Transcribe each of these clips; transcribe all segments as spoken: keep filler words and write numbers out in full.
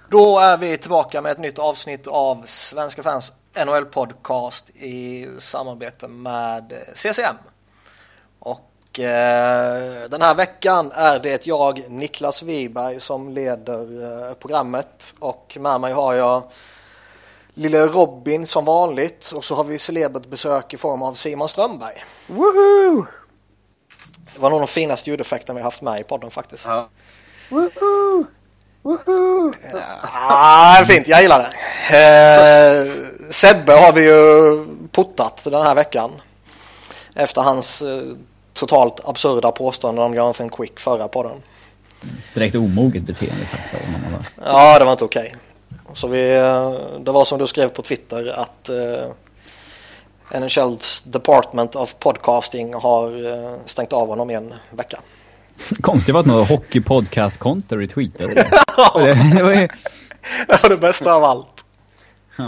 Då är vi tillbaka med ett nytt avsnitt av Svenska Fans N H L-podcast i samarbete med C C M. Och eh, den här veckan är det jag, Niklas Wiberg, som leder eh, programmet. Och med mig har jag lille Robin som vanligt. Och så har vi celebert besök i form av Simon Strömberg. Woohoo! Det var nog de finaste ljudeffekterna vi haft med i podden faktiskt. Ja. Woohoo! Woohoo! Ja, fint, jag gillar det. Eh, Sebbe har vi ju puttat den här veckan efter hans eh, totalt absurda påstående om Jonathan Quick förra podden. Direkt omoget beteende faktiskt. Ja, det var inte okej. Så vi, det var som du skrev på Twitter att eh, N H L's Department of Podcasting har eh, stängt av honom i en vecka. Konstigt var att något hockey-podcast-konto retweetade det. Ja, det, det, var ju... det var det bästa av allt. Ja.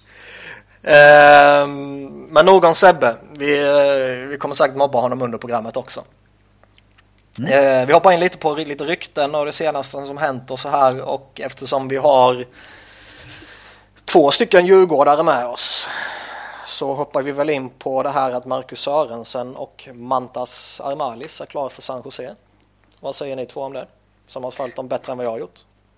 Eh, men nog om Sebbe. Vi, vi kommer säkert mobba honom under programmet också. Mm. Eh, vi hoppar in lite på lite rykten och det senaste som hänt och så här. Och eftersom vi har två stycken djurgårdare med oss så hoppar vi väl in på det här att Marcus Sörensen och Mantas Armalis är klar för San Jose. Vad säger ni två om det? Som har följt dem bättre än vad jag har gjort.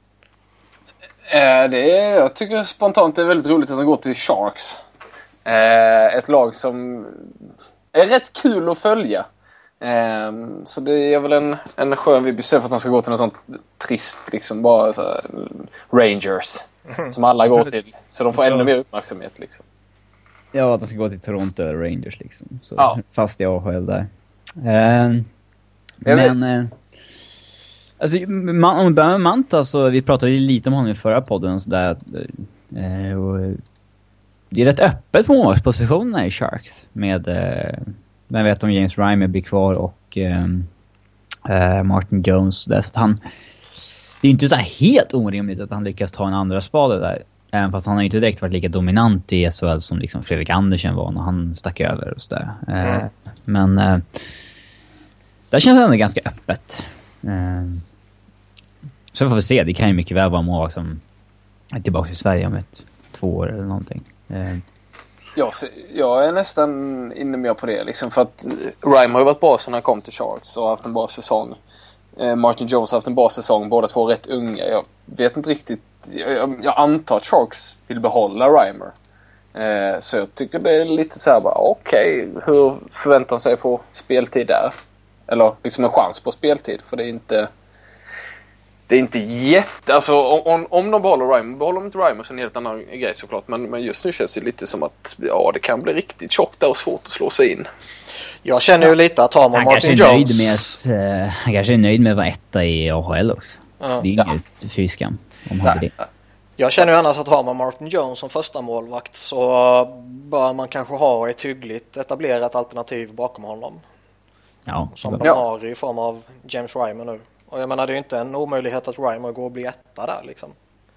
Eh, det är, jag tycker spontant det är väldigt roligt att han går till Sharks. Eh, ett lag som är rätt kul att följa. Eh, så det är väl en, en skön vibb för att han ska gå till något sånt trist, liksom bara så här, Rangers. Mm. Som alla går till. Så de får ännu mer uppmärksamhet liksom. Ja, att de ska gå till Toronto eller Rangers liksom. Så, ja. Fast i A H L där. Eh, men... Eh, alltså, man, om vi börjar med Manta så vi pratade ju lite om honom i förra podden och sådär. Eh, och det är rätt öppet på målvaktspositionerna i Sharks. Med, eh, vem vet om James Reimer blir kvar och eh, eh, Martin Jones. Där. Så att han, det är inte så här helt orimligt att han lyckas ta en andra spade där. Även fast han har inte direkt varit lika dominant i S H L som liksom Fredrik Andersen var när han stack över och sådär. Mm. Eh, men eh, där känns det ändå ganska öppet. Eh, så får vi se. Det kan ju mycket väl vara mål som är tillbaka i Sverige om ett två år eller någonting. Eh. Ja, jag är nästan inne med på det. Liksom, för att Reimer har ju varit bra sedan han kom till Sharks och haft en bra säsong. Eh, Martin Jones har haft en bra säsong. Båda två rätt unga. Jag vet inte riktigt. Jag, jag antar att Sharks vill behålla Reimer. Eh, så jag tycker det är lite så här bara, okej, okay, hur förväntar han sig få speltid där? Eller liksom en chans på speltid. För det är inte det är inte jätte... Alltså om, om de behåller Reimer, behåller de inte Reimer så är det en helt annan grej såklart. Men, men just nu känns det lite som att ja, det kan bli riktigt tjockt där och svårt att slå sig in. Jag känner ju lite att har man Martin Jones... Jones... Med att, uh, han kanske är nöjd med att vara etta i A H L också. Ja. Det är inget ja. fyskam om han det. Jag känner ju annars att har man Martin Jones som första målvakt så bör man kanske ha ett hyggligt etablerat alternativ bakom honom. Ja. Som de har i form av James Reimer nu. Och jag menar det är ju inte en omöjlighet att Reimer går och blir etta där liksom.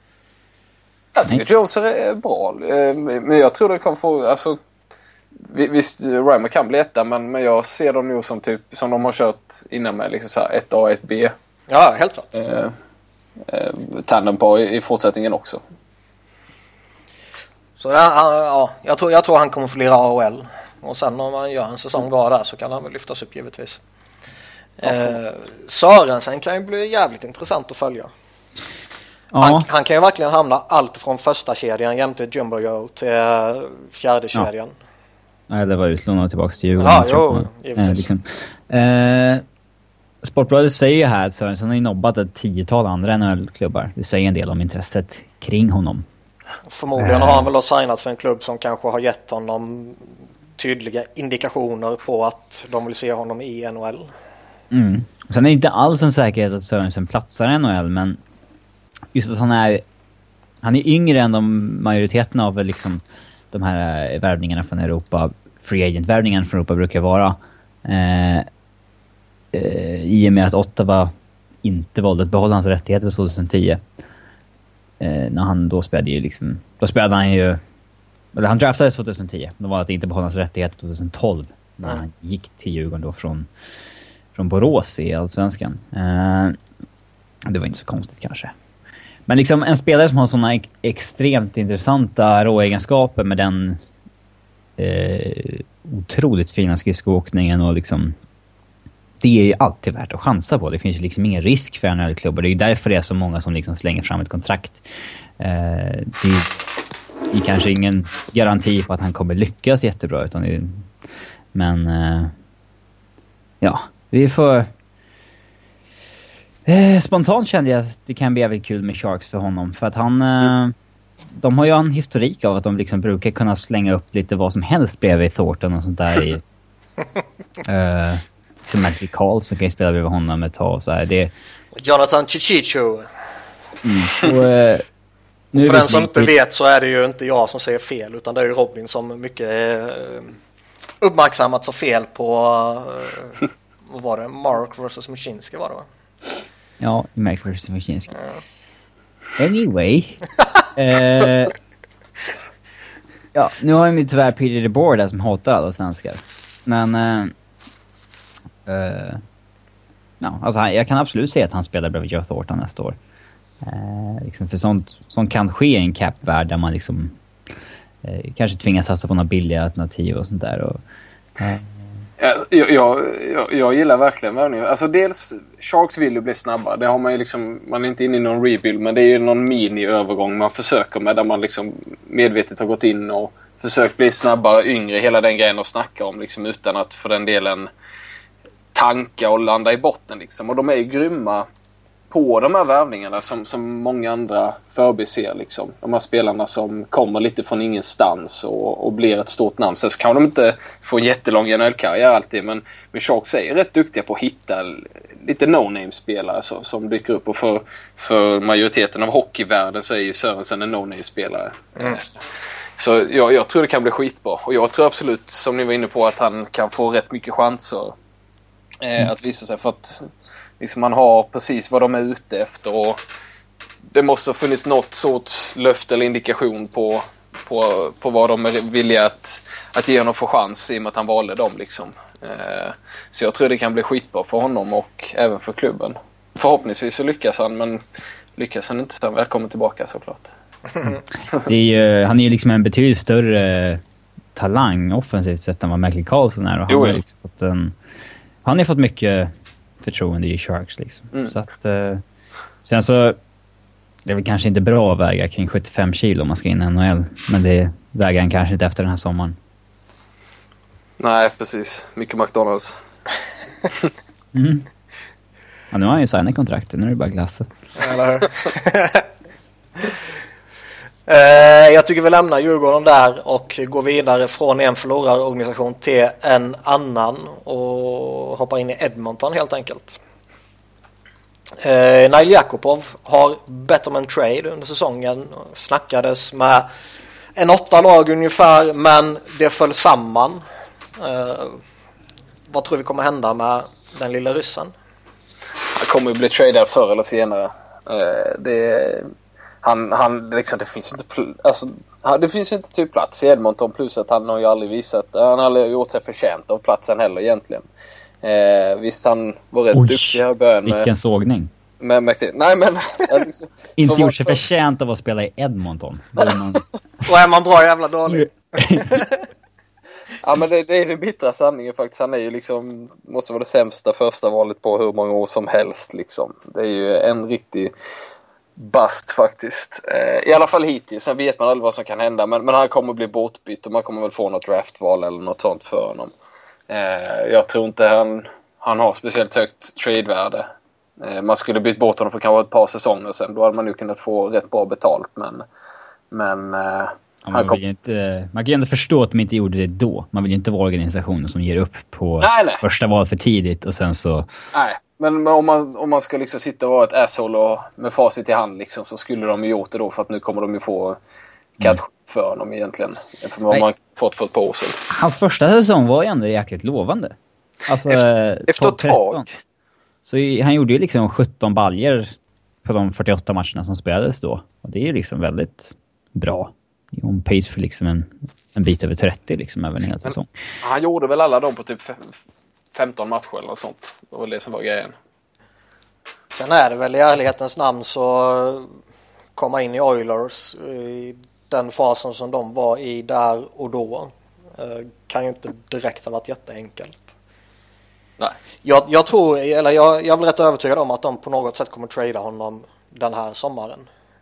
Jag tycker Jones är bra. Men jag tror det kan få... Alltså, visst, Reimer kan bli etta men, men jag ser dem nu som typ som de har kört innan med liksom så här ett A, ett B. Ja, helt klart. Eh, eh, tandem på i, i fortsättningen också. Så ja, ja jag, tror, jag tror han kommer få lira A H L. Och sen om man gör en säsong bra där så kan han väl lyftas upp givetvis. Eh, Sörensen kan ju bli jävligt intressant att följa. Ja. Han, han kan ju verkligen hamna allt från första kedjan jämte Jumbo Joe till fjärde kedjan. Ja. Nej, det var utlånat tillbaka till Djurgården. Ja, jo, givetvis. Eh, liksom. eh, Sportbladet säger här att Sörensen har ju nobbat ett tiotal andra N H L-klubbar. Det säger en del om intresset kring honom. Förmodligen har han väl då signat för en klubb som kanske har gett honom tydliga indikationer på att de vill se honom i N H L. Mm. Sen är det inte alls en säkerhet att Sörensen platsar i N H L, men just att han är han är yngre än de majoriteten av liksom de här värvningarna från Europa, free agent-värvningarna från Europa brukar vara. Eh, eh, I och med att Ottawa inte valde att behålla hans rättigheter tjugohundratio. Eh, när han då spelade ju liksom, då spelade han ju, eller han draftades tjugohundratio. Då var det att inte behålla hans rättigheter tjugotolv när mm. han gick till Djurgården då från från Borås i Allsvenskan. Eh, det var inte så konstigt kanske. Men liksom en spelare som har såna ek- extremt intressanta råegenskaper med den eh, otroligt fina skridskoåkningen och liksom det är ju alltid värt att chansa på. Det finns ju liksom ingen risk för N H L-klubbar. Det är ju därför det är så många som liksom slänger fram ett kontrakt. Eh, det, är, det är kanske ingen garanti på att han kommer lyckas jättebra utan det är, men eh, ja, vi får eh, spontant kände jag att det kan bli väldigt kul med Sharks för honom för att han eh, de har ju en historik av att de liksom brukar kunna slänga upp lite vad som helst bredvid Thornton och sånt där i eh, som Matthew Karlsson kan ju spela bredvid honom ett tag så här. Det Jonathan Chichicho. Mm. Och, eh, nu för den som inte vet så är det ju inte jag som säger fel utan det är ju Robin som mycket eh, uppmärksammat så fel på eh, vad var det? Mark versus Mushinski var det va? Ja, Mark versus Mushinski. Ja. Anyway. eh, ja, nu har ju tyvärr Peter DeBoer där som hatar alla svenskar. Men eh, eh, ja, alltså jag kan absolut säga att han spelar bredvid Joe Thornton nästa år. Eh, liksom för sånt, sånt kan ske i en cap-värld där man liksom eh, kanske tvingas satsa på några billiga alternativ och sånt där. Och, eh. jag, jag, jag, jag gillar verkligen värvningen. Alltså dels, Sharks vill ju bli snabba. Det har man ju liksom, man är inte inne i någon rebuild men det är ju någon mini-övergång man försöker med där man liksom medvetet har gått in och försökt bli snabbare, yngre, hela den grejen att snacka om liksom utan att för den delen tanka och landa i botten liksom. Och de är ju grymma på de här värvningarna som, som många andra förbiser liksom. De här spelarna som kommer lite från ingenstans och, och blir ett stort namn. Sen så kan de inte få en jättelång N H L-karriär alltid men, men Sharks är rätt duktiga på att hitta lite no-name-spelare så, som dyker upp och för, för majoriteten av hockeyvärlden så är ju Sörensen en no-name-spelare. Mm. Så jag, jag tror det kan bli skitbra och jag tror absolut som ni var inne på att han kan få rätt mycket chanser eh, mm. att visa sig för att liksom man har precis vad de är ute efter och det måste ha funnits något sorts löfte eller indikation på, på, på vad de är villiga att, att ge honom för chans i och med att han valde dem liksom. Eh, så jag tror det kan bli skitbra för honom och även för klubben. Förhoppningsvis så lyckas han men lyckas han inte så välkommen tillbaka såklart. Det är ju, han är ju liksom en betydligt större talang offensivt sett än vad Michael Karlsson är och han har liksom fått en, han har fått mycket förtroende i Sharks liksom. Mm. Så att eh, sen så det är väl kanske inte bra att väga kring sjuttiofem kilo om man ska in i N H L men det väger han kanske inte efter den här sommaren. Nej, precis. Mycket McDonalds. mm. Ja, nu har han ju signat kontraktet, nu är det bara glassa. Eller hur? Uh, jag tycker vi lämnar Djurgården där och går vidare från en förlorarorganisation till en annan och hoppar in i Edmonton helt enkelt. Uh, Nail Jakubov har Betterment Trade under säsongen. Snackades med en åtta lag ungefär men det föll samman. Uh, vad tror vi kommer hända med den lilla ryssen? Han kommer ju bli tradad förr eller senare. Uh, det Han, han liksom, det finns inte pl- alltså, det finns inte typ plats i Edmonton plus att han har ju aldrig visat han har aldrig gjort sig förtjänt av platsen heller egentligen. Eh, visst han var rätt Oj, duktig här början med vilken sågning. Med, med, nej men liksom, inte gjort sig för... förtjänt av att spela i Edmonton. Man... Och är man bra jävla dålig. Ja men det, det är den bittra sanningen faktiskt. Han är ju liksom måste vara det sämsta första valet på hur många år som helst liksom. Det är ju en riktig bust faktiskt. Eh, I alla fall hittills. Sen vet man aldrig vad som kan hända. Men, men han kommer att bli bortbytt och man kommer väl få något draftval eller något sånt för honom. Eh, jag tror inte han, han har speciellt högt tradevärde. Eh, man skulle bytt bort honom för kanske ett par säsonger sen. Då hade man ju kunnat få rätt bra betalt. Men, men eh, ja, han man, kom... vill inte, man kan ju ändå förstå att de inte gjorde det då. Man vill ju inte vara organisationen som ger upp på nej, nej. första val för tidigt och sen så... Nej. Men om man, om man ska liksom sitta och vara ett asshole och med facit i hand liksom, så skulle de ju gjort det då för att nu kommer de ju få kattskit för honom egentligen. För vad man fått för ett par år sedan. Hans första säsong var ju ändå jäkligt lovande. Alltså, efter efter ett tag. Så han gjorde ju liksom sjutton baljer på de fyrtioåtta matcherna som spelades då. Och det är ju liksom väldigt bra. On pace för liksom en, en bit över trettio liksom över en hel säsong. Men han gjorde väl alla dem på typ femton matcher eller något sånt. Det var det som var grejen. Sen är det väl i ärlighetens namn så komma in i Oilers i den fasen som de var i där och då kan ju inte direkt ha varit jätteenkelt. Nej. Jag, jag tror, eller jag, jag är väl rätt övertygad om att de på något sätt kommer trada honom den här sommaren.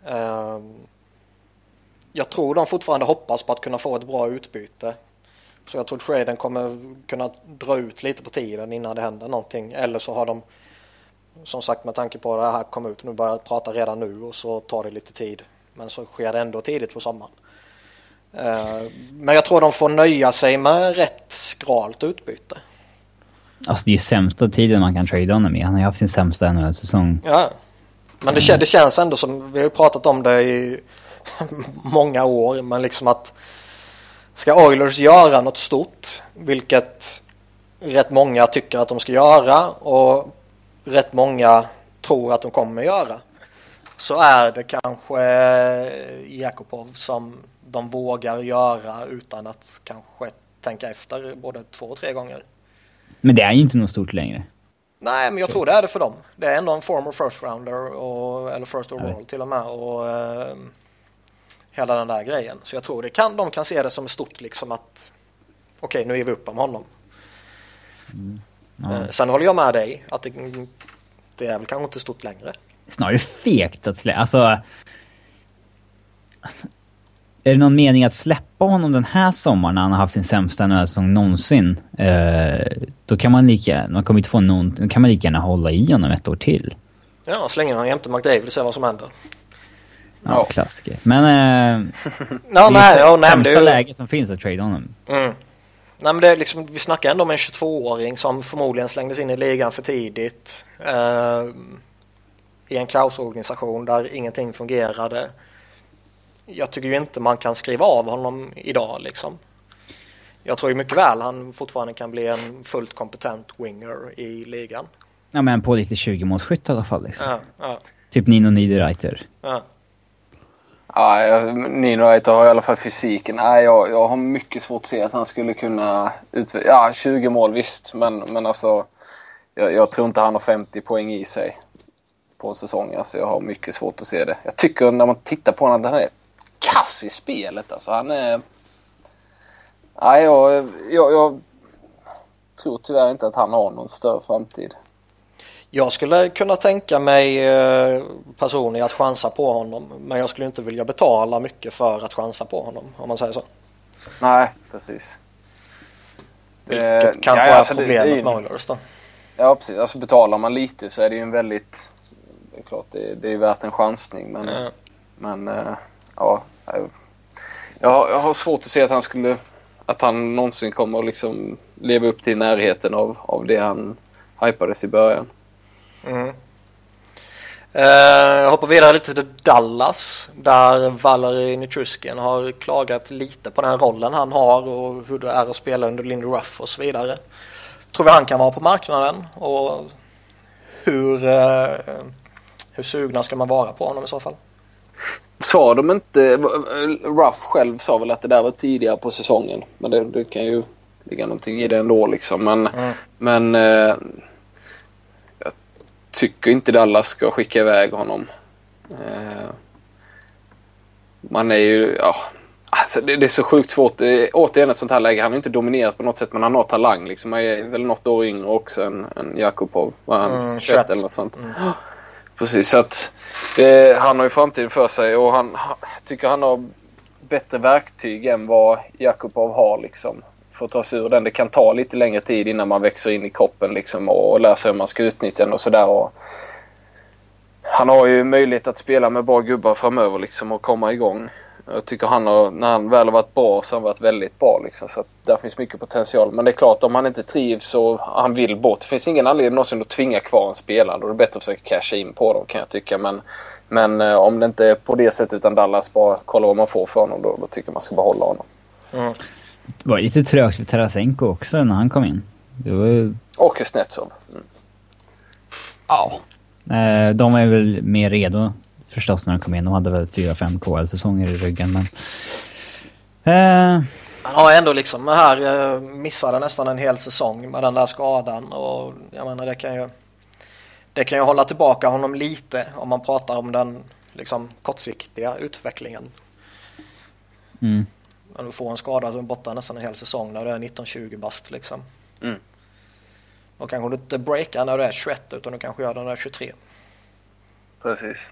Jag tror de fortfarande hoppas på att kunna få ett bra utbyte. Så jag tror traden kommer kunna dra ut lite på tiden innan det händer någonting. Eller så har de, som sagt med tanke på att det här kommer ut, nu börjar prata redan nu och så tar det lite tid. Men så sker det ändå tidigt på sommaren. Men jag tror de får nöja sig med rätt skralt utbyte. Alltså det är ju sämsta tiden man kan trada honom i. Han har ju haft sin sämsta N H L-säsong. Ja, men det, det känns ändå som, vi har pratat om det i många år, men liksom att ska Oilers göra något stort, vilket rätt många tycker att de ska göra och rätt många tror att de kommer göra, så är det kanske Jakubov som de vågar göra utan att kanske tänka efter både två och tre gånger. Men det är ju inte något stort längre. Nej, men jag tror det är det för dem. Det är ändå en former first rounder och, eller first overall till och med och eh, hela den där grejen. Så jag tror det kan, de kan se det som stort liksom att okej, okay, nu är vi upp om honom. Mm. Ja. Eh, sen håller jag med dig att det, det är väl kanske inte stort längre. Snarare fegt att släppa. Alltså, är det någon mening att släppa honom den här sommaren när han har haft sin sämsta N H L-säsong någonsin? Eh, då kan man lika, man kommer inte få någon, då kan man lika gärna hålla i honom ett år till. Ja, slänger han jämte McDavid och ser vad som händer. Ja, ja. Klassiker. Men eh, no, det är nej, det ja, nej, sämsta det är ju... läge som finns att trade honom. Mm. Nej, men det är liksom, vi snackar ändå om en tjugotvååring som förmodligen slängdes in i ligan för tidigt. Eh, I en kaosorganisation där ingenting fungerade. Jag tycker ju inte man kan skriva av honom idag liksom. Jag tror ju mycket väl han fortfarande kan bli en fullt kompetent winger i ligan. Ja, men på lite tjugo-målsskytt i alla fall liksom. Ja, ja. Typ Nino Niederreiter. Ja. Ja, Nino Niederreiter har i alla fall fysiken. Nej, jag, jag har mycket svårt att se att han skulle kunna utveckla. Ja, tjugo mål visst, men, men alltså jag, jag tror inte han har femtio poäng i sig på en säsong. Alltså jag har mycket svårt att se det. Jag tycker när man tittar på honom, han är kass i spelet. Alltså han är... Nej, jag, jag, jag tror tyvärr inte att han har någon större framtid. Jag skulle kunna tänka mig personligen att chansa på honom, men jag skulle inte vilja betala mycket för att chansa på honom, om man säger så. Nej, precis. Vilket det, kanske ja, är alltså problemet det, det, med Oilers då. Ja, precis. Alltså betalar man lite så är det ju en väldigt... Det är klart, det, det är värt en chansning, men... Ja. Men, ja... Jag, jag har svårt att se att han skulle... Att han någonsin kommer att liksom leva upp till närheten av, av det han hypades i början. Mm. Uh, jag hoppar vidare lite till Dallas, där Valeri Nichushkin har klagat lite på den rollen han har och hur det är att spela under Lindy Ruff och så vidare. Tror vi han kan vara på marknaden och hur, uh, hur sugna ska man vara på honom i så fall? Sa de inte, Ruff själv sa väl att det där var tidigare på säsongen, men det, det kan ju ligga någonting i det ändå liksom, men, mm. men uh, jag tycker inte Dallas ska skicka iväg honom. Uh, man är ju, ja, alltså det, det är så sjukt svårt. Det är, återigen ett sånt här läge, han är inte dominerat på något sätt, men han har talang liksom. Han är väl något år yngre också än, än Jakubov, var han mm, tjugoett eller något sånt. Mm. Precis, så att eh, han har ju framtiden för sig och han ha, tycker han har bättre verktyg än vad Jakubov har liksom, för att ta sig ur den. Det kan ta lite längre tid innan man växer in i kroppen liksom, och, och lär sig hur man ska utnyttja den och sådär. Och han har ju möjlighet att spela med bra gubbar framöver liksom, och komma igång. Jag tycker han har, när han väl har varit bra så har han varit väldigt bra liksom, så att där finns mycket potential. Men det är klart, om han inte trivs så han vill bort, det finns ingen anledning någonsin att tvinga kvar en spelare. Då är det bättre att försöka casha in på dem, kan jag tycka. Men, men eh, om det inte är på det sättet utan Dallas bara kollar vad man får för honom, då, då tycker man ska behålla honom. Mm. Det var lite trögt för Tarasenko också när han kom in. Det var ju... Och Kuznetsov. Mm. Ja. Eh, de är väl mer redo förstås när de kom in. De hade väl fyra fem K L-säsonger i ryggen, men... Eh... Han har ändå liksom här eh, missade nästan en hel säsong med den där skadan, och jag menar det kan ju det kan ju hålla tillbaka honom lite om man pratar om den liksom kortsiktiga utvecklingen. Mm. Om du får en skada som är borta nästan en hel säsong när du är nitton tjugo bast liksom. Mm. Och kanske du inte breakar när du är tjugoett utan du kanske gör det när du är tjugotre. Precis.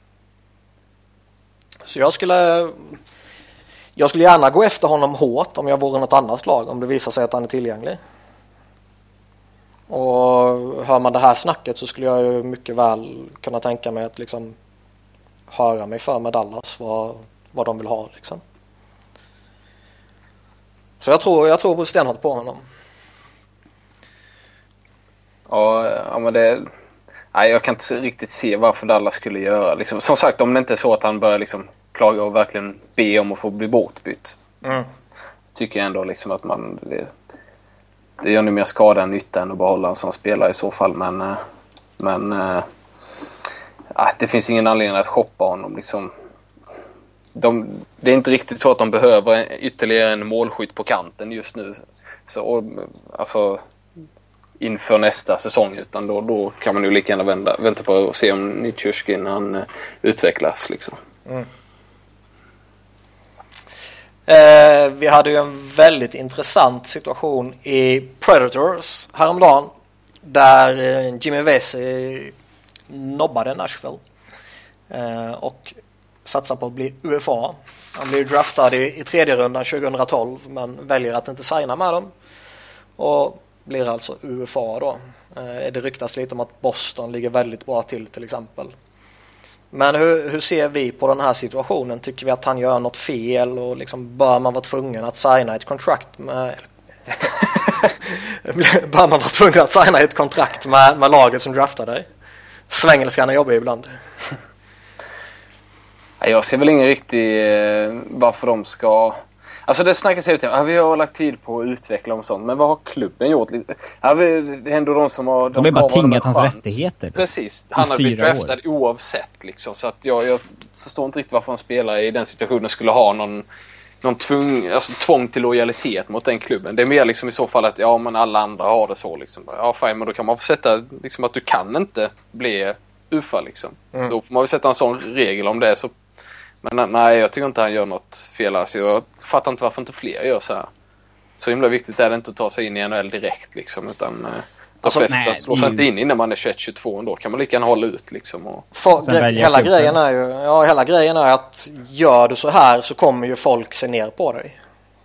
Så jag skulle jag skulle gärna gå efter honom hårt om jag vore något annat lag, om det visar sig att han är tillgänglig. Och hör man det här snacket så skulle jag ju mycket väl kunna tänka mig att liksom höra mig för med Dallas vad, vad de vill ha liksom. Så jag tror, jag tror stenhårt på honom. Ja, ja men det... Nej, jag kan inte riktigt se varför Dallas skulle göra. Liksom, som sagt, om det inte är så att han börjar liksom klaga och verkligen be om att få bli bortbytt. Mm. Tycker jag ändå liksom att man... Det, det gör nu mer skada än nytta än att behålla en sån spelare i så fall. Men, men äh, det finns ingen anledning att shoppa honom. Liksom. De, det är inte riktigt så att de behöver ytterligare en målskytt på kanten just nu. Så, och, alltså... inför nästa säsong, utan då, då kan man ju lika gärna vända, vänta på att se om Nichushkin han uh, utvecklas liksom. Mm. Eh, vi hade ju en väldigt intressant situation i Predators häromdagen där eh, Jimmy Vesey nobbade Nashville eh, och satsar på att bli U F A. Han blev draftad i, i tredje rundan tjugohundratolv men väljer att inte signa med dem och blir alltså U F A då. Eh, det ryktas lite om att Boston ligger väldigt bra till till exempel. Men hur, hur ser vi på den här situationen? Tycker vi att han gör något fel och liksom bör man vara tvungen att signa ett kontrakt med bör man vara tvungen att signa ett kontrakt med, med laget som draftar dig? Svengelskan är jobbig ibland. Jag ser väl ingen riktig eh, varför de ska... Alltså det snackas hela tiden. Ja, vi har lagt tid på att utveckla om sånt. Men vad har klubben gjort? Ja, vi, det är ändå de som har... De, de har bara tingat hans rättigheter. Precis. Han har blivit draftad år. Oavsett. Liksom. Så att jag, jag förstår inte riktigt varför en spelare i den situationen skulle ha någon, någon tvung, alltså, tvång till lojalitet mot den klubben. Det är mer liksom i så fall att ja, men alla andra har det så. Liksom. Ja, fine, men då kan man få sätta liksom, att du kan inte bli U F A. Liksom. Mm. Då får man väl sätta en sån regel om det är så. Men nej, jag tycker inte han gör något fel. Alltså, jag fattar inte varför inte fler gör så här. Så himla viktigt är det inte att ta sig in i N H L direkt. Liksom, utan de alltså, flesta nej, slår sig inte in innan man är tjugoett tjugotvå. Då kan man lika gärna hålla ut. Liksom, och... För, hela, grejen är ju, ja, hela grejen är att gör du så här så kommer ju folk se ner på dig.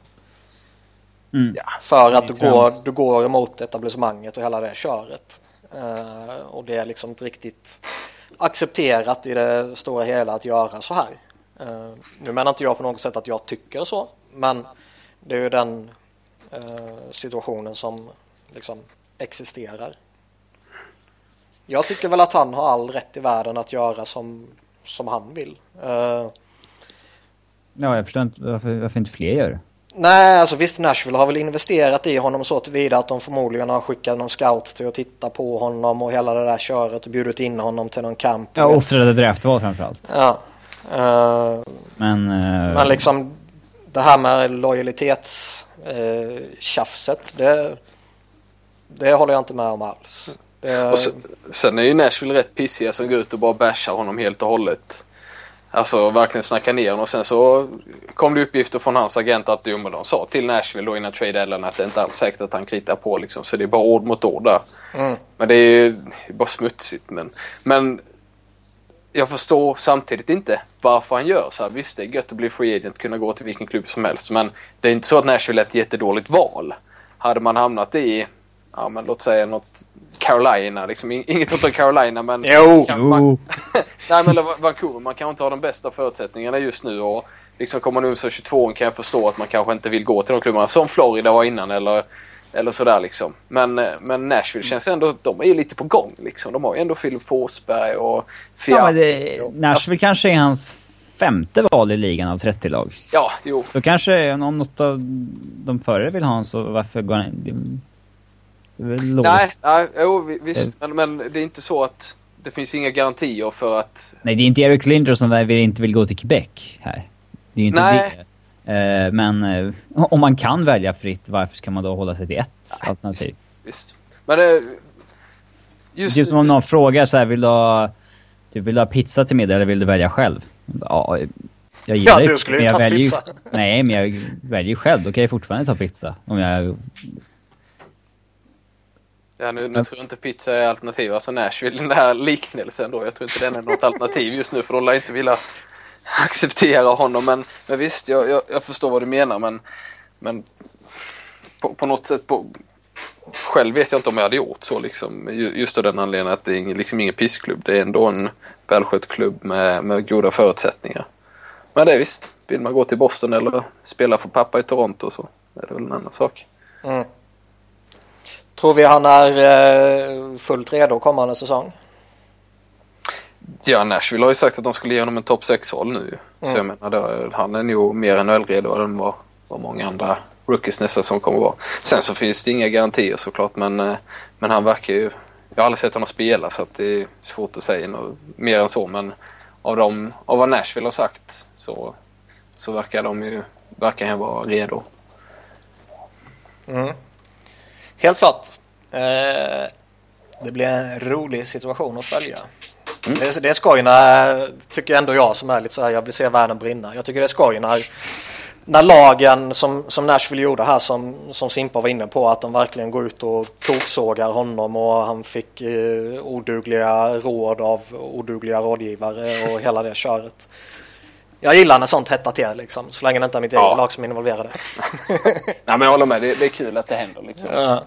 Mm. Ja, för att du går, du går emot etablissemanget och hela det köret. Uh, och det är liksom inte riktigt accepterat i det stora hela att göra så här. Uh, nu menar inte jag på något sätt att jag tycker så, men det är ju den uh, situationen som liksom existerar. Jag tycker väl att han har all rätt i världen att göra som, som han vill. Uh, ja, jag förstår inte varför, varför inte fler gör det. Nej, alltså visst, Nashville har väl investerat i honom så tillvida att de förmodligen har skickat någon scout till att titta på honom och hela det där köret och bjudit in honom till någon camp. Ja, offrade draftval framförallt. Ja. Uh, men, uh... men liksom det här med lojalitetstjafset, uh, det, det håller jag inte med om alls. Det... Och sen, sen är ju Nashville rätt pissiga som går ut och bara bashar honom helt och hållet. Alltså verkligen snacka ner honom. Och sen så kom det uppgifter från hans agent att jo, men de sa till Nashville då innan trade deadline att det inte alls säkert att han kritar på liksom. Så det är bara ord mot ord där. Mm. Men det är ju bara smutsigt. Men, men jag förstår samtidigt inte varför han gör så här. Visst, det är gött att bli free agent, kunna gå till vilken klubb som helst. Men det är inte så att Nashville är ett jättedåligt val. Hade man hamnat i, ja men låt säga något Carolina, liksom inget åt Carolina, men jo. Man, nej men Vancouver, man kan inte ha de bästa förutsättningarna just nu och liksom kommer man nu så tjugotvå kan jag förstå att man kanske inte vill gå till de klubbarna som Florida var innan eller eller sådär liksom. Men men Nashville känns ändå, de är ju lite på gång liksom. De har ju ändå Philip Forsberg och Fiat. Ja, men det, Nashville alltså, kanske är hans femte val i ligan av trettio lag. Ja, jo. Så kanske om något av de förre vill ha han, så varför går han? Nej, nej jo, visst, men, men det är inte så att det finns inga garantier för att... Nej, det är inte Eric Lindros som inte vill gå till Quebec här. Det är ju inte nej. det. Uh, men uh, om man kan välja fritt, varför ska man då hålla sig till ett nej, alternativ? Visst, visst. Men det... Just, det är som om någon frågar så här, vill du ha, typ, vill du ha pizza till middag eller vill du välja själv? Ja, jag gillar ja, du skulle ju ta väljer, pizza. Nej, men jag väljer själv. Då kan jag fortfarande ta pizza. Om jag... Ja, nu, nu tror jag inte pizza är alternativ. Alltså Nashville, den här liknelsen då. Jag tror inte den är något alternativ just nu. För de lär inte vilja acceptera honom. Men, men visst, jag, jag, jag förstår vad du menar. Men, men på, på något sätt... På, själv vet jag inte om jag hade gjort så. Liksom, just av den anledningen att det är liksom ingen pissklubb. Det är ändå en välskött klubb med, med goda förutsättningar. Men det är visst. Vill man gå till Boston eller spela för pappa i Toronto så är det väl en annan sak. Mm. Tror vi han är fullt redo kommande säsong? Ja, Nashville har ju sagt att de skulle ge honom en topp sex-håll nu. Mm. Så jag menar, då, han är nog mer än välredo än vad, vad många andra rookies nästa som kommer vara. Sen så finns det inga garantier såklart, men, men han verkar ju... Jag har aldrig sett honom spela så att det är svårt att säga något mer än så, men av, dem, av vad Nashville har sagt så, så verkar de ju verkar han vara redo. Mm. Helt klart. Eh, det blir en rolig situation att följa. Mm. Det, det är skoj när, tycker ändå jag som är lite så här, jag vill se världen brinna. Jag tycker det är skoj när, när lagen som, som Nashville gjorde här, som, som Simpa var inne på, att de verkligen går ut och toksågar honom och han fick eh, odugliga råd av odugliga rådgivare och hela det köret. Jag gillar när sånt hettar till liksom, så länge det inte är mitt ja. eget lag som är involverade. Nej, men jag håller med, det, det är kul att det händer liksom. Ja.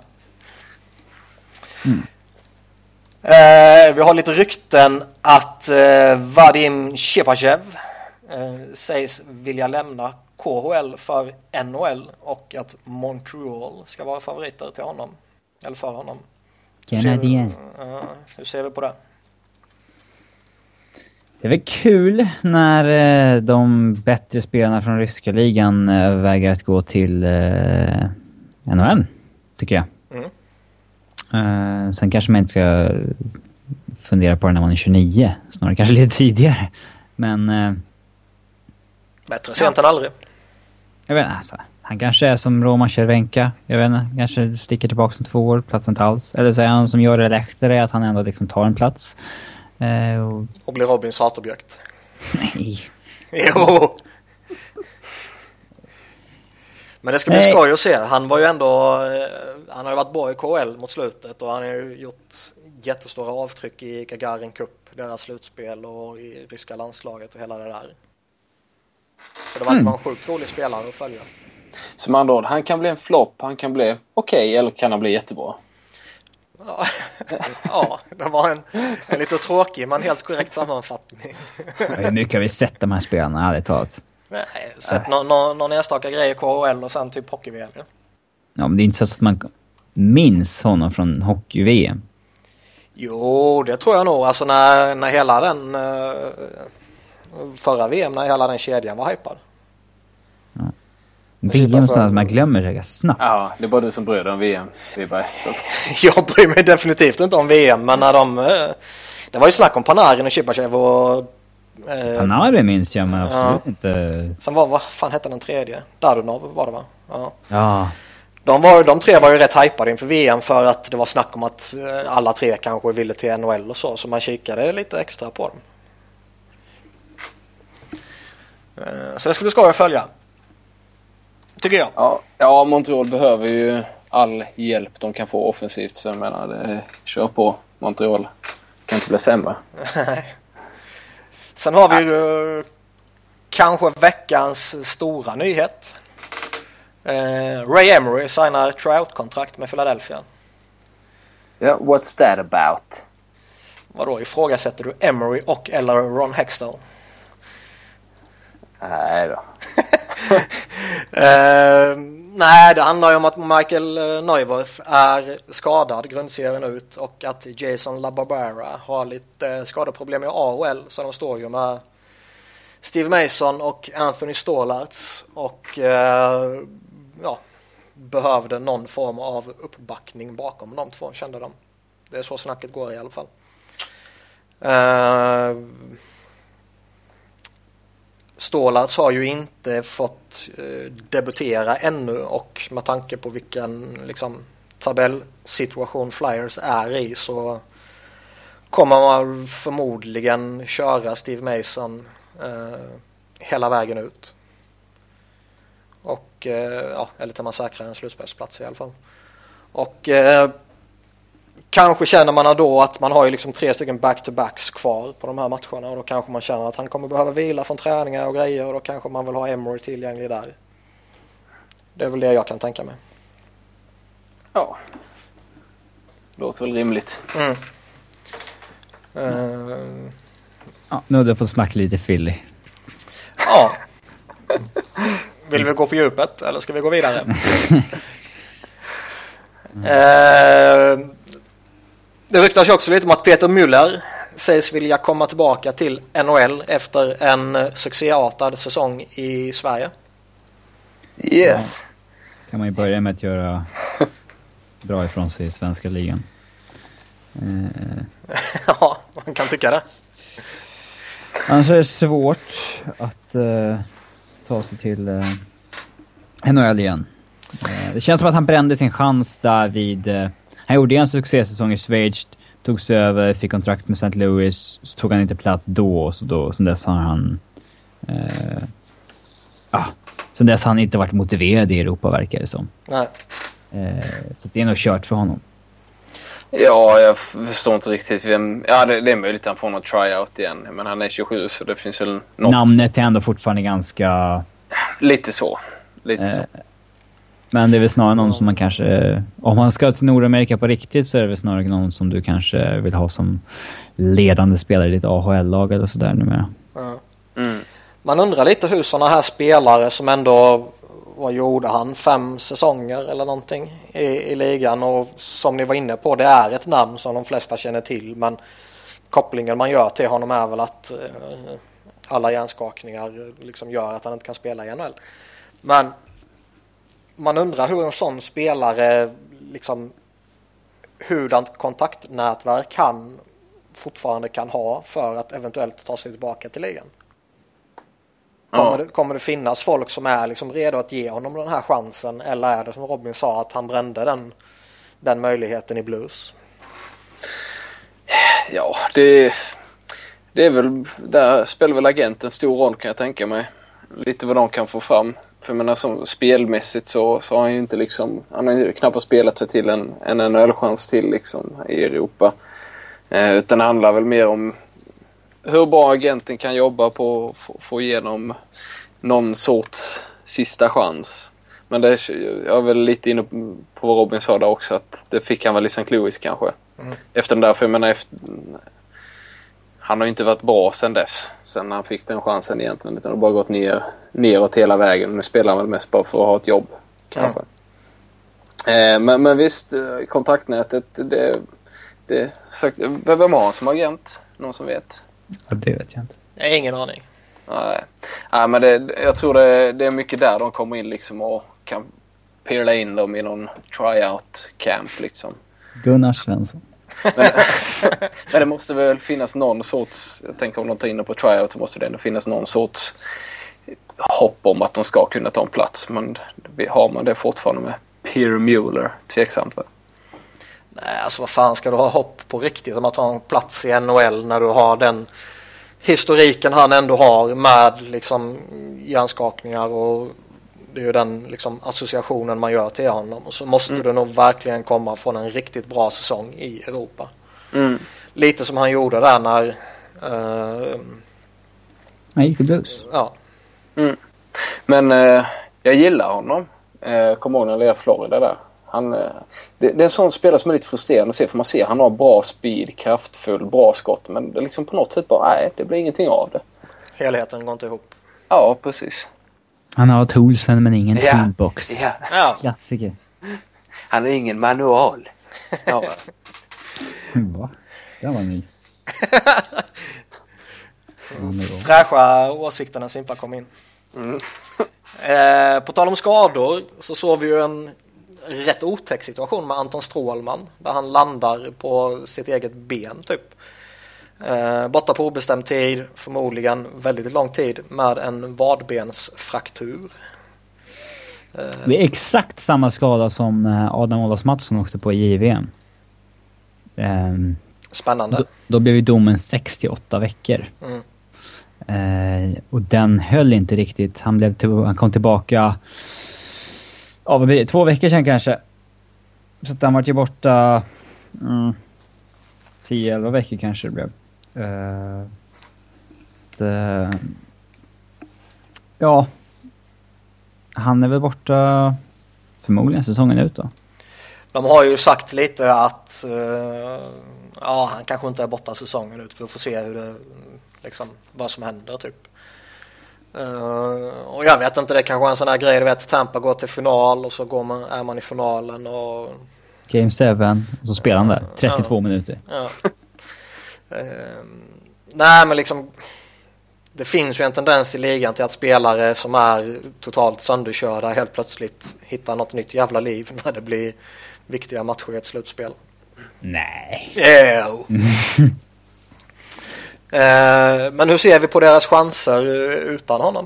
Mm. Eh, vi har lite rykten att eh, Vadim Chepachev eh, sägs vilja lämna K H L för N H L och att Montreal ska vara favoriter till honom. Eller för honom. Hur ser, vi, uh, hur ser vi på det? Det är väl kul när eh, de bättre spelarna från ryska ligan eh, vägrar att gå till eh, N H L, tycker jag. Mm. Uh, sen kanske man inte ska fundera på det när man är tjugonio. Snarare kanske lite tidigare. Men... Uh, bättre sent än aldrig. Jag vet inte, alltså, han kanske är som Roman Cervenka. Jag vet inte, kanske sticker tillbaka om två år, platsen inte alls. Eller så är han som gör det lättare att han ändå liksom tar en plats. Uh, och... och blir Robins hatobjekt. Nej. Jo. Men det ska bli Nej. skoj att se. Han var ju ändå... Han har ju varit bra i K H L mot slutet och han har ju gjort jättestora avtryck i Gagarin Cup, deras slutspel och i ryska landslaget och hela det där. Så det var mm. en sjukt rolig spelare att följa. Som andra ord, han kan bli en flopp, han kan bli okej okay, eller kan han bli jättebra? Ja, ja det var en, en lite tråkig men helt korrekt sammanfattning. Hur mycket har vi sett de här spelarna, ärligt talat? Nej, sett någon, någon, någon enstaka grej i K H L och sen typ hockey-V M. Ja. Ja, men det är inte så att man minns honom från hockey-V M. Jo, det tror jag nog. Alltså när, när hela den förra V M, när hela den kedjan var hypad. Ja. V M så att man glömmer sig snabbt. Ja, det är bara du som bryr dig om V M. Det är bara, så att... Jag bryr mig definitivt inte om V M, men när de... Det var ju snack om Panarin och Chepachev och... Eh, Panarin minns jag, men absolut ja. inte... Sen var, vad fan hette den tredje? Dadonov var det, va? Ja. Ja. De, var, de tre var ju rätt hypade inför V M för att det var snack om att alla tre kanske ville till N H L och så. Så man kikade lite extra på dem. Så det skulle skoja följa. Tycker jag. Ja, ja, Montreal behöver ju all hjälp de kan få offensivt. Så jag menar, det, kör på Montreal. Kan inte bli sämre. Sen har vi ju kanske veckans stora nyhet. Uh, Ray Emery signar tryout-kontrakt med Philadelphia. Ja, yeah, what's that about? Vadå, ifrågasätter du Emery och eller Ron Hextall? Nej då. uh, nej, det handlar ju om att Michael Neuwirth är skadad grundserien ut och att Jason LaBarbera har lite skadeproblem i A H L, så de står ju med Steve Mason och Anthony Stålarts och uh, ja, behövde någon form av uppbackning bakom de två, kände de. Det är så snacket går i alla fall. Uh, Stålarts har ju inte fått uh, debutera ännu och med tanke på vilken liksom, tabellsituation Flyers är i så kommer man förmodligen köra Steve Mason eh, hela vägen ut. Och eh, ja, eller till man säkrar en slutspelsplats i alla fall. Och eh, kanske känner man då att man har ju liksom tre stycken back-to-backs kvar på de här matcherna, och då kanske man känner att han kommer behöva vila från träningar och grejer, och då kanske man vill ha Emery tillgänglig där. Det är väl det jag kan tänka mig. Ja. Låter väl rimligt. Mm. Uh, ja, nu har du fått snacka lite Philly. Ja. Vill vi gå på djupet eller ska vi gå vidare? uh, det ryktas ju också lite om att Peter Müller sägs vilja komma tillbaka till N H L efter en succéartad säsong i Sverige. Yes. Ja, kan man ju börja med att göra bra ifrån sig i svenska ligan. Uh. Ja, man kan tycka det. Annars är det svårt att uh, ta sig till uh, N H L igen. Uh, det känns som att han brände sin chans där vid... Uh, han gjorde en succésäsong i Schweiz, tog sig över, fick kontrakt med Saint Louis, så tog han inte plats då, och så då, sen dess har han... Uh, ah, sen dess har han inte varit motiverad i Europa, verkar det som. Nej. Uh, så det är nog kört för honom. Ja, jag förstår inte riktigt vem... Ja, det, det är möjligt att han får någon tryout igen. Men han är tjugosju, så det finns väl något... Namnet är ändå fortfarande ganska... Lite så. Lite eh, så. Men det är väl snarare någon som man kanske... Om man ska till Nordamerika på riktigt, så är det väl snarare någon som du kanske vill ha som ledande spelare i ditt A H L-lag eller sådär numera. Ja. Mm. Man undrar lite hur sådana här spelare som ändå... Vad gjorde han? Fem säsonger eller någonting i, i ligan, och som ni var inne på, det är ett namn som de flesta känner till, men kopplingen man gör till honom är väl att eh, alla hjärnskakningar liksom gör att han inte kan spela i N H L. Men man undrar hur en sån spelare liksom, hurdant kontaktnätverk han fortfarande kan ha för att eventuellt ta sig tillbaka till ligan. Kommer, ja. det, kommer det finnas folk som är liksom redo att ge honom den här chansen, eller är det som Robin sa att han brände den, den möjligheten i Blues? Ja, det, det är väl, där spelar väl agenten stor roll, kan jag tänka mig. Lite vad de kan få fram. För jag menar, som spelmässigt så, så har han ju inte liksom, han har ju knappt spelat sig till en, en N H L-chans till liksom i Europa. Eh, utan det handlar väl mer om hur bra agenten kan jobba på att få, få igenom någon sorts sista chans. Men det är, jag är väl lite inne på vad Robin sa där också, att det fick han väl i Saint Louis kanske. Mm. Efter den där, för jag menar, efter, han har ju inte varit bra sen dess. Sen han fick den chansen egentligen, utan det har bara gått ner, neråt hela vägen. Nu spelar han väl mest bara för att ha ett jobb kanske. Mm. Eh, men, men visst, kontaktnätet, det, det sagt, vem har han som agent? Någon som vet? Ja, det vet jag inte. Jag har ingen aning. Nej, Nej men det, jag tror det, det är mycket där de kommer in liksom och kan pilla in dem i någon tryout camp liksom. Gunnar Svensson. Men, men det måste väl finnas någon sorts, jag tänker om de tar in dem på tryout så måste det ändå finnas någon sorts hopp om att de ska kunna ta en plats. Men har man det fortfarande med Peter Müller? Tveksamt väl? Nej, alltså vad fan ska du ha hopp på riktigt om att ha en plats i N H L när du har den historiken han ändå har med liksom hjärnskakningar, och det är ju den liksom associationen man gör till honom, och så måste mm. du nog verkligen komma från en riktigt bra säsong i Europa. Mm. Lite som han gjorde där när uh, han gick till Blues. Ja. Mm. Men uh, jag gillar honom. Uh, Kommer ihåg när jag levde i Florida där. Han, uh, det, det är en sån spelare som är lite frustrerande att se, för man ser han har bra speed, kraftfull, bra skott, men det liksom på något sätt bara, nej, det blir ingenting av det. Helheten går inte ihop. Ja, precis. Han har toolsen men ingen ja. toolbox. Ja. Ja. Klassiker. Han har ingen manual. Va? Det var ny. Fräscha åsikter när Simpa kom in. Mm. eh, på tal om skador så såg vi ju en rätt otäck situation med Anton Strålman där han landar på sitt eget ben typ. Eh, borta på obestämd tid, förmodligen väldigt lång tid, med en vadbensfraktur. Eh. Det är exakt samma skada som Adam Olas Mattsson åkte på i J V M. Eh, Spännande. Då, då blev ju domen sextioåtta veckor. Mm. Eh, och den höll inte riktigt. Han, blev till, han kom tillbaka ja, vad blir det? Två veckor sedan kanske. Så att han var ju borta mm, tio elva veckor kanske det blev. Eh, det, ja, han är väl borta förmodligen säsongen ut då. De har ju sagt lite att uh, ja, han kanske inte är borta säsongen ut. Vi får se hur det, liksom, vad som händer typ. Uh, och jag vet inte, det kanske är en sån här grej, du vet, Tampa går till final och så går man, är man i finalen och Game sju och så spelar han där trettiotvå ja. minuter. Ja. uh, nej men liksom det finns ju en tendens i ligan till att spelare som är totalt sönderkörda helt plötsligt hittar något nytt jävla liv när det blir viktiga matcher i ett slutspel. Nej. Ew. eh, men hur ser vi på deras chanser utan honom?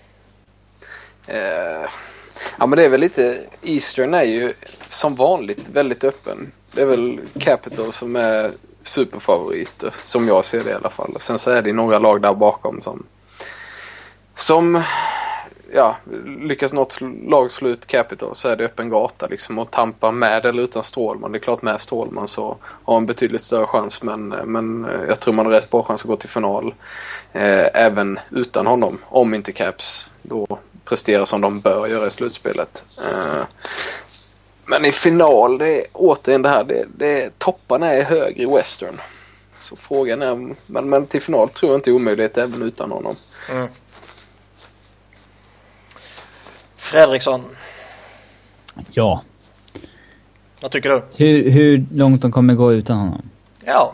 Eh, ja men det är väl lite, Eastern är ju som vanligt väldigt öppen. Det är väl Capital som är superfavoriter som jag ser det i alla fall. Och sen så är det några lag där bakom som som ja, lyckas något lag slå ut Capital så är det öppen gata liksom, och Tampa med eller utan Strålman. Det är klart med Strålman så har en betydligt större chans, men, men jag tror man har rätt bra chans att gå till final eh, även utan honom, om inte Caps då presterar som de bör göra i slutspelet. Eh, men i final, det är återigen det här, det, det, topparna är högre i Western. Så frågan är, men, men till final tror jag inte är omöjligt även utan honom. Mm. Fredriksson. Ja. Vad tycker du? Hur, hur långt de kommer gå utan honom? Ja.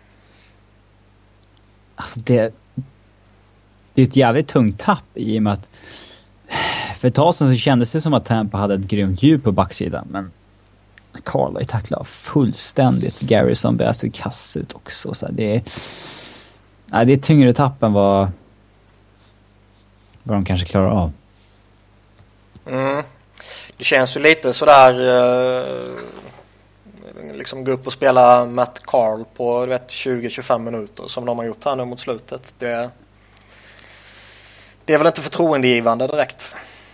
Alltså det, det är ett jävligt tungt tapp i och med att för ett tag sedan så kändes det som att Tampa hade ett grymt djup på backsidan, men Carla tacklar fullständigt. Garrison börjar se kass ut också. Så det, är, nej, det är ett tyngre tapp än vad, vad de kanske klarar av. Mm. Det känns ju lite sådär eh, liksom gå upp och spela Matt Carl på du vet, tjugo till tjugofem minuter som de har gjort här nu mot slutet. Det, det är väl inte förtroendegivande direkt.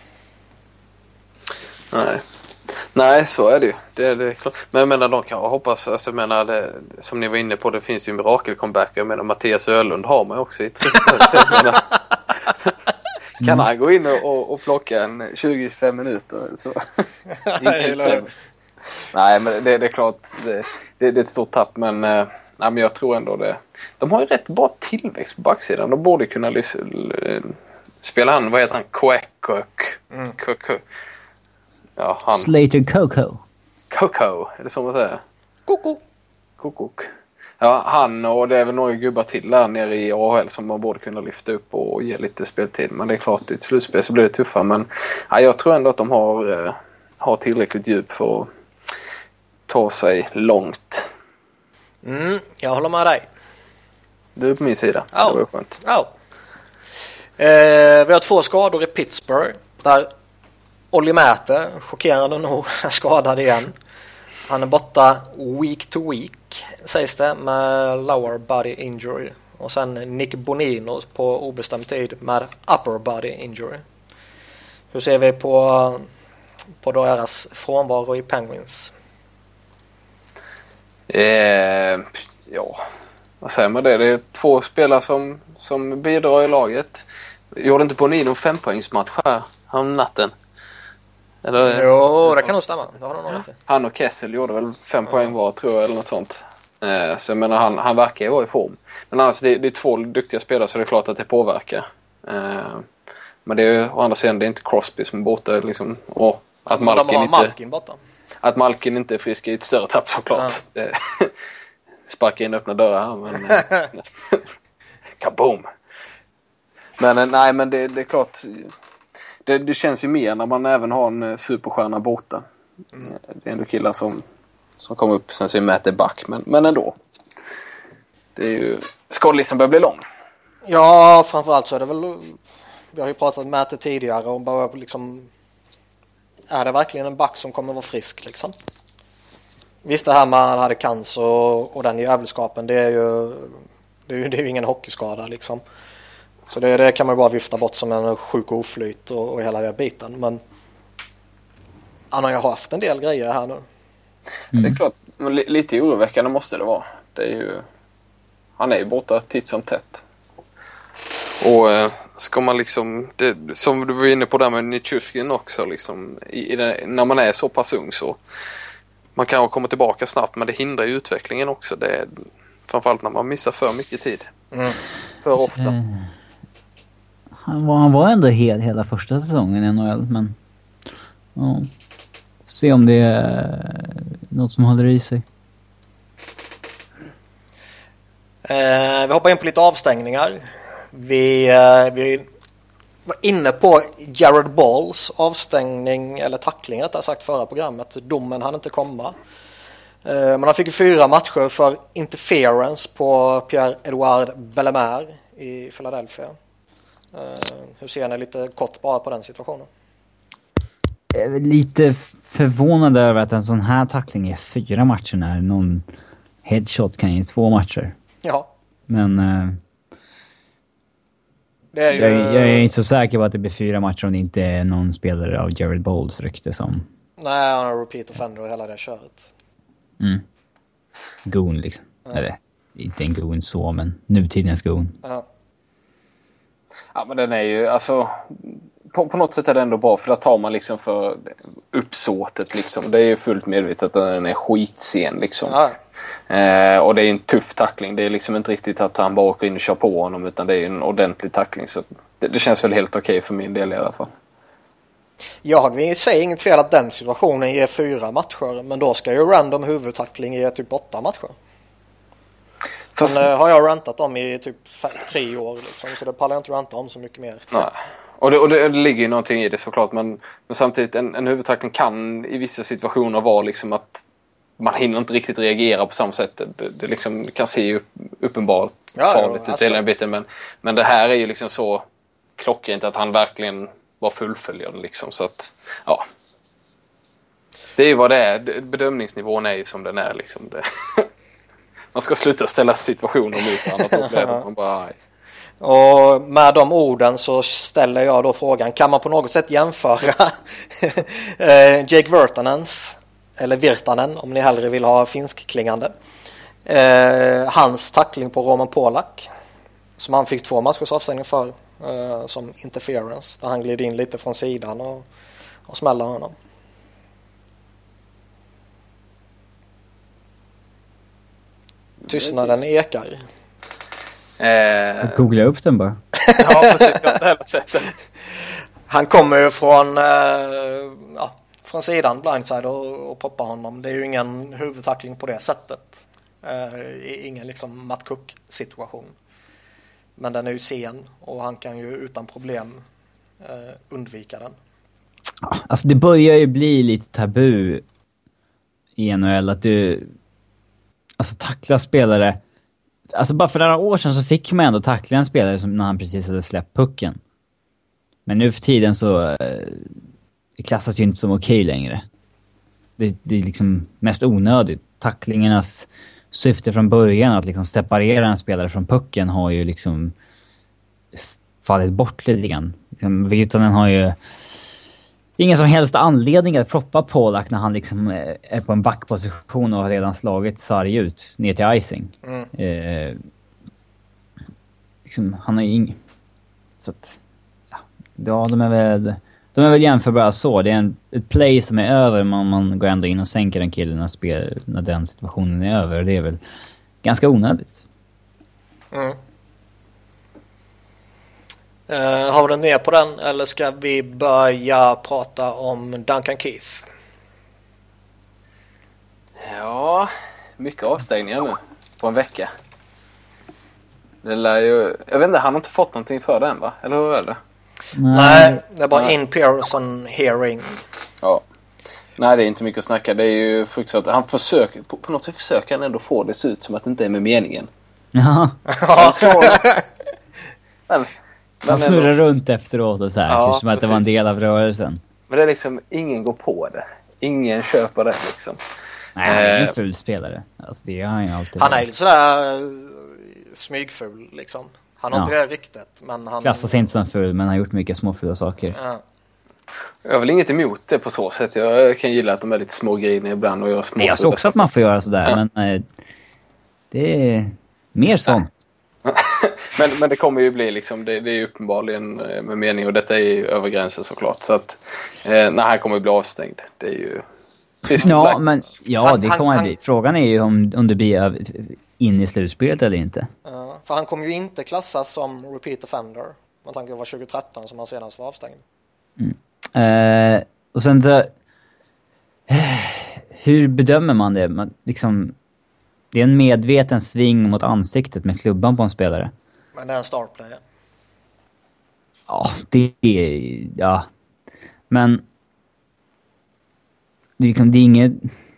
Nej. Nej, så är det ju. Det, det är klart. Men jag menar, de kan hoppas, alltså, jag menar, det, som ni var inne på, det finns ju en mirakel-comeback. Jag menar, Mattias Öhlund har man också i menar, kan mm. han gå in och, och, och plocka en tjugo till tjugofem minuter så nej, men det, det är klart det, det, det är ett stort tapp, men, äh, nej, men jag tror ändå det. De har ju rätt bra tillväxt på backsidan. De borde kunna lys, spela han, vad heter han? Quack mm. Ja, han. Slater Coco. Coco, är det så man säger? Coco. Coco. Ja, han och det är väl några gubbar till där nere i A H L som man borde kunna lyfta upp och ge lite speltid. Men det är klart, i ett slutspel så blir det tuffare. Men ja, jag tror ändå att de har, eh, har tillräckligt djup för att ta sig långt. Mm, jag håller med dig. Du är på min sida. Ja. Det var skönt. Ja. Eh, vi har två skador i Pittsburgh. Där Olli Mäte, chockerande nog, är skadad igen. Han är borta week to week, sägs det, med lower body injury. Och sen Nick Bonino på obestämd tid med upper body injury. Hur ser vi på, på deras frånvaro i Penguins? Eh, ja, vad säger man det? Det är två spelare som, som bidrar i laget. Gjorde inte Bonino fempoängsmatch här om natten? Eller, jo, det kan nog stämma. Det har någon ja. Han och Kessel gjorde väl fem mm. poäng var, tror jag, eller något sånt. Eh, så jag menar, han, han verkar ju vara i form. Men annars, det, det är två duktiga spelare, så det är klart att det påverkar. Eh, men det är ju, å andra sidan, det är inte Crosby som är borta. Liksom, och att Malkin, de har inte, Malkin borta. Att Malkin inte är frisk i ett större tapp, såklart. Ja. Sparka in öppna dörrar här, men... kaboom! Men nej, men det, det är klart... Det, det känns ju mer när man även har en superstjärna borta. Mm. Det är ändå killar som, som kommer upp, sen så är Matt back, men, men ändå. Det är ju... Skadlistan börjar bli lång. Ja, framförallt så är det väl... Vi har ju pratat med Matt tidigare och bara liksom... Är det verkligen en back som kommer vara frisk liksom? Visst, det här med att han hade cancer och, och den jävelskapen, det är ju... Det är ju, det är ju ingen hockeyskada liksom. Så det, det kan man ju bara vifta bort som en sjuk oflyt och, och hela den biten. Men han har ju haft en del grejer här nu. Mm. Det är klart, men lite oroväckande måste det vara. Det är ju, han är ju borta titt som tätt. Och eh, ska man liksom, det, som du var inne på där med Nichushkin också, liksom, i, i den, när man är så pass ung så man kan komma tillbaka snabbt, men det hindrar ju utvecklingen också. Det är, framförallt när man missar för mycket tid. Mm. För ofta. Eh, han, var, han var ändå hel hela första säsongen i N H L, men ja, se om det är något som håller i sig. Eh, vi hoppar in på lite avstängningar. Vi, eh, vi var inne på Jared Balls avstängning, eller tackling rättare sagt, förra programmet. Domen hann inte komma. Eh, men han fick fyra matcher för interference på Pierre-Edouard Bellemare i Philadelphia. Eh, hur ser ni lite kort bara på den situationen? Jag är lite förvånad över att en sån här tackling är fyra matcher när någon headshot kan ge två matcher. Ja. Men eh, det är ju... jag, jag är inte så säker på att det blir fyra matcher om det inte är någon spelare av Jared Balls rykte som... Nej, han har repeat offender och hela det köret. Mm. Goon liksom. Ja. Eller, inte en goon så, men nutidens goon. Ja. Ja, men den är ju, alltså... På, på något sätt är det ändå bra, för där tar man liksom för uppsåtet liksom. Det är ju fullt medvetet att den är skitsen liksom. Ja. Eh, och det är en tuff tackling. Det är liksom inte riktigt att han bara åker in och kör på honom, utan det är en ordentlig tackling. Så det, det känns väl helt okej för min del i alla fall. Ja, vi säger inget fel att den situationen ger fyra matcher, men då ska ju random huvudtackling ge typ åtta matcher. Fast... Sen har jag rantat om i typ fem, tre år liksom, så det pallar jag inte ranta om så mycket mer. Nej. Och det, och det, det ligger ju någonting i det såklart, men, men samtidigt en, en huvudtackling kan i vissa situationer vara liksom att man hinner inte riktigt reagera på samma sätt. Det, det liksom kan se upp, uppenbart ja, farligt jo, ut hela den biten, men, men det här är ju liksom så klockrent att han verkligen var fullföljer det liksom, så att ja. Det är ju vad det är. Bedömningsnivån är ju som den är liksom. Det. Man ska sluta ställa situationer mot andra problem. Man bara, nej. Och med de orden så ställer jag då frågan, kan man på något sätt jämföra Jake Virtanens, eller Virtanen om ni hellre vill ha finskklingande, eh, hans tackling på Roman Polak som han fick två matchers avstängning för eh, som interference, där han gled in lite från sidan och, och smällde honom. Tystnaden ekar. Eh... Googla upp den bara. Ja, precis. Jag har inte sett den. Han kommer ju från, eh, ja, från sidan blindside och, och poppar honom. Det är ju ingen huvudtackling på det sättet. Eh, ingen liksom Matt Cook-situation. Men den är ju sen och han kan ju utan problem eh, undvika den. Alltså det börjar ju bli lite tabu i N H L att du alltså tackla spelare. Alltså bara för några år sedan så fick man ändå tackla en spelare som när han precis hade släppt pucken. Men nu för tiden så eh, det klassas ju inte som okej längre. Det, det är liksom mest onödigt. Tacklingarnas syfte från början att liksom separera en spelare från pucken har ju liksom fallit bort lite grann. Liksom, Virtanen har ju ingen som helst anledning att proppa Polak när han liksom är på en backposition och har redan slagit sarg ut ner till icing. Mm. Eh, liksom, han har ju ing... Så att, ja, de är väl de är väl jämförbara så. Det är en, ett play som är över, man, man går ändå in och sänker den killen när, spel, när den situationen är över. Det är väl ganska onödigt. Mm. Uh, har du ner på den eller ska vi börja prata om Duncan Keith? Ja, mycket avstängningar nu på en vecka. Det lär ju, jag vet inte, han har inte fått någonting för den va? Eller hur är det? Nej, det är bara Nej. in Pearson hearing. Ja. Nej, det är inte mycket att snacka. Det är ju fruktansvärt. Han försöker, på, på något sätt försöker han ändå få det se ut som att det inte är med meningen. Ja. Men, han snurrar ändå runt efteråt och så här. Ja, som att det var en del av rörelsen. Men det är liksom, ingen går på det. Ingen köper det liksom. Nej, han är en ful spelare. Alltså, det är han ju alltid. Han är ju sådär smygful liksom. Han har Ja. inte det ryktet, men han... Klassas inte som ful, men han har gjort mycket små fula saker. Ja. Jag har väl inget emot det på så sätt. Jag kan gilla att de är lite små griner ibland och gör små. Jag tror också att man får göra sådär, Ja. men eh, det är mer sånt. men, men det kommer ju bli liksom, det, det är ju uppenbarligen eh, med mening, och detta är ju över gränsen såklart. Så att eh, när han kommer bli avstängd, det är ju trist. Ja, men ja, Han- det han- kommer han han- bli. Frågan är ju om, om det blir över- in i slutspelet eller inte. Ja, för han kommer ju inte klassas som repeat offender. Man tänker det var tjugohundratretton som han senast var avstängd. Eh, och sen så... Eh, hur bedömer man det? Man, liksom, det är en medveten sving mot ansiktet med klubban på en spelare. Men det är en startplayer. Ja, det är... Ja. Men... Det är, liksom, det är inget...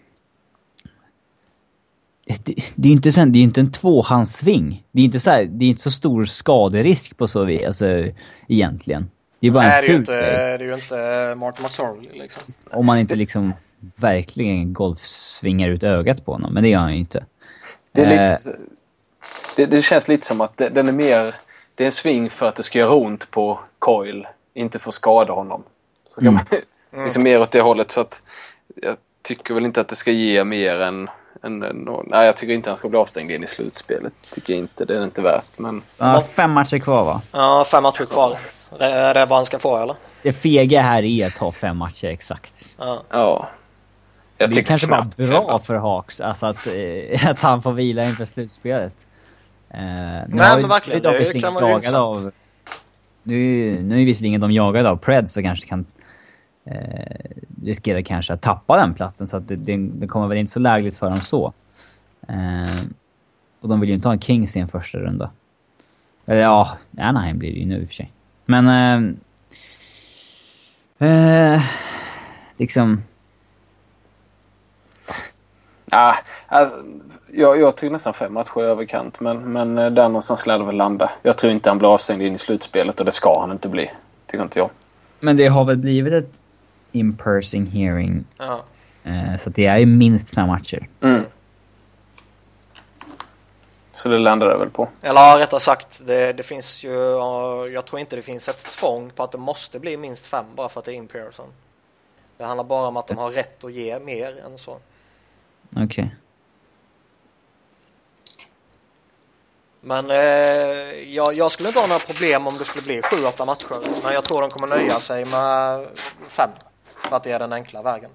Det, det är inte så, det är inte en tvåhandssving. Det är inte så här, det är inte så stor skaderisk på så vis, alltså, egentligen. Det är bara Nej, en det är ju ful inte, grej. det är ju inte Martin McSorley liksom. Om man inte liksom verkligen golfsvingar ut ögat på honom. Men det gör han ju inte. Det, är Eh, lite, det, det känns lite som att det, den är mer... Det är en sving för att det ska göra ont på Coyle, inte för att skada honom. Så kan Mm. man, lite mer åt det hållet, så att jag tycker väl inte att det ska ge mer än... än, än nej, jag tycker inte han ska bli avstängd in i slutspelet. Tycker jag inte, det är inte värt. Men ja, fem matcher kvar, va? Ja, fem matcher kvar. Det är det vad han ska få, eller? Det fega här är att ta fem matcher exakt. Ja. ja... Jag Det är tycker kanske bara knappt bra fem. för Hawks, alltså att, eh, att han får vila inför slutspelet. Eh, Nej, men verkligen, det kan vara jagade av, nu, nu är visserligen de jagade av Pred, så kanske kan eh, riskera kanske att tappa den platsen, så att det, det, det kommer väl inte så lägligt för dem så. Eh, och de vill ju inte ha en Kings i en första runda. Eller ja, Anaheim blir det ju nu i och för sig. Men eh, eh, liksom... Ja, alltså, jag, jag tycker nästan fem matcher i överkant, men, men där någonstans lär det väl landa. Jag tror inte han blir avstängd in i slutspelet, och det ska han inte bli. Tycker inte jag. Men det har väl blivit ett in-person hearing. Ja. Eh, så att det är ju minst fem matcher. Mm. Så det landar det väl på. Eller ja, rättare sagt, det, det finns ju... Jag tror inte det finns ett tvång på att det måste bli minst fem bara för att det är in person. Det handlar bara om att de har rätt att ge mer än så. Okej. Okay. Men eh, jag, jag skulle inte ha några problem om det skulle bli sju, åtta matcher. Men jag tror de kommer nöja sig med fem. För att det är den enkla vägen.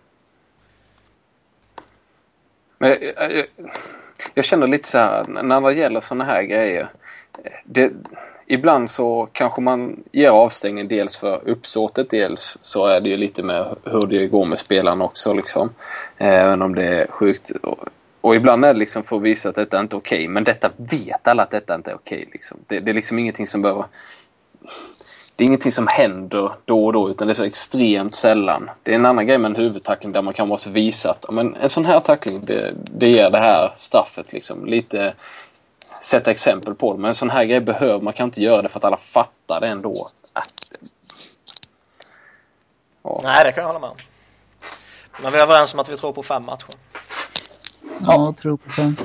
Men jag, jag, jag känner lite så här, när det gäller såna här grejer. Det, ibland så kanske man ger avstängning dels för uppsåtet, dels så är det ju lite med hur det går med spelarna också liksom. Även om det är sjukt. Och, och ibland är det liksom för att visa att detta inte är okej. Men detta vet alla att detta inte är okej liksom. Det, det är liksom ingenting som behöver... Det är ingenting som händer då och då, utan det är så extremt sällan. Det är en annan grej med en huvudtackling där man kan måste visa att men en sån här tackling, det, det ger det här straffet liksom. Lite sätta exempel på det. Men en sån här grej behöver man kan inte göra det för att alla fattar det ändå. Att, ja. Nej, det kan jag hålla med om. Men vi är överens om att vi tror på fem matcher. Ja, jag tror på fem.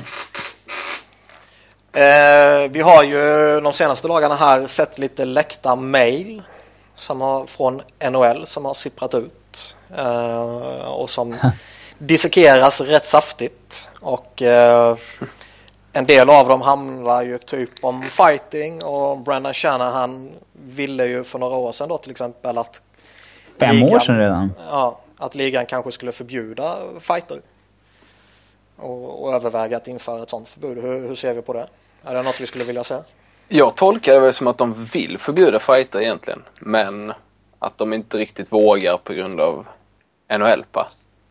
Eh, vi har ju de senaste dagarna här sett lite läckta mail som har, från N H L som har sipprat ut eh, och som dissekeras rätt saftigt. Och eh, en del av dem handlar ju typ om fighting, och Brendan Shanahan ville ju för några år sedan då till exempel att Fem ligan, år sedan redan. Ja, att ligan kanske skulle förbjuda fighter. Och, och överväga att införa ett sånt förbud. Hur, hur ser vi på det? Är det något vi skulle vilja se? jag tolkar det väl som att de vill förbjuda fighter egentligen. Men att de inte riktigt vågar på grund av N H L-pa.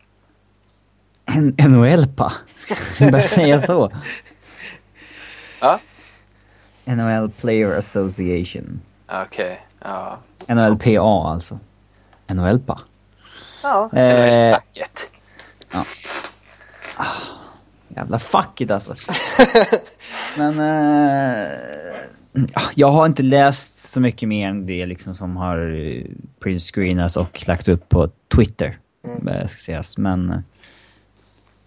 En N H L-pa? Du börjar säga så. Ja? N H L Player Association. Okej, okay. Ja. N H L P A alltså. N H L-pa. Ja, Eh, eller facket. Ja. Ah, jävla fucket alltså. Men äh, jag har inte läst så mycket mer än det liksom som har printscreenats och lagt upp på Twitter. Mm. Ska sägas. Men äh,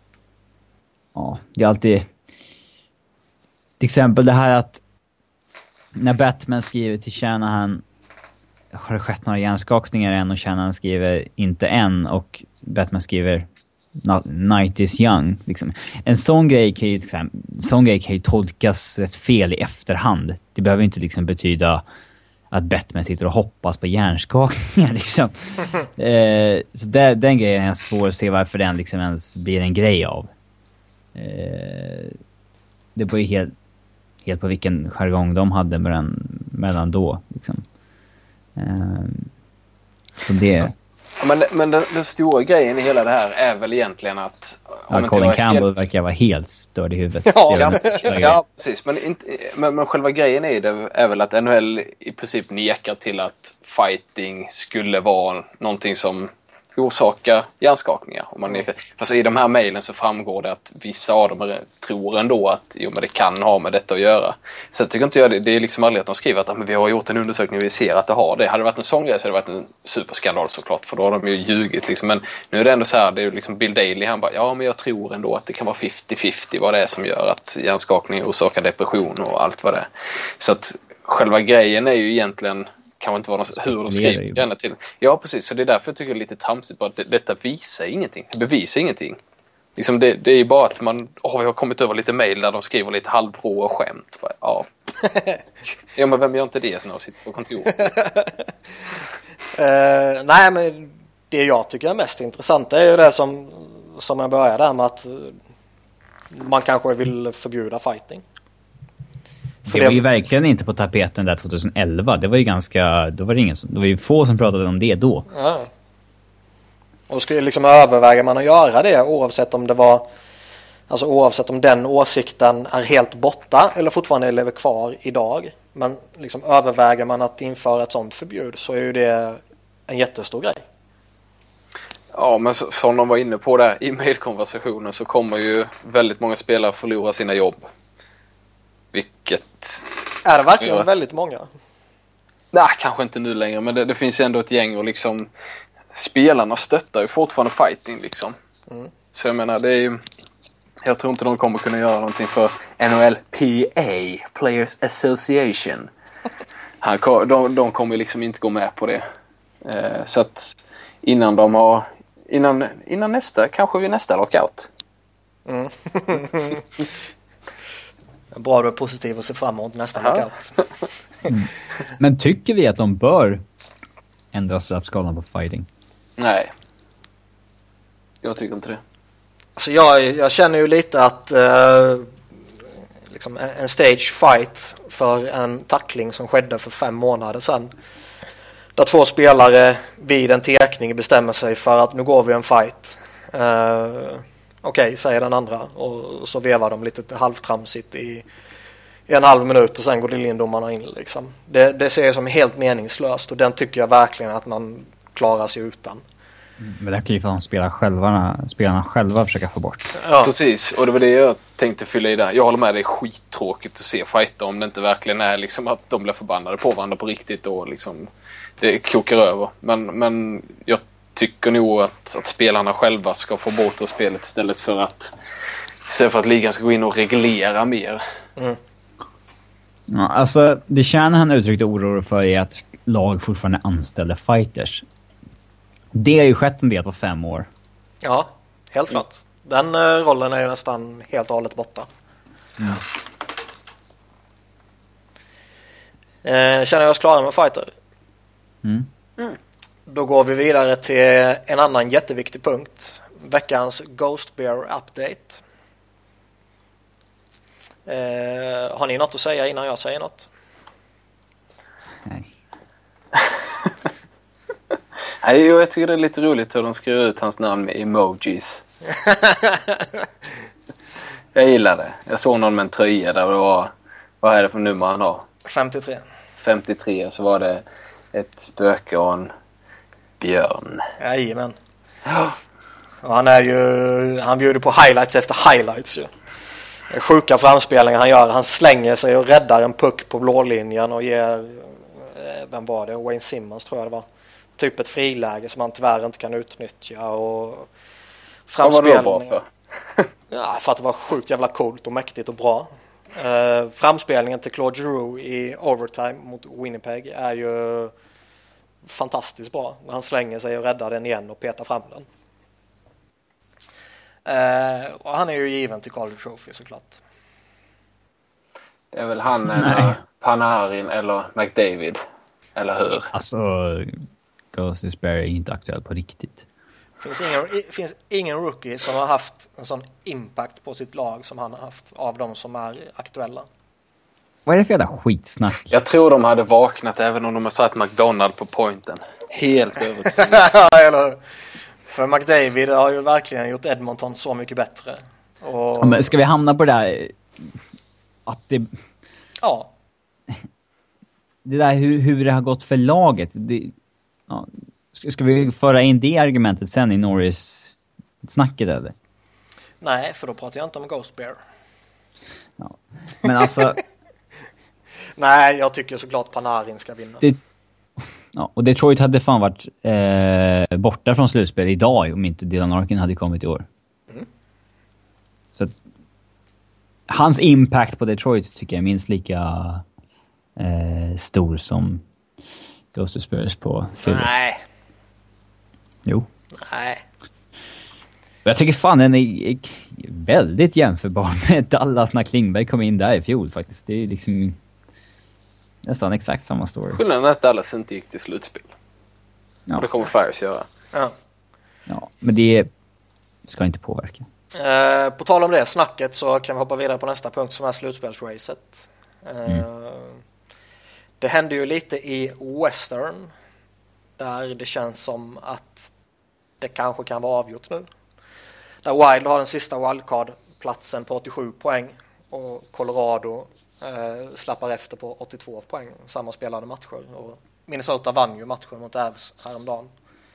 ja, det är alltid till exempel det här att när Batman skriver till Shanahan, har det skett några hjärnskakningar än, och Shanahan skriver inte än, och Batman skriver Night is young. Liksom. En sån grej kan ju, sån grej kan ju tolkas rätt fel i efterhand. Det behöver inte liksom betyda att Batman sitter och hoppas på hjärnskakningar. Liksom. eh, så där, den grejen är svår att se varför den liksom ens blir en grej av. Eh, det beror ju helt, helt på vilken jargong de hade mellan, mellan då. Liksom. Eh, så det... Men, men den, den stora grejen i hela det här är väl egentligen att... Om ja, Colin Campbell helt... verkar vara helt störd i huvudet. Ja, ja, ja precis. Men, inte, men, men själva grejen är, det, är väl att N H L i princip nekar till att fighting skulle vara någonting som orsakar hjärnskakningar. Om man nekar. Fast i de här mejlen så framgår det att vissa av dem tror ändå att jo, men det kan ha med detta att göra. Så jag tycker inte jag det. Det är liksom aldrig att de skriver att men vi har gjort en undersökning och vi ser att det har det. Hade det varit en sån grej så hade det varit en superskandal såklart. För då har de ju ljugit. Liksom. Men nu är det ändå så här, det är liksom Bill Daley. Han bara, ja men jag tror ändå att det kan vara femtio femtio vad det är som gör att hjärnskakning orsakar depression och allt vad det är. Så att själva grejen är ju egentligen... kan inte vara något, hur de skriver gärna till. Ja, precis. Så det är därför jag tycker det är lite tramsigt. Bara att detta visar ingenting. Det bevisar ingenting. Liksom det, det är ju bara att man... Åh, vi har kommit över lite mejl där de skriver lite halvbrå och skämt. Bara, ja. Ja, men vem gör inte det när jag sitter på kontor? uh, nej, men det jag tycker är mest intressant är ju det som, som jag började där med att man kanske vill förbjuda fighting. Det var ju verkligen inte på tapeten där tjugoelva. Det var ju ganska... Då var det ingen som, det var ju få som pratade om det då. Ja. Och skulle liksom överväga man att göra det oavsett om det var... Alltså oavsett om den åsikten är helt borta eller fortfarande lever kvar idag. Men liksom överväger man att införa ett sånt förbud så är ju det en jättestor grej. Ja, men som de var inne på där i mejlkonversationen så kommer ju väldigt många spelare förlora sina jobb. Vilket... Är det verkligen ja. väldigt många? Nej, kanske inte nu längre. Men det, det finns ju ändå ett gäng och liksom... Spelarna stöttar ju fortfarande fighting liksom. Mm. Så jag menar, det är ju... Jag tror inte de kommer kunna göra någonting för N H L P A, Players Association. Här, de, de kommer ju liksom inte gå med på det. Eh, så att innan de har... Innan, innan nästa, kanske vid nästa lockout. Mm. Bra, du är positiv och ser fram emot nästa lockout. Mm. Men tycker vi att de bör ändra straffskalan på fighting? Nej. Jag tycker inte det. Alltså jag, jag känner ju lite att eh, liksom en stage fight för en tackling som skedde för fem månader sedan. Där två spelare vid en tekning bestämmer sig för att nu går vi en fight. Eh, Okej, okay, säger den andra. Och så vevar de lite halvtramsigt i, i en halv minut och sen går lindomarna in. Liksom. Det, det ser jag som helt meningslöst och den tycker jag verkligen att man klarar sig utan. Men det kan ju fan spela själva, spelarna själva försöka få bort. Ja. Precis, och det var det jag tänkte fylla i där. Jag håller med, det är skittråkigt att se fighter om det inte verkligen är liksom att de blir förbannade på varandra på riktigt och liksom det kokar över. Men, men jag tycker nog att, att spelarna själva ska få bort ur spelet istället för att istället för att ligan ska gå in och reglera mer. Mm. Ja, alltså, det Shanahan uttryckte oro för är att lag fortfarande anställer fighters. Det är ju skett en del på fem år. Ja, helt klart. Den uh, rollen är ju nästan helt och hållet borta. Ja. Uh, känner jag oss klara med fighter? Mm. Mm. Då går vi vidare till en annan jätteviktig punkt. Veckans Ghost Bear Update. Uh, har ni något att säga innan jag säger något? Nej. Nej, jag tycker det är lite roligt hur de skriver ut hans namn med emojis. Jag gillar det. Jag såg någon med en tröja där och det var... Vad är det för nummer han har? femtiotre. femtiotre, så var det ett spöke och en björn. Jajamän. Och han är ju... Han bjuder på highlights efter highlights ju. Sjuka framspelningar han gör. Han slänger sig och räddar en puck på blålinjen och ger... Vem var det? Wayne Simmons tror jag det var. Typ ett friläge som man tyvärr inte kan utnyttja och framspelningar. Vad var det bra för? Ja, för att det var sjukt jävla coolt och mäktigt och bra. Uh, framspelningen till Claude Giroux i overtime mot Winnipeg är ju fantastiskt bra. Han slänger sig och räddar den igen och petar fram den. Uh, och han är ju given till Calder Trophy såklart. Det är väl han eller Panarin eller McDavid, eller hur? Alltså, Ghost Sparrow är inte aktuell på riktigt. Finns ingen, finns ingen rookie som har haft en sån impact på sitt lag som han har haft av de som är aktuella. Vad är det för jävla skitsnack? Jag tror de hade vaknat även om de har satt McDonald på pointen. Helt övertygad. Eller, för McDavid har ju verkligen gjort Edmonton så mycket bättre. Och... Ja, men ska vi hamna på det där att det... Ja. Det där hur, hur det har gått för laget. Det... Ja. Ska vi föra in det argumentet sen i Norris-snacket eller? Nej, för då pratar jag inte om Ghost Bear. Ja. Men alltså... Nej, jag tycker såklart Panarin ska vinna. Det... Ja, och Detroit hade fan varit eh, borta från slutspel idag om inte Dylan Larkin hade kommit i år. Mm. Så att, hans impact på Detroit tycker jag är minst lika eh, stor som Ghost Spurs på Philly. Nej. Jo. Nej. Jag tycker fan den är väldigt jämförbar med Dallas när Klingberg kom in där i fjol faktiskt. Det är liksom nästan exakt samma story. Skillnaden är att Dallas inte gick till slutspel. Ja. Och det kommer Flyers göra. Ja. Ja, men det ska inte påverka. Eh, på tal om det snacket så kan vi hoppa vidare på nästa punkt som är slutspelsracet. Eh, mm. Det hände ju lite i Western där det känns som att det kanske kan vara avgjort nu. Där Wild har den sista wildcard-platsen på åttiosju poäng och Colorado eh, slappar efter på åttiotvå poäng. Samma spelade matcher. Och Minnesota vann ju matchen mot Avs häromdagen.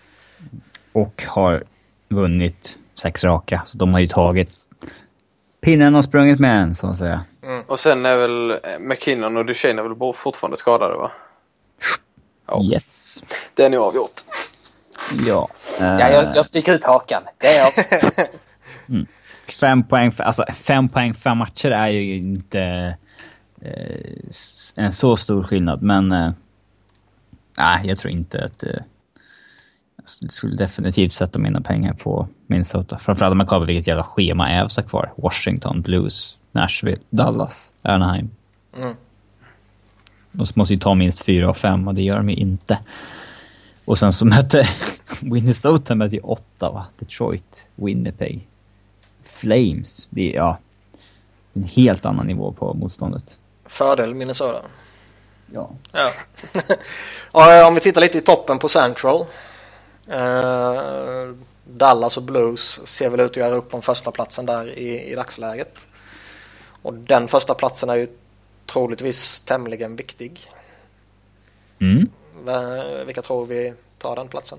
Och har vunnit sex raka. Så de har ju tagit pinnen och sprungit med en, så att säga. Mm. Och sen är väl McKinnon och Duchene är väl fortfarande skadade, va? Ja. Yes. Det är nu avgjort. Ja. Uh... ja jag, jag sticker ut hakan. Det är jag. mm. Fem poäng, för, alltså fem poäng, fem matcher är ju inte eh, en så stor skillnad. Men eh, nej, jag tror inte att eh, jag skulle definitivt sätta mina pengar på Minnesota. Framförallt om man kollar vilket jävla schema Avs har kvar. Washington, Blues, Nashville, Dallas, Anaheim. Mm. De måste ju ta minst fyra och fem och det gör de ju inte. Och sen så mötte Minnesota mötte ju åtta, va? Detroit, Winnipeg, Flames. Det är ja, en helt annan nivå på motståndet. Fördel Minnesota. Ja. Ja. Och om vi tittar lite i toppen på Central. Uh, Dallas och Blues ser väl ut att göra upp om första platsen där i, i dagsläget. Och den första platsen är ju troligtvis tämligen viktig. Mm. V- vilka tror vi tar den platsen?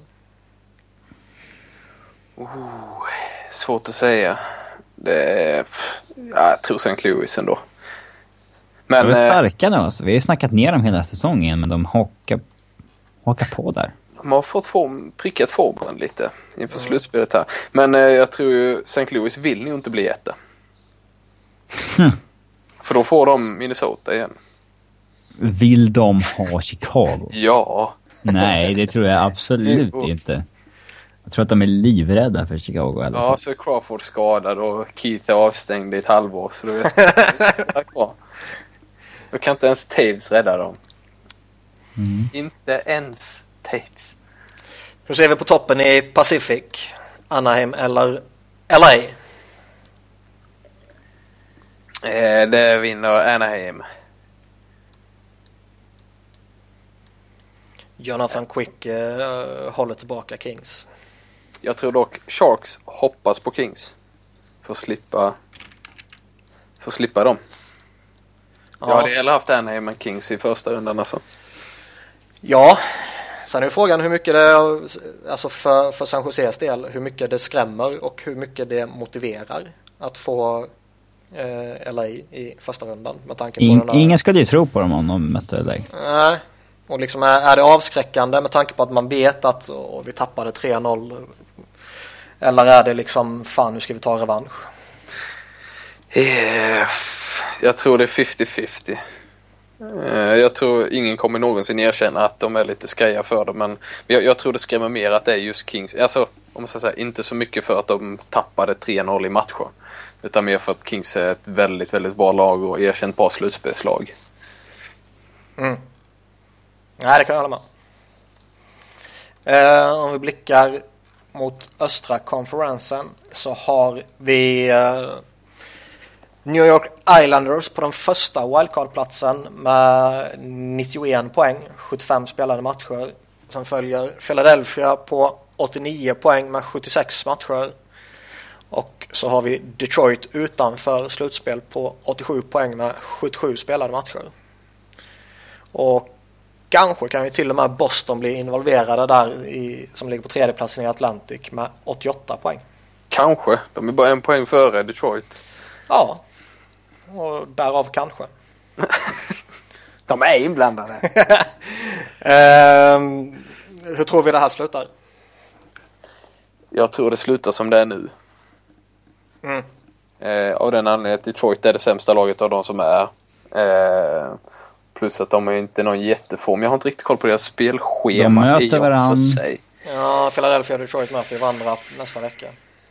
Oh, svårt att säga. Det är, ja, jag tror Saint Louis ändå. Men, de är starka nu alltså. Vi har ju snackat ner dem hela säsongen, men de hakar, hakar på där. De har fått form, prickat formen lite inför mm. slutspelet här. Men eh, jag tror ju Saint Louis vill ju inte bli etta. Mm. För då får de Minnesota igen. Vill de ha Chicago? Ja. Nej, det tror jag absolut inte. Jag tror att de är livrädda för Chicago. Eller ja, så är Crawford skadad och Keith är avstängd i ett halvår. Så då vet jag kvar. Då kan inte ens Taves rädda dem. Mm. Inte ens Taves. Hur ser vi på toppen i Pacific? Anaheim eller L A? Eh, det vinner Anaheim. Jonathan Quick uh, håller tillbaka Kings. Jag tror dock Sharks hoppas på Kings. För att slippa, för att slippa dem. Ja. Jag hade hellre haft Anaheim än Kings i första rundan alltså. Ja, sen är frågan hur mycket det, alltså för, för San Joses del, hur mycket det skrämmer och hur mycket det motiverar att få eh, L A i första rundan. Med tanke på In, den där... Ingen skulle ju tro på dem om de mötte L A. Nej, och liksom är, är det avskräckande med tanke på att man vet att och vi tappade tre noll, eller är det liksom fan nu ska vi ta revansch? Eh, Jag tror det är femtio femtio. Jag tror ingen kommer någonsin erkänna att de är lite skreja för dem, men jag, jag tror det skrämmer mer att det är just Kings. Alltså, om man ska säga, inte så mycket för att de tappade tre noll i matcher, utan mer för att Kings är ett väldigt, väldigt bra lag och erkänt bra slutspelslag. Mm. Nej, det kan jag hålla med. Eh, om vi blickar mot östra konferensen så har vi eh, New York Islanders på den första wildcard-platsen med nittioen poäng, sjuttiofem spelade matcher. Sen följer Philadelphia på åttionio poäng med sjuttiosex matcher. Och så har vi Detroit utanför slutspel på åttiosju poäng med sjuttiosju spelade matcher. Och kanske kan vi till och med Boston bli involverade där i, som ligger på tredje platsen i Atlantic med åttioåtta poäng. Kanske. De är bara en poäng före Detroit. Ja. Och därav kanske. De är inblandade. um, hur tror vi det här slutar? Jag tror det slutar som det är nu. Mm. Eh, av den anledningen att Detroit är det sämsta laget av de som är. Eh, plus att de är inte någon jätteform. Jag har inte riktigt koll på deras spelschema. De möter varandra. Ja, Philadelphia och Detroit möter varandra nästa vecka.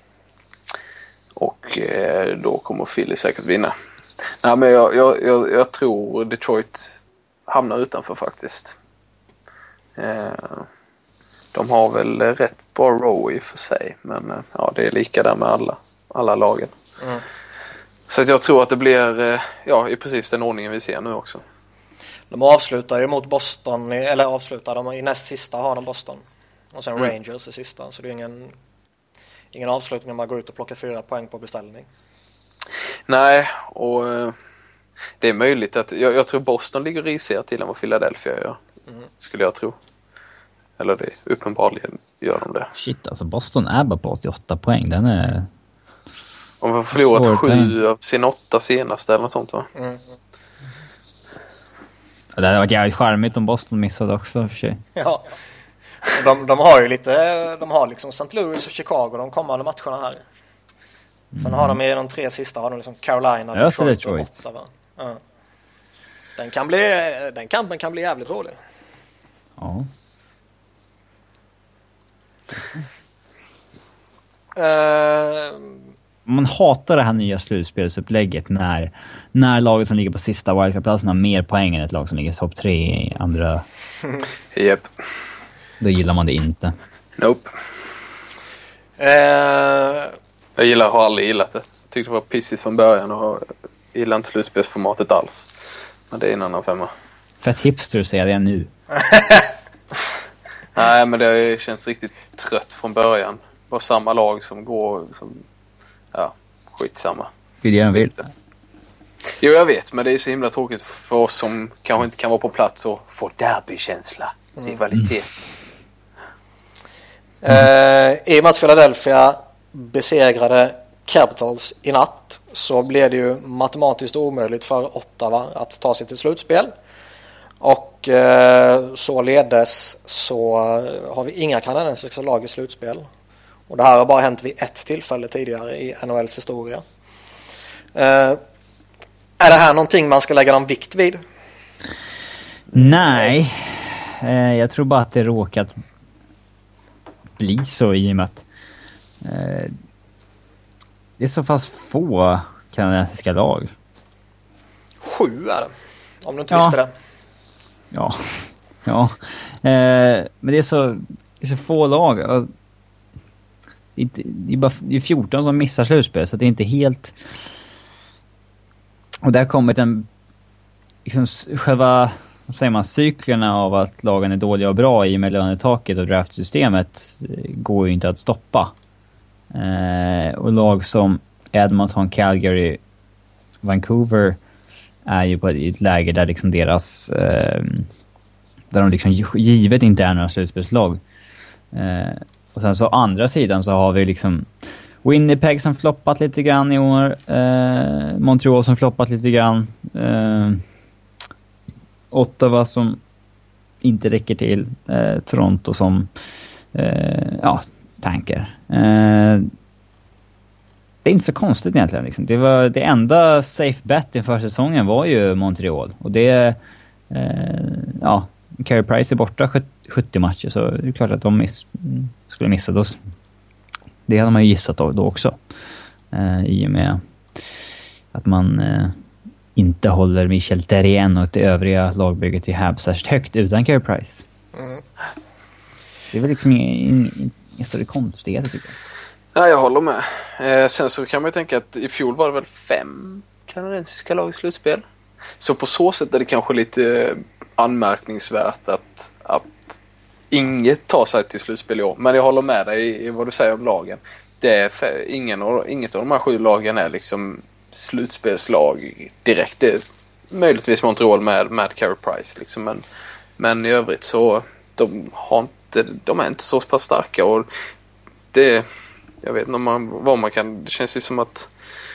Och eh, då kommer Philly säkert vinna. Nej, men jag, jag, jag, jag tror Detroit hamnar utanför faktiskt. Eh, de har väl rätt bra row i för sig. Men eh, ja, det är lika där med alla, alla lagen. Mm. Så att jag tror att det blir eh, ja, i precis den ordningen vi ser nu också. De avslutar ju mot Boston, eller avslutar de i näst sista har de Boston. Och sen mm. Rangers i sista. Så det är ingen, ingen avslutning när man går ut och plockar fyra poäng på beställning. Nej, och eh, det är möjligt att jag, jag tror Boston ligger risigare till än vad Philadelphia gör. Mm. Skulle jag tro. Eller det uppenbarligen gör de det. Shit, alltså Boston är bara på åttioåtta poäng. Den är... De har förlorat sju av sina åtta senaste eller något sånt, va? Mm. Det hade varit jävligt charmigt om Boston missade också för sig. Ja. Och de, de har ju lite, de har liksom Saint Louis och Chicago de kommande matcherna här. Sen mm. har de i de tre sista har de liksom Carolina, Detroit, Detroit och Ottawa. Ja. Den kan bli, den kampen kan bli jävligt rolig. Ja. Uh, Man hatar det här nya slutspelsupplägget när, när laget som ligger på sista wildcard-platsen har mer poäng än ett lag som ligger topp tre i andra. Yep. Då gillar man det inte. Nope. Uh, Jag gillar, har aldrig gillat det. Tyckte det var pissigt från början och har, gillar inte slutspelsformatet alls. Men det är en annan femma. Fett hipster säger det nu. Nej, men det känns riktigt trött från början. Det var samma lag som går som... Ja, skitsamma. Det är det jag vill. Jo, jag vet, men det är så himla tråkigt för oss som kanske inte kan vara på plats och få derbykänsla. Mm. Rivalitet. Mm. Uh, I och med att Philadelphia besegrade Capitals i natt så blev det ju matematiskt omöjligt för Ottawa att ta sig till slutspel. Och eh, således så har vi inga kanadensiska lag i slutspel. Och det här har bara hänt vid ett tillfälle tidigare i N H L:s historia. Eh, är det här någonting man ska lägga någon vikt vid? Nej, eh, jag tror bara att det råkat bli så i och med att eh, det är så fast få kanadensiska lag. Sju är det, om du inte ja. visste det. Ja, ja. Eh, men det är, så, det är så få lag. Och det, det, är bara, det är fjorton som missar slutspel, så det är inte helt... Och där kommer den liksom, själva, vad säger man, cyklerna av att lagen är dåliga och bra i mellanetaket och draftsystemet går ju inte att stoppa. Eh, och lag som Edmonton, Calgary, Vancouver är ju på ett läge där liksom deras eh, där de liksom givet inte är några slutspelslag. Eh, och sen så andra sidan så har vi liksom Winnipeg som floppat lite grann i år, eh, Montreal som floppat lite grann, eh, Ottawa som inte räcker till, eh, Toronto som eh, ja, tanker. Eh, det är inte så konstigt egentligen. Liksom. Det, var, det enda safe bet inför säsongen var ju Montreal. Och det eh, ja, Carey Price är borta sjuttio matcher, så det är klart att de miss, skulle missa då. Det hade man ju gissat då, då också. Eh, I och med att man eh, inte håller Michel Therrien och det övriga lagbygget i Habs särskilt högt utan Carey Price. Mm. Det är väl liksom ingen, ingen större konstighet, tycker jag. Ja, jag håller med. Eh, sen så kan man ju tänka att i fjol var det väl fem kanadensiska lag i slutspel. Så på så sätt är det kanske lite anmärkningsvärt att, att inget tar sig till slutspel i år. Men jag håller med dig i, i vad du säger om lagen. Det är för, ingen, inget av de här sju lagen är liksom slutspelslag direkt. Det är möjligtvis Montreal med, med Carey Price. Liksom. Men, men i övrigt så de, har inte, de är inte så pass starka. Och det... Jag vet inte om man, vad man kan... Det känns ju som att...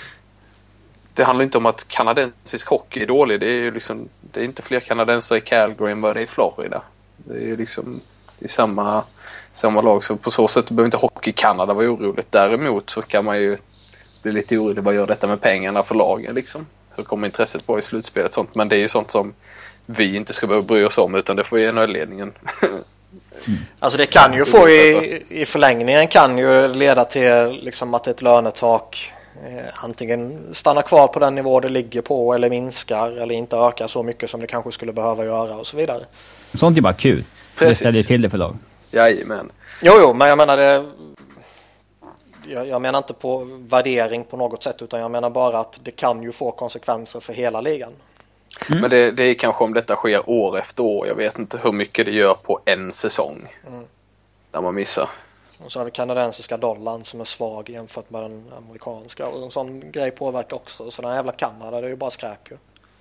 Det handlar inte om att kanadensisk hockey är dålig. Det är ju liksom... Det är inte fler kanadensare i Calgary än vad det är i Florida. Det är ju liksom... Det är samma, samma lag. Så på så sätt behöver inte hockey i Kanada vara oroligt. Däremot så kan man ju bli lite orolig. Vad gör detta med pengarna för lagen liksom? Hur kommer intresset vara i slutspelet? Sånt. Men det är ju sånt som vi inte ska behöva bry oss om. Utan det får ju N H L-ledningen... Mm. Alltså det kan ju få i, i förlängningen kan ju leda till liksom att ett lönetak eh, antingen stannar kvar på den nivå det ligger på eller minskar eller inte ökar så mycket som det kanske skulle behöva göra och så vidare. Sånt är bara kul. Precis. Det ställer till det för lag. Jajamän. Jo, jo, men jag menar det jag, jag menar inte på värdering på något sätt, utan jag menar bara att det kan ju få konsekvenser för hela ligan. Mm. Men det, det är kanske om detta sker år efter år. Jag vet inte hur mycket det gör på en säsong. Mm. Där man missar. Och så har vi kanadensiska dollarn som är svag jämfört med den amerikanska. Och en sån grej påverkar också. Så den jävla Kanada, det är ju bara skräp ju.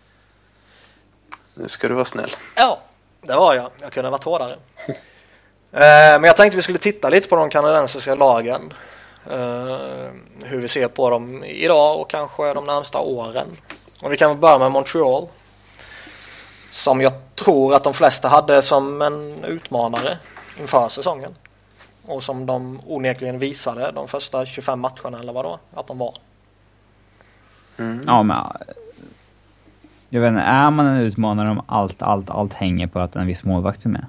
Nu ska du vara snäll. Ja, det var jag. Jag kunde varit hårdare. eh, men jag tänkte vi skulle titta lite på de kanadensiska lagen. Eh, hur vi ser på dem idag och kanske de närmsta åren. Och vi kan börja med Montreal. Som jag tror att de flesta hade som en utmanare inför säsongen. Och som de onekligen visade de första tjugofem matcherna eller vad då, att de var. Mm. Ja, men jag vet inte, är man en utmanare om allt, allt, allt hänger på att en viss målvakt är med?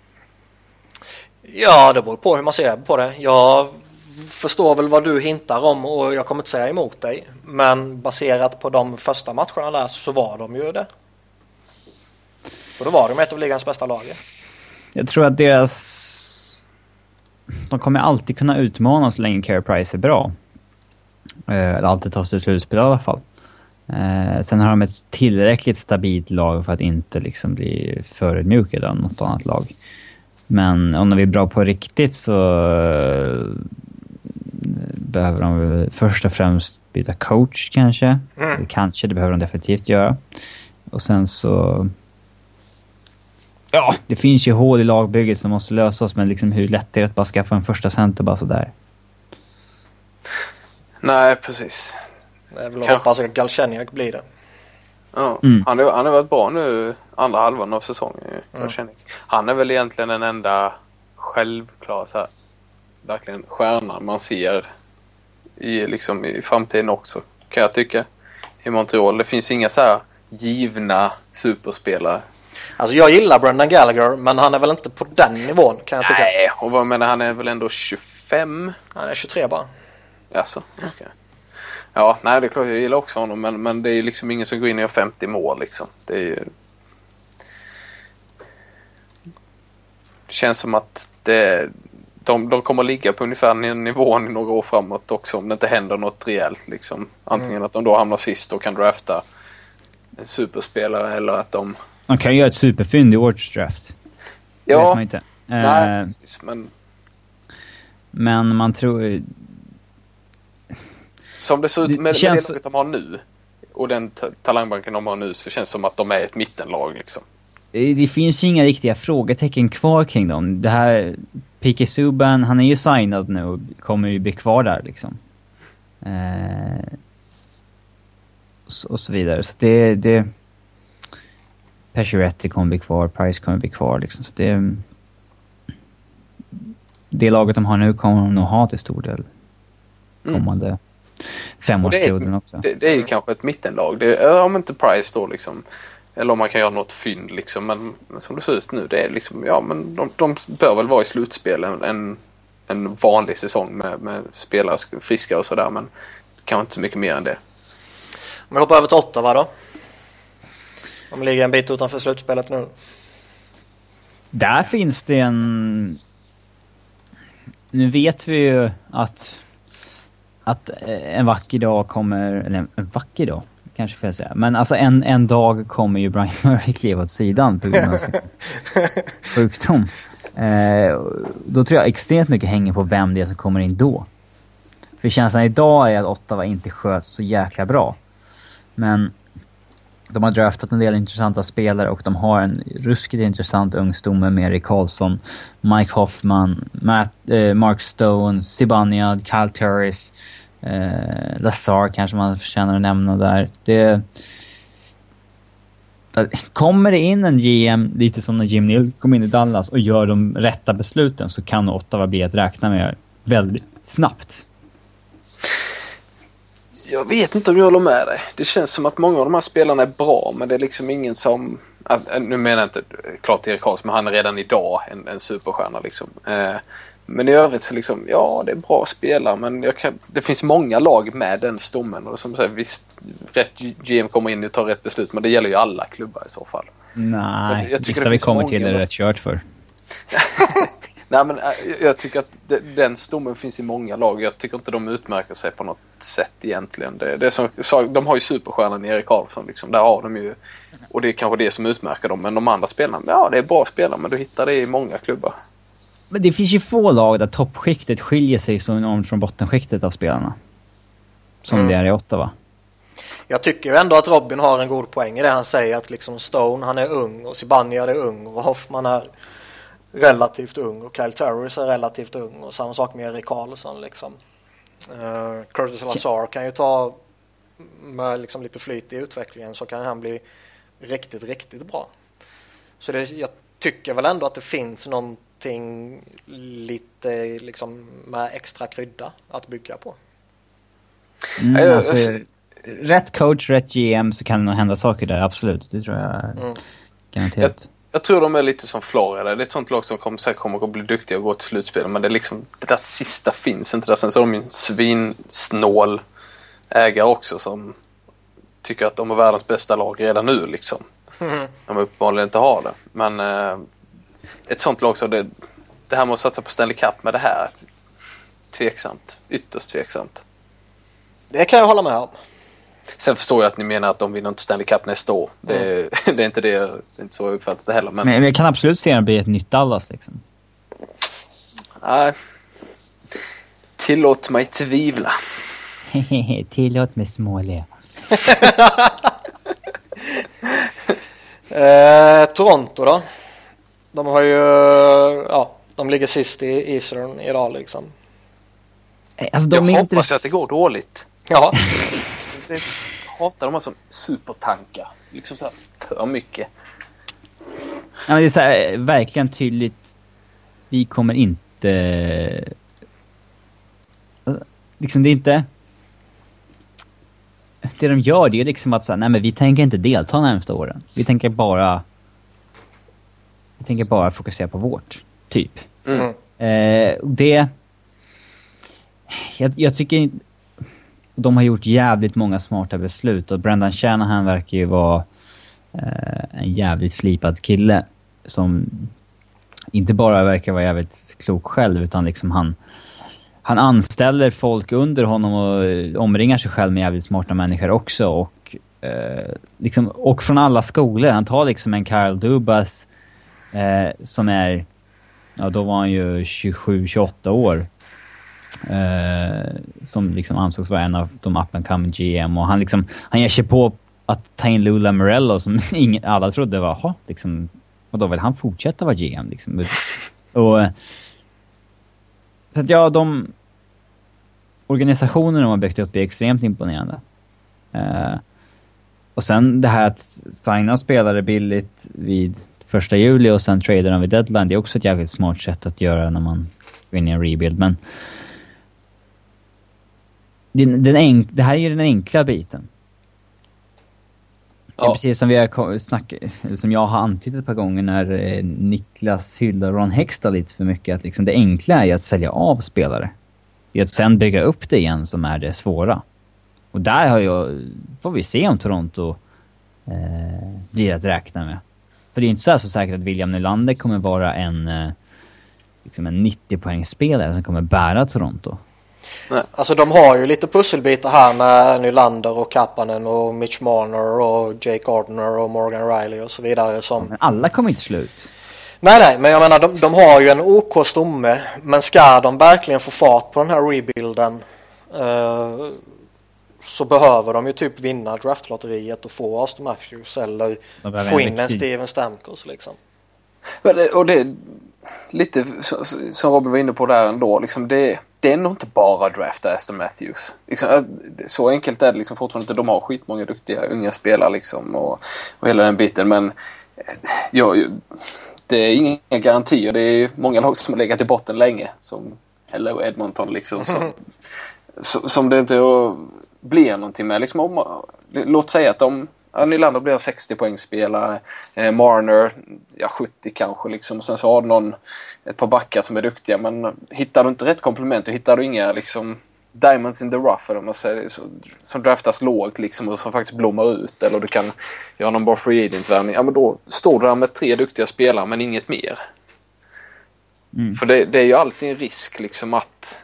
Ja, det beror på hur man ser på det. Jag förstår väl vad du hintar om och jag kommer inte säga emot dig. Men baserat på de första matcherna där så var de ju det. För då var de ett av ligans bästa lag. Jag tror att deras... De kommer alltid kunna utmana så länge Carey Price är bra. Eller alltid ta sig slutspel i alla fall. Eh, sen har de ett tillräckligt stabilt lag för att inte liksom bli förödmjukade av något annat lag. Men om de är bra på riktigt så eh, behöver de först och främst byta coach kanske. Mm. Kanske, det behöver de definitivt göra. Och sen så... Ja, det finns ju hål i lagbygget som måste lösas, men liksom hur lätt är det att bara skaffa en första center bara sådär? Nej, precis. Jag vill hoppas att Galchenyuk blir det. Ja, mm. han, är, han har varit bra nu andra halvan av säsongen. Mm. Han är väl egentligen den enda självklara så här, verkligen stjärnan man ser i, liksom, i framtiden också, kan jag tycka, i Montreal. Det finns inga så här givna superspelare. Alltså jag gillar Brendan Gallagher, men han är väl inte på den nivån, kan jag tycka. Nej, och vad menar, han är väl ändå tjugofem? Han är tjugotre bara. Jaså, okej. Okay. Ja, nej, det är klart jag gillar också honom, men, men det är liksom ingen som går in och gör femtio mål liksom. Det är ju... Det känns som att det... De, de kommer att ligga på ungefär nivån i några år framåt också, om det inte händer något rejält liksom. Antingen mm. att de då hamnar sist och kan drafta en superspelare, eller att de... Man kan göra ett superfynd i årets draft. Ja, vet man inte. Nej, eh, precis, men... Men man tror... Som det ser ut med, det känns... med det laget de har nu och den ta- talangbanken de har nu, så känns det som att de är ett mittenlag liksom. Det finns ju inga riktiga frågetecken kvar kring dem. Det här P K Subban, han är ju signad nu och kommer ju bli kvar där liksom. Eh, och, och så vidare. Så det... det Pacioretty kommer bli kvar, Price kommer bli kvar liksom. Så det... Det laget de har nu kommer de nog ha till stor del kommande mm. femårsperioden också. Det, det är ju mm. kanske ett mittenlag. Det är, om inte Price då liksom, eller om man kan göra något fynd liksom, men, men som det ser ut nu, det är liksom, ja men de, de bör väl vara i slutspel en, en vanlig säsong med, med spelare friska och sådär, men kanske inte så mycket mer än det. Men hoppar över till Ottawa då. De ligger en bit utanför slutspelet nu. Där finns det en... Nu vet vi ju att att en vacker dag kommer, eller en vacker dag kanske får jag säga, men alltså en, en dag kommer ju Brian Murray kliva åt sidan på grund av sin sjukdom. Eh, då tror jag extremt mycket hänger på vem det är som kommer in då. För känslan idag är att Ottawa inte sköts så jäkla bra. Men de har draftat en del intressanta spelare och de har en ruskigt intressant ungstomme med Erik Karlsson, Mike Hoffman, Matt, eh, Mark Stone, Zibanejad, Kyle Turris, eh, Lazar kanske man förtjänar att nämna där. Det, kommer det in en G M lite som när Jim Neal kom in i Dallas och gör de rätta besluten, så kan Ottawa bli att räkna med väldigt snabbt. Jag vet inte om jag håller med dig. Det känns som att många av de här spelarna är bra, men det är liksom ingen som... Nu menar jag inte klart Erik Karlsson, men han är redan idag en, en superstjärna liksom. Eh, men i övrigt så liksom, ja det är bra spelare, men jag kan, det finns många lag med den stommen. Och som säger, visst, rätt G M kommer in och tar rätt beslut, men det gäller ju alla klubbar i så fall. Nej, jag, jag tycker vissa vi kommer till är rätt kört för. Nej, men jag tycker att den stommen finns i många lag. Jag tycker inte de utmärker sig på något sätt egentligen. Det, det är som, de har ju superstjärnan Erik Karlsson liksom. Där har de ju, och det är kanske det som utmärker dem. Men de andra spelarna, ja det är bra spelare, men du hittar det i många klubbar. Men det finns ju få lag där toppskiktet skiljer sig så enormt från bottenskiktet av spelarna. Som mm. det är i Ottawa. Jag tycker ju ändå att Robin har en god poäng i det han säger, att liksom Stone, han är ung och Zibanejad är ung och Hoffman är relativt ung och Kyle Turris är relativt ung och samma sak med Erik Karlsson liksom. Uh, Curtis Lazar kan ju ta med liksom lite flyt i utvecklingen, så kan han bli riktigt, riktigt bra. Så det, jag tycker väl ändå att det finns någonting lite liksom med extra krydda att bygga på. Mm, alltså, rätt coach, rätt G M, så kan det nog hända saker där, absolut. Det tror jag är mm. garanterat. Jag, jag tror de är lite som Florida. Det är ett sånt lag som kommer, säkert kommer att bli duktiga och gå till slutspel, men det är liksom, det där sista finns inte där. Sen så är de en svinsnål ägare också som tycker att de är världens bästa lag redan nu liksom. Mm. De uppenbarligen inte har det. Men eh, ett sånt lag så det, det här med att satsa på Stanley Cup med det här, tveksamt. Ytterst tveksamt. Det kan jag hålla med om. Sen förstår jag att ni menar att de vinner inte Stanley Cup nästa år. Det är, mm. det är inte det, det är inte så jag uppfattat det heller. Men, men jag kan absolut se att det blir ett nytt Dallas liksom. Nej. Tillåt mig tvivla. Tillåt mig småle. eh, Toronto då? De har ju, ja, de ligger sist i Eastern idag liksom. Alltså, de jag hoppas inte... att det går dåligt. Ja. Jag hatar de som supertankar. Liksom så här för mycket. Ja, men det är så här, verkligen tydligt. Vi kommer inte... Liksom det är inte... Det de gör, det är liksom att säga, nej men vi tänker inte delta närmsta åren. Vi tänker bara... Vi tänker bara fokusera på vårt, typ. Mm. Eh, det... Jag, jag tycker... De har gjort jävligt många smarta beslut. Och Brendan Shanahan verkar ju vara eh, en jävligt slipad kille. Som inte bara verkar vara jävligt klok själv. Utan liksom han, han anställer folk under honom och omringar sig själv med jävligt smarta människor också. Och, eh, liksom, och från alla skolor. Han tar liksom en Kyle Dubas eh, som är... Ja, då var han ju tjugosju tjugoåtta år. Uh, som liksom ansågs vara en av de up and coming G M, och han liksom han ger sig på att ta in Lou Lamoriello som ingen, alla trodde var ha liksom, och då vill han fortsätta vara G M liksom. Och så att ja, de organisationer de har byggt upp är extremt imponerande. Uh, och sen det här att signa spelare billigt vid första juli och sen trader dem vid deadline, det är också ett jävligt smart sätt att göra när man vinner en rebuild, men Den, den enk, det här är ju den enkla biten. Ja. Precis som vi har snackat, som jag har antytt ett par gånger när eh, Niklas hyllar Ron Hextall lite för mycket, att liksom det enkla är att sälja av spelare. Det är att sen bygga upp det igen som är det svåra. Och där har jag, får vi se om Toronto eh, blir att räkna med. För det är inte så, här så säkert att William Nylander kommer vara en, eh, liksom en nittio-poängsspelare som kommer bära Toronto. Nej. Alltså de har ju lite pusselbitar här med Nylander och Kapanen och Mitch Marner och Jake Gardiner och Morgan Riley och så vidare. Som... Men alla kommer inte slut. Nej, nej, men jag menar de, de har ju en OK stomme, men ska de verkligen få fart på den här rebuilden eh, så behöver de ju typ vinna draftlotteriet och få Auston Matthews eller få in en Steven Stamkos liksom. Och det lite som Robin var inne på där ändå, liksom det, det är nog inte bara drafta Auston Matthews. Liksom, så enkelt är det liksom fortfarande inte. De har skitmånga duktiga unga spelare liksom och, och hela den biten, men ja, det är inga garantier. Det är många lag som har legat i botten länge, som Hello Edmonton liksom, som, som det inte blir någonting med liksom, om, låt säga att de ja, Nylander blir sextio poängspelare, eh, Marner ja, sjuttio kanske liksom, och sen så har du någon, ett par backar som är duktiga, men hittar du inte rätt komplement, och hittar du inga liksom diamonds in the rough eller man säger, så, som draftas lågt liksom, och som faktiskt blommar ut, eller du kan göra någon bra free agent-värvning, ja men då står du där med tre duktiga spelare men inget mer. Mm. För det, det är ju alltid en risk liksom att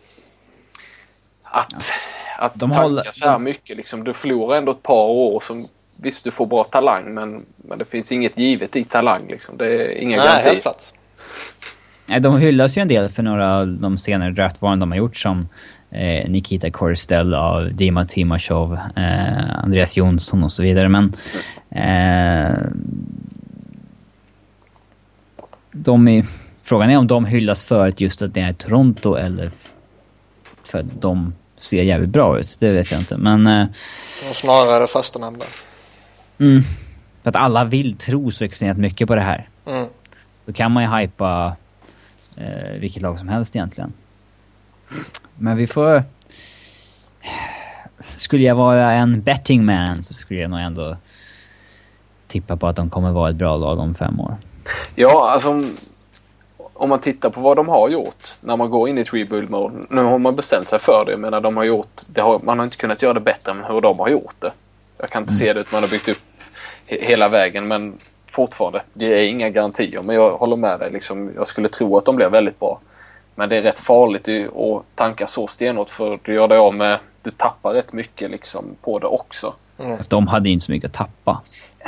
att, ja. att de tanka håller... så här mycket liksom, du förlorar ändå ett par år som visst, du får bra talang, men, men det finns inget givet i talang liksom. Det är inga garantier. Nej, de hyllas ju en del för några av de senare draftvaren de har gjort, som eh, Nikita Korstel av Dima Timashov, eh, Andreas Jonsson och så vidare. Men eh, de är, frågan är om de hyllas för att just att det är Toronto eller för att de ser jävligt bra ut. Det vet jag inte. Men eh, snarare första namnet. Mm. För att alla vill tro så extremt mycket på det här. Mm. Då kan man ju hypa eh, vilket lag som helst egentligen. Men vi får... Skulle jag vara en betting man så skulle jag nog ändå tippa på att de kommer vara ett bra lag om fem år. Ja, alltså om man tittar på vad de har gjort när man går in i ett rebuild mode. Nu har man bestämt sig för det. Men de har gjort, det har, man har inte kunnat göra det bättre än hur de har gjort det. Jag kan inte mm. se det ut, man har byggt upp hela vägen, men fortfarande, det är inga garantier, men jag håller med dig liksom, jag skulle tro att de blir väldigt bra, men det är rätt farligt att tanka så stenåt, för du gör det av med, du tappar rätt mycket liksom på det också. Mm. De hade ju inte så mycket att tappa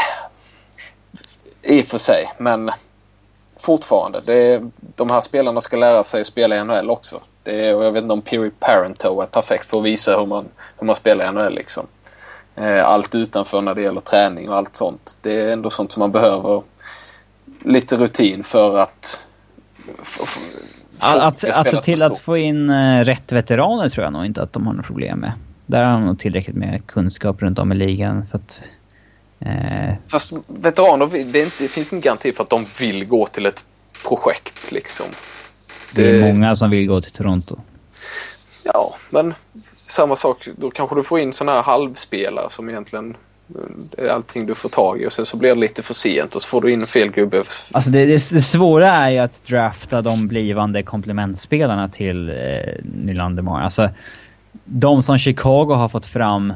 i och för sig, men fortfarande, det är, de här spelarna ska lära sig att spela i N H L också. Det är, och jag vet inte om Piri Parento är perfekt för att visa hur man, hur man spelar i N H L liksom. Allt utanför när det gäller träning och allt sånt. Det är ändå sånt som man behöver lite rutin för att för, för, All, att, alltså till att få in uh, rätt veteraner tror jag nog inte att de har något problem med. Där har de nog tillräckligt med kunskap runt om i ligan för att uh... Fast veteraner, det, är inte, det finns ingen garanti för att de vill gå till ett projekt liksom. Det, det är många som vill gå till Toronto. Ja, men samma sak, då kanske du får in såna här halvspelare som egentligen är allting du får tag i, och sen så blir det lite för sent och så får du in fel gubbe. Alltså det, det, det svåra är ju att drafta de blivande komplementspelarna till eh, Nylander. Alltså de som Chicago har fått fram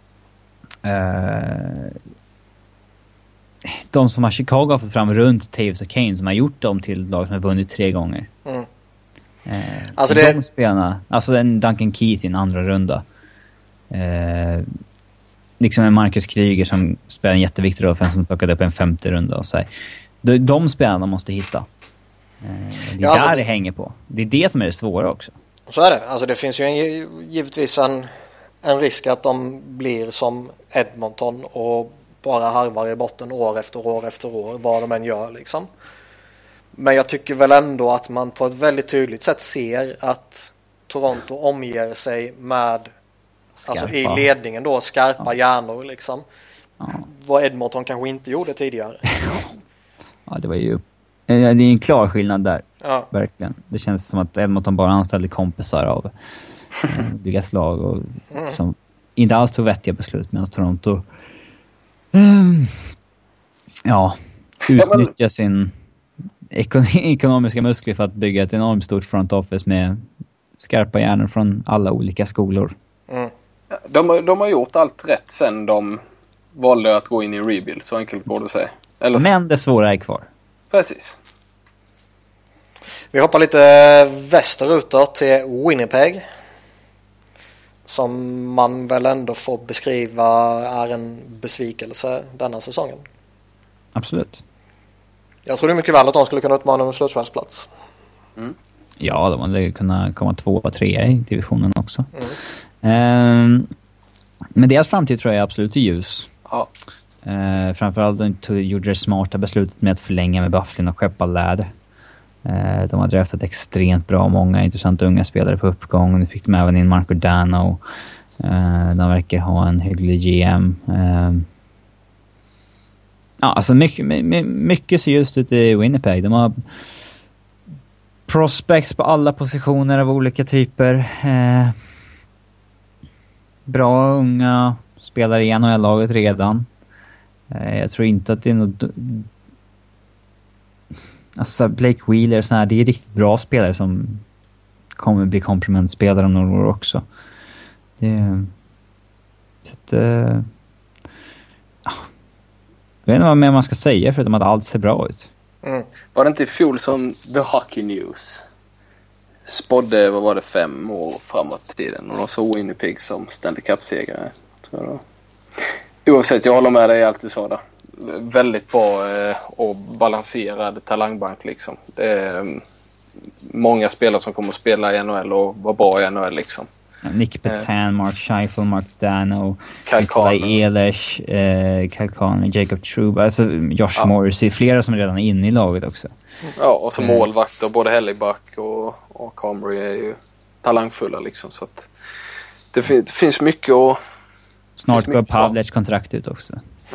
eh, de som har Chicago har fått fram runt Taves och Kane, som har gjort dem till lag som har vunnit tre gånger. Mm. Eh, alltså det... de spelarna, alltså en Duncan Keith i en andra runda. Eh, liksom en Marcus Kryger som spelar en jätteviktig roll för en som plockade upp en femte runda och så här. De, de spelarna måste hitta. Eh, det är ja, alltså, där det hänger på. Det är det som är det svåra också. Så är det. Alltså det finns ju en, givetvis en, en risk att de blir som Edmonton och bara harvar i botten år efter år efter år, vad de än gör liksom. Men jag tycker väl ändå att man på ett väldigt tydligt sätt ser att Toronto omger sig med skarpa. Alltså i ledningen då, skarpa ja. hjärnor liksom. Ja. Vad Edmonton kanske inte gjorde tidigare. Ja, det var ju det är en klar skillnad där. Ja. Verkligen. Det känns som att Edmonton bara anställde kompisar av bygga slag och som inte alls tog vettiga beslut, medan Toronto um, ja, utnyttja sin ekon- ekonomiska muskler för att bygga ett enormt stort front office med skarpa hjärnor från alla olika skolor. Mm. De, de har gjort allt rätt sen de valde att gå in i rebuild, så enkelt går det att säga. Eller... Men det svåra är kvar. Precis. Vi hoppar lite västerut då till Winnipeg. Som man väl ändå får beskriva är en besvikelse denna säsongen. Absolut. Jag tror det är mycket väl att de skulle kunna utmana en slutspelsplats. Mm. Ja, de hade kunnat komma två och tre i divisionen också. Mm. Um, men deras framtid tror jag är absolut ljus. Ja. Uh, framförallt de gjorde det smarta beslutet med att förlänga med Bufflin och skeppa Ladd. Uh, de har draftat extremt bra, många intressanta unga spelare på uppgång. Nu fick de även in Marco Dano. Uh, de verkar ha en hygglig G M. Uh, ja, alltså mycket, my, mycket ser just ut i Winnipeg. De har prospects på alla positioner av olika typer. Uh, bra unga spelare i N H L-laget redan. Jag tror inte att det är något... Alltså Blake Wheeler, sån här, det är riktigt bra spelare som kommer bli komplementspelare om några år också. Det... Så att... Uh... Jag vet inte vad mer man ska säga förutom att allt ser bra ut. Mm. Var det inte i fjol som The Hockey News spådde, vad var det, fem år framåt i tiden, och de såg Winnipeg som Stanley Cup-segrare, tror jag då. Oavsett, jag håller med dig i allt du sa där. Väldigt bra eh, och balanserad talangbank liksom. Det är um, många spelare som kommer att spela i N H L och vara bra i N H L liksom. Nick Petan, eh. Mark Scheifele, Mark Dano, Nikolaj Ehlers, eh, Kalkan, Jacob Trouba, alltså Josh ja. Morrissey, flera som är redan inne i laget också. Ja, och som mm. målvakter, både Helleback och, och Comrie är ju talangfulla liksom, så att det, fin- det finns mycket att... Snart går Pavlets kontrakt ut också.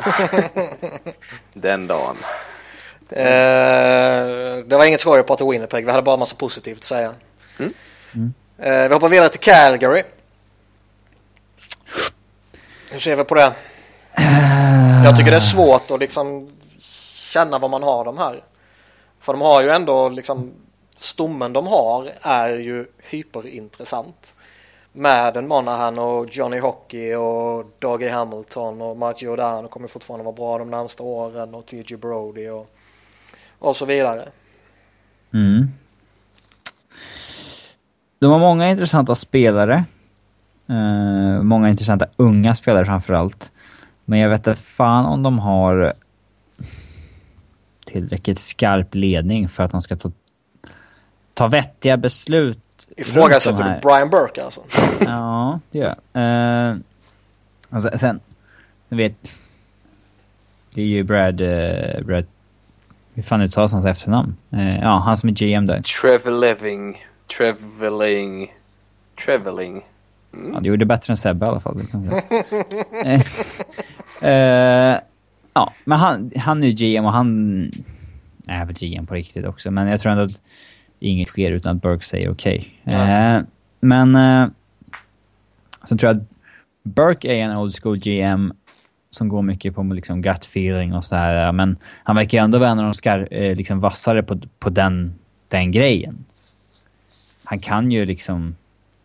Den dagen. Eh, det var inget skoj på till Winnipeg. Vi hade bara massa positivt att säga. Mm. Mm. Eh, vi hoppar vidare till Calgary. Hur ser vi på det? Uh... Jag tycker det är svårt att liksom känna vad man har de här. För de har ju ändå liksom, stommen de har är ju hyperintressant. Med en Monahan och Johnny Hockey och Dougie Hamilton och Mark Giordano kommer fortfarande vara bra de närmaste åren, och T J Brody och, och så vidare. Mm. De har många intressanta spelare. Uh, många intressanta unga spelare framförallt. Men jag vet inte fan om de har tillräckligt skarp ledning för att de ska ta, ta vettiga beslut. Ifrågasätter du Brian Burke alltså? Ja, det gör jag. Uh, alltså, sen, du vet, det är ju Brad, uh, Brad hur fan uttalas hans efternamn? Uh, ja, han som är G M där. Trevor Leving, Treveling, Treveling. Mm. Ja, det gjorde bättre än Sebbe i alla fall. uh, uh, ja, men han, han är ju G M och han är väl G M på riktigt också. Men jag tror ändå att inget sker utan att Burke säger okej. Okay. Ja. Uh, men uh, sen tror jag att Burke är en old school G M som går mycket på liksom gut feeling och så här. Men han verkar ju ändå vara en av de skar, uh, liksom vassare på, på den, den grejen. Han kan ju liksom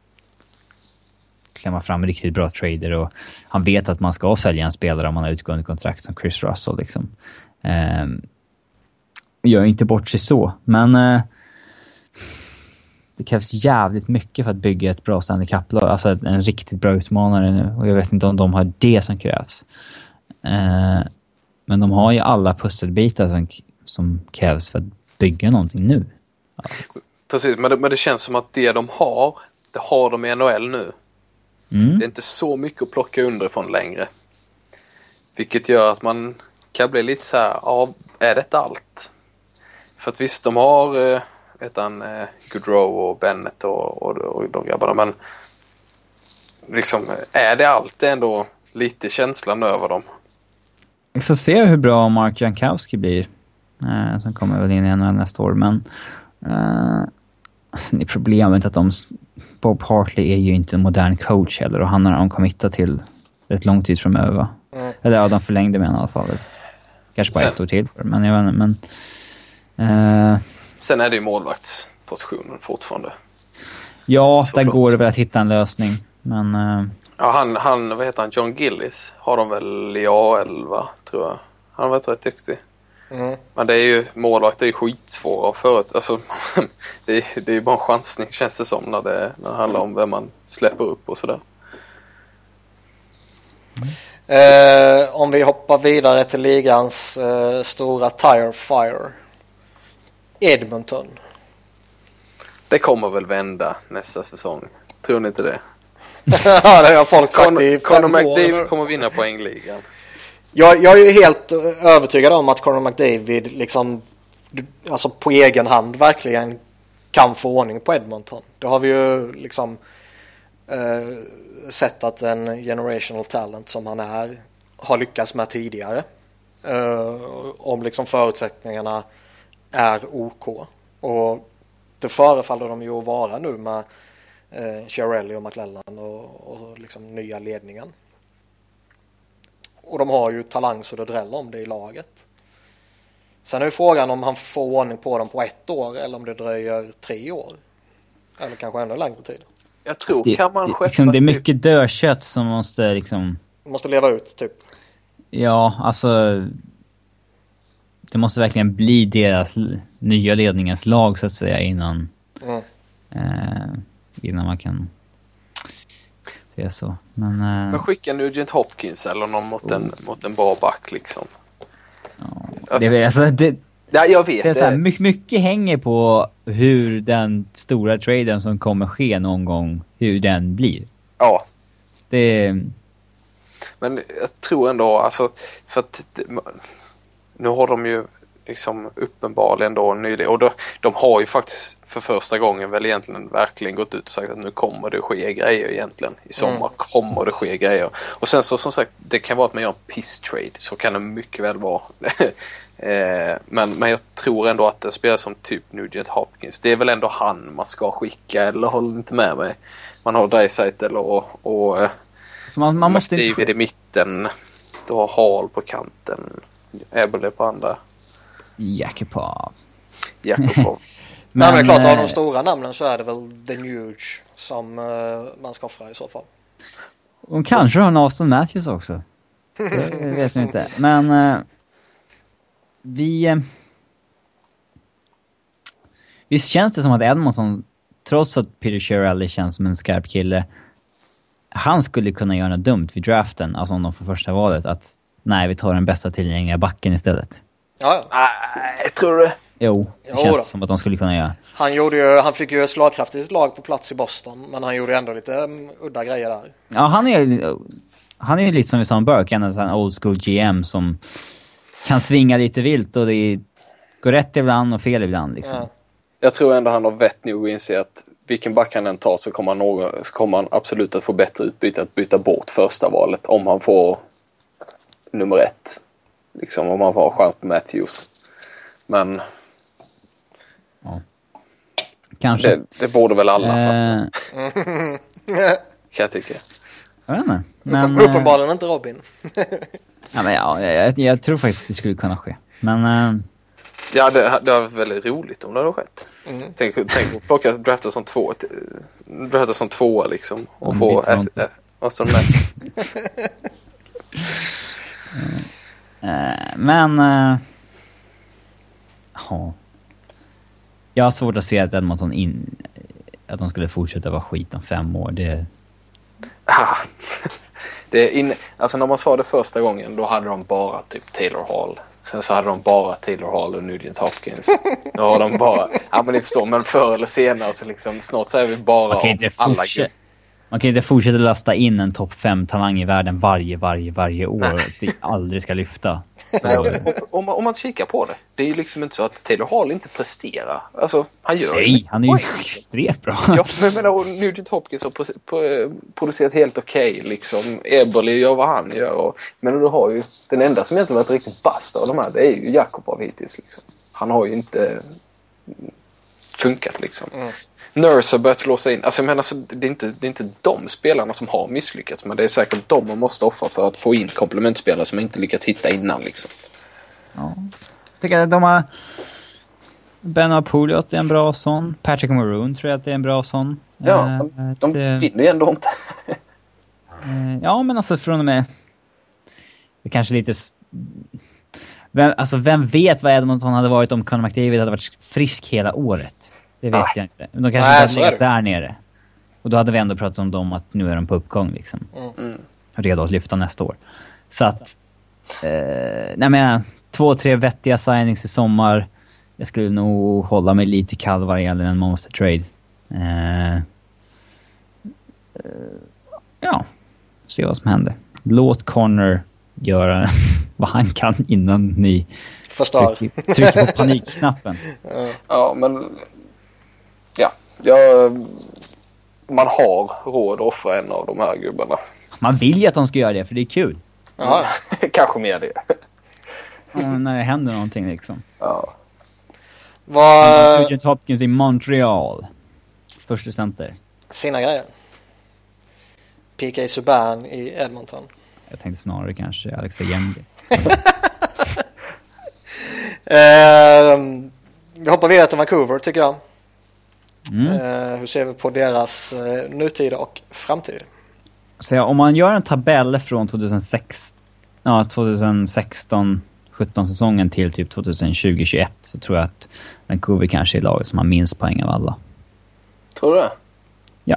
klämma fram riktigt bra trader, och han vet att man ska sälja en spelare om man har utgående kontrakt som Chris Russell liksom. Uh, gör inte bort sig så, men uh, det krävs jävligt mycket för att bygga ett bra Stanley Cup-lag. Alltså en riktigt bra utmanare nu. Och jag vet inte om de har det som krävs. Uh, men de har ju alla pusselbitar som, som krävs för att bygga någonting nu. Ja. Precis, men det, men det känns som att det de har, det har de i N H L nu. Mm. Det är inte så mycket att plocka underifrån längre. Vilket gör att man kan bli lite så här, ja, är detta allt? För att visst, de har... Uh, utan eh, Goodrow och Bennett och, och, och de grabbarna, men liksom, är det alltid ändå lite känslan över dem? Vi får se hur bra Mark Jankowski blir, eh, som kommer väl in i N H L nästa år, men eh, det är problemet att de Bob Hartley är ju inte en modern coach heller, och han har de committat till ett lång tid framöver, va? Mm. Eller ja, de förlängde med i alla fall. Kanske bara Sen, ett år till, men jag vet inte, men... Uh, sen är det ju målvaktspositionen fortfarande. Ja, så där klart. går det väl att hitta en lösning, men... Uh, ja, han, han, vad heter han? John Gillis har de väl i A elva, tror jag. Han har varit rätt duktig. Mm. Men det är ju, målvakt är ju skitsvåra förut. Alltså, det är, det är ju bara en chansning, känns det som, när det, när det handlar om vem man släpper upp och sådär. Eh, om vi hoppar vidare till ligans eh, stora Tire Fire. Edmonton. Det kommer väl vända nästa säsong. Tror ni inte det? Ja, det har folk sagt Con- i Conor fem McDavid år. kommer vinna poängligan. Jag, jag är ju helt övertygad om att Conor McDavid liksom, alltså på egen hand verkligen kan få ordning på Edmonton. Det har vi ju liksom eh, sett att en generational talent som han är har lyckats med tidigare. Eh, om liksom förutsättningarna är OK. Och det förefaller de ju att vara nu med eh, Chiarelli och McLellan och, och liksom nya ledningen. Och de har ju talang så det dräller om det i laget. Sen är ju frågan om han får ordning på dem på ett år eller om det dröjer tre år. Eller kanske ännu längre tid. Jag tror, det, kan man det, skeppa liksom, det är typ... mycket dödkött som måste liksom... Måste leva ut, typ. Ja, alltså... Det måste verkligen bli deras nya ledningens lag, så att säga, innan... Mm. Eh, innan man kan... Så. Men, uh... men skicka Nugent Hopkins eller någon mot en, mot en bra back liksom. Ja, det är, alltså, det, ja, jag vet det är det. så här, mycket, mycket hänger på hur den stora traden som kommer ske någon gång, hur den blir. Ja. Det... Men jag tror ändå, alltså, för att det, nu har de ju liksom uppenbarligen då nyligen, och då, de har ju faktiskt för första gången väl egentligen verkligen gått ut och sagt att nu kommer det ske grejer egentligen. I sommar mm. kommer det ske grejer. Och sen så som sagt, det kan vara att man gör en piss trade. Så kan det mycket väl vara. eh, men, men jag tror ändå att det spelar som typ Nugent Hopkins. Det är väl ändå han man ska skicka, eller håller inte med mig. Man har Draisaitl och, och så man, man måste David inte... i mitten. Du har Hall på kanten. Eberle på andra. Jakubov. Jakubov. Men, Nej, men det är klart, av de stora namnen så är det väl The Nuge som uh, man ska offra i så fall. Och kanske har en Austin Matthews också. Det vet jag inte. Men uh, vi... Uh, visst känns det som att Edmonton, trots att Peter Chiarelli känns som en skarp kille, han skulle kunna göra något dumt vid draften, alltså om de får första valet, att nej, vi tar den bästa tillgängliga backen istället. Ja, ja. Jag tror det. Jo, det jo känns då. som att de skulle kunna göra. Han, gjorde ju, han fick ju ett slagkraftigt lag på plats i Boston, men han gjorde ändå lite um, udda grejer där. Ja, han är han är lite som vi sa om Burke, en sån old school G M som kan svinga lite vilt och det går rätt ibland och fel ibland liksom. Ja. Jag tror ändå han har vett nog att inse att vilken back han än tar så kommer han, någon, så kommer han absolut att få bättre utbyte att byta bort första valet om han får nummer ett. Liksom om han får chans på Matthews. Men ja. Kanske. Det, det borde väl alla eh... fatta. Kan jag tycka. Jag vet inte. Men, uppenbarligen inte Robin. ja, men ja, jag, jag tror faktiskt det skulle kunna ske. Men... Eh... Ja, det, det var väldigt roligt om det hade skett. Mm. Tänk, tänk att plocka drafta som två drafta som tvåa liksom och om få F, F, och så med. uh, men uh, ja. Jag har svårt att se att Edmonton in, att de skulle fortsätta vara skit om fem år. Det ah, det är in, alltså när man sa det första gången, då hade de bara typ Taylor Hall. Sen så hade de bara Taylor Hall och Nugent Hopkins. Nu har de bara... Ja, men ni förstår. Men förr eller senare så liksom... Snart så är vi bara man kan inte alla... Fortsätta, man kan inte fortsätta lasta in en topp fem talang i världen varje, varje, varje år. Nej. Det aldrig ska lyfta. Nej, om, om, om man kikar på det. Det är ju liksom inte så att Taylor Hall inte presterar. Alltså, han gör Nej, det. han är ju extremt bra. Ja, men jag menar, Nugent Hopkins har på, på, producerat helt okej. Okay, liksom. Eberle gör vad han gör. Och, men du har ju... Den enda som egentligen varit riktigt bast av de här, det är ju Jakubov hittills. Liksom. Han har ju inte funkat liksom. Mm. Nurse har börjat låsa in. Alltså jag menar, så det, är inte, det är inte de spelarna som har misslyckats, men det är säkert de man måste offra för att få in komplementspelare som man inte lyckats hitta innan liksom. Ja. Jag tycker att de har... Ben Pouliot är en bra sån. Patrick Maroon tror jag att det är en bra sån. Ja, uh, de, de det, vinner ju ändå inte. uh, ja, men alltså från och med... Det kanske lite... Vem, alltså vem vet vad Edmonton hade varit om Conor McDavid hade varit frisk hela året? Det vet Nej. jag inte. De kanske Nej, hade legat där nere. Och då hade vi ändå pratat om dem att nu är de på uppgång liksom. Mm. Redo att lyfta nästa år. Så att... Uh, nej men, två, tre vettiga signings i sommar. Jag skulle nog hålla mig lite kall vad gäller en monster trade. Uh, uh, ja, se vad som händer. Låt Connor göra vad han kan innan ni Förstår. Trycker, trycker på panikknappen. Ja. ja, men ja, jag, man har råd att offra en av de här gubbarna. Man vill ju att de ska göra det, för det är kul. Ja, kanske mer det. Ja, när det händer någonting liksom. Ja. Vad... Nugent Hopkins i Montreal. Första center. Fina grejer. P K Subban i Edmonton. Jag tänkte snarare kanske Alex Agende. uh, vi hoppar vidare till Vancouver tycker jag. Mm. Uh, hur ser vi på deras uh, nutid och framtid? Så ja, om man gör en tabell från tjugohundrasex, ja, tjugohundrasexton sjutton säsongen till typ tjugotjugo tjugoett så tror jag att Vancouver kanske är laget som har minst poäng av alla. Tror du det? Ja.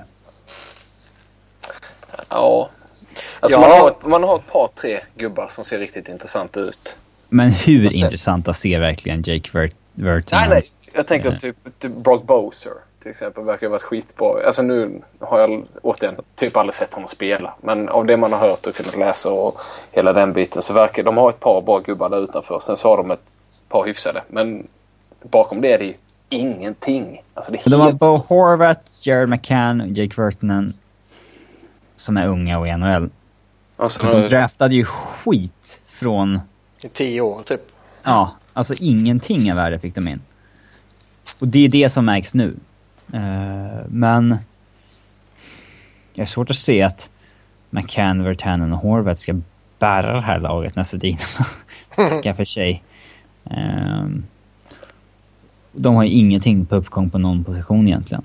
Ja. Alltså ja. Man, har ett, man har ett par, tre gubbar som ser riktigt intressanta ut. Men hur alltså, intressanta ser verkligen Jake Vert- Verton? Nej, nej. Jag tänker uh. typ, typ Brock Boser till exempel verkar ha varit skitbra. Alltså nu har jag återigen typ aldrig sett honom spela. Men av det man har hört och kunnat läsa och hela den biten så verkar de ha ett par bra gubbar där utanför. Sen så har de ett par hyfsade. Men bakom det är det ju ingenting. Alltså det är de helt... har Bo Horvat, Jared McCann och Jake Vertonen som är unga och i N H L. Alltså, de draftade ju skit från... I tio år typ. Ja, alltså ingenting av värde fick de in. Och det är det som märks nu. Uh, men jag är svårt att se att McCann, Vertanen och Horvat ska bära det här laget nästa tid. Kan för sig. Uh, de har ju ingenting på uppgång på någon position egentligen.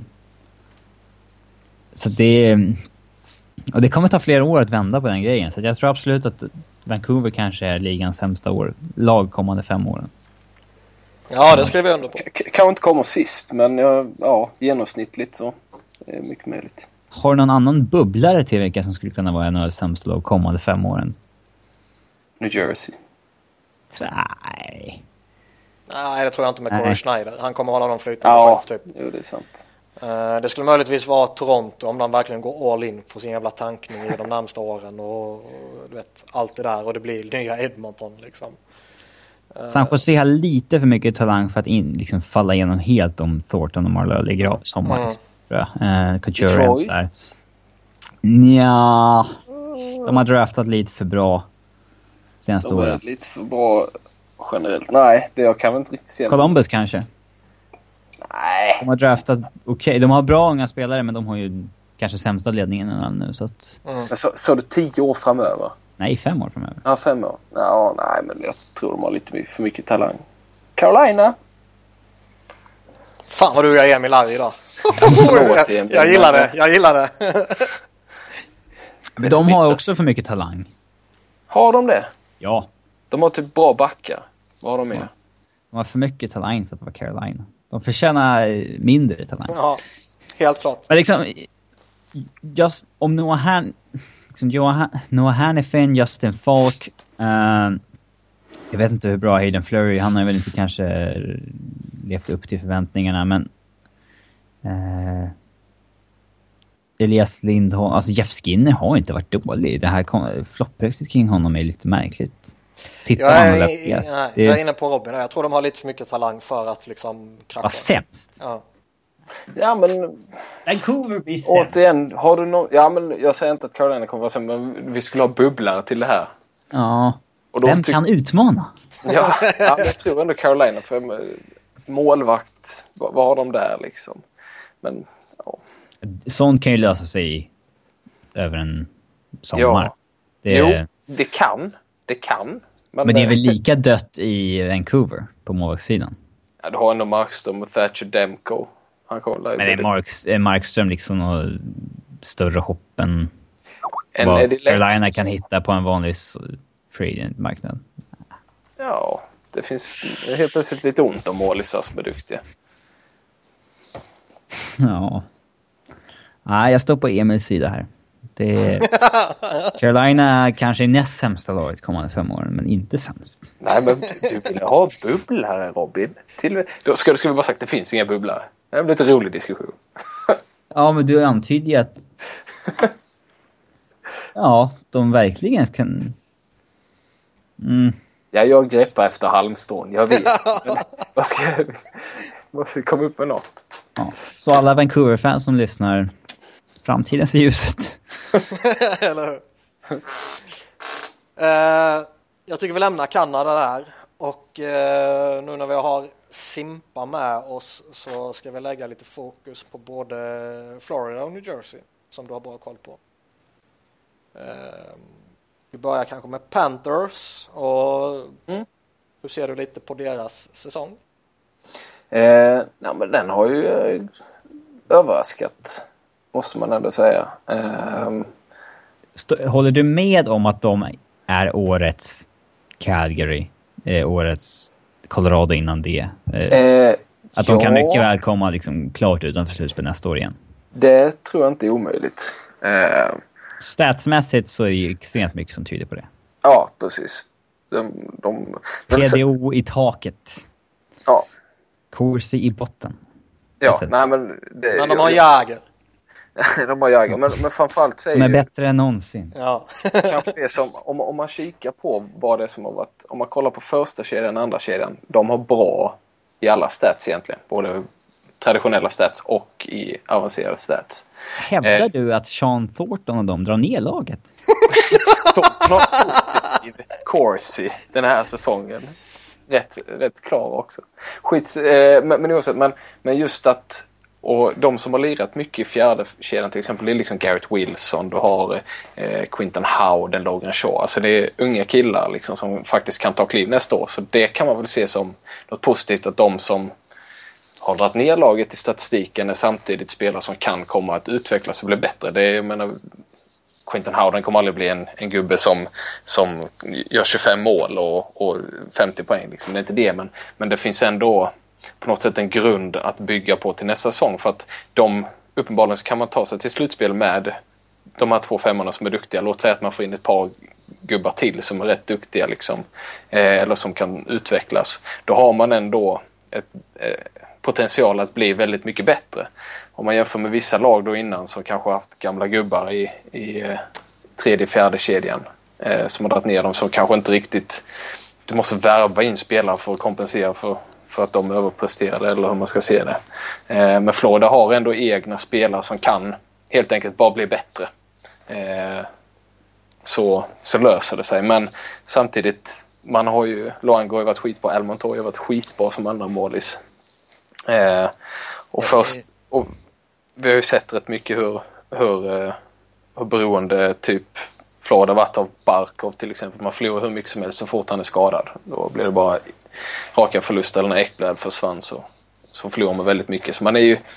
Så det och det kommer ta flera år att vända på den grejen. Så jag tror absolut att Vancouver kanske är ligans sämsta år, lag kommande fem åren. Ja, det skriver jag under på. K- kan inte komma sist, men ja, ja, genomsnittligt så det är mycket möjligt. Har du någon annan bubblare till vilka som skulle kunna vara en av sämsta lag kommande fem åren? New Jersey. Nej. Nej, det tror jag inte med Corey Schneider. Han kommer hålla dem flytande ja, själv typ. Jo, det är sant. Uh, det skulle möjligtvis vara Toronto om de verkligen går all in på sin jävla tankning i de närmsta åren och, och du vet, allt det där och det blir nya Edmonton liksom. Uh, San Jose har lite för mycket talang för att in, liksom falla igenom helt om Thornton och Marleau ligger av sommaren. Mm. Uh, Couture där. Nja, de har draftat lite för bra senaste de är året. Lite för bra generellt. Nej, det jag kan väl inte riktigt se. Columbus kanske? Nej. De har draftat okej. Okay. De har bra unga spelare men de har ju kanske sämsta ledningen än all nu. Så att... mm. så, så du tio år framöver? Nej, fem år framöver. Ja, fem år. Ja, nej, men jag tror de har lite för mycket talang. Carolina. Fan vad du är Emil arg idag. jag, jag, jag gillar det, jag gillar det. Men de har också för mycket talang. Har de det? Ja. De har typ bra backar. Vad har de med? De har för mycket talang för att vara Carolina. De förtjänar mindre talang. Ja, helt klart. Men liksom, just om Noah Han, liksom Johan, Noah Hanifin, Justin Falk, uh, jag vet inte hur bra Hayden Fleury, han har väl inte kanske levt upp till förväntningarna, men uh, Elias Lindholm, alltså Jeff Skinner har inte varit dålig. Det här floppryktet kring honom är lite märkligt. Titta jag, är, är, i, nej, jag är inne på Robin. Jag tror de har lite för mycket talang för att liksom krascha. Vad sämst. Ja. Ja, men Vancouver blir sämst. Återigen, har du någon... Ja, men jag säger inte att Carolina kommer vara sämst, men vi skulle ha bubblare till det här. Ja. Och då vem ty- kan utmana? Ja, ja, jag tror ändå Carolina, för målvakt, vad, vad har de där liksom? Men Ja. Sånt kan ju lösa sig över en sommar. Ja. Det... Jo, det kan. Det kan. Men, men det är väl lika dött i Vancouver på målvaktssidan? Ja, du har ändå Markström och Thatcher Demko. Han kollar. Men är, Marks, är Markström liksom något större hopp än en vad Eddie Carolina kan hitta på en vanlig free agent-marknad? Ja, det finns helt plötsligt lite ont om målisar som är duktiga. Ja. Nej, jag står på Emils sida här. Det är... Carolina kanske är näst sämsta laget kommande fem åren, men inte sämst. Nej, men du vill ha bubblare, Robin. Till... Då ska, ska vi bara sagt att det finns inga bubblare. Det blir lite rolig diskussion. Ja, men du antyder ju att ja, de verkligen kan... Mm. Ja, jag greppar efter halmstrån. Jag vet. Men vad ska jag... Måste komma upp med något. Ja. Så alla Vancouver-fans som lyssnar, framtidens i ljuset. Eller hur? uh, jag tycker vi lämnar Kanada där. Och uh, nu när vi har Simpa med oss så ska vi lägga lite fokus på både Florida och New Jersey som du har bra koll på. Uh, vi börjar kanske med Panthers och mm. hur ser du lite på deras säsong? Eh, nej, men den har ju eh, överraskat, måste man ändå säga. Eh, Stå, håller du med om att de är årets Calgary, eh, årets Colorado innan det? Eh, eh, att ja, de kan mycket väl komma liksom klart utanför slutspel nästa år igen? Det tror jag inte är omöjligt. Eh, Statsmässigt så är det ju extremt mycket som tyder på det. Ja, precis. De, de, P D O i taket. Ja. Corsi i botten. Ja, nej men... Det, men de har Jäger. de har Jäger, men, men framförallt så är som är ju, bättre än någonsin. Ja. kanske det som, om, om man kikar på vad det är som har varit... Om man kollar på första kedjan och andra kedjan, de har bra i alla stats egentligen. Både traditionella stats och i avancerade stats. Hävdar eh. du att Sean Thornton och de drar ner laget? Thornton har positiv Corsi den här säsongen. Rätt, rätt klar också. Skit, eh, men, men oavsett, men, men just att och de som har lirat mycket i fjärde kedjan till exempel, det är liksom Garrett Wilson, du har eh, Quinton Howden, Logan Shaw. Alltså det är unga killar liksom som faktiskt kan ta kliv nästa år. Så det kan man väl se som något positivt, att de som har dragit ner laget i statistiken är samtidigt spelare som kan komma att utvecklas och bli bättre. Det är, jag menar, Quinton Howden kommer aldrig bli en, en gubbe som, som gör tjugofem mål och, och femtio poäng. Liksom. Det är inte det, men, men det finns ändå på något sätt en grund att bygga på till nästa säsong. För att de, uppenbarligen så kan man ta sig till slutspel med de här två femmorna som är duktiga. Låt säga att man får in ett par gubbar till som är rätt duktiga liksom, eh, eller som kan utvecklas. Då har man ändå ett, eh, potential att bli väldigt mycket bättre. Om man jämför med vissa lag då innan som kanske haft gamla gubbar i, i eh, tredje, fjärde kedjan eh, som har dragit ner dem, som kanske inte riktigt, du måste värva in spelare för att kompensera för, för att de överpresterade, eller hur man ska se det. Eh, men Florida har ändå egna spelare som kan helt enkelt bara bli bättre. Eh, så, så löser det sig. Men samtidigt, man har ju, Luango har ju varit skitbra, Elmontour har ju varit skitbra som andra målis. Eh, och först, och vi har ju sett rätt mycket hur, hur, hur beroende typ Florida varit av Barkov till exempel. Man förlorar hur mycket som helst så fort han är skadad. Då blir det bara raka förluster, eller när Ekblad försvann så, så förlorar man väldigt mycket. Så man är ju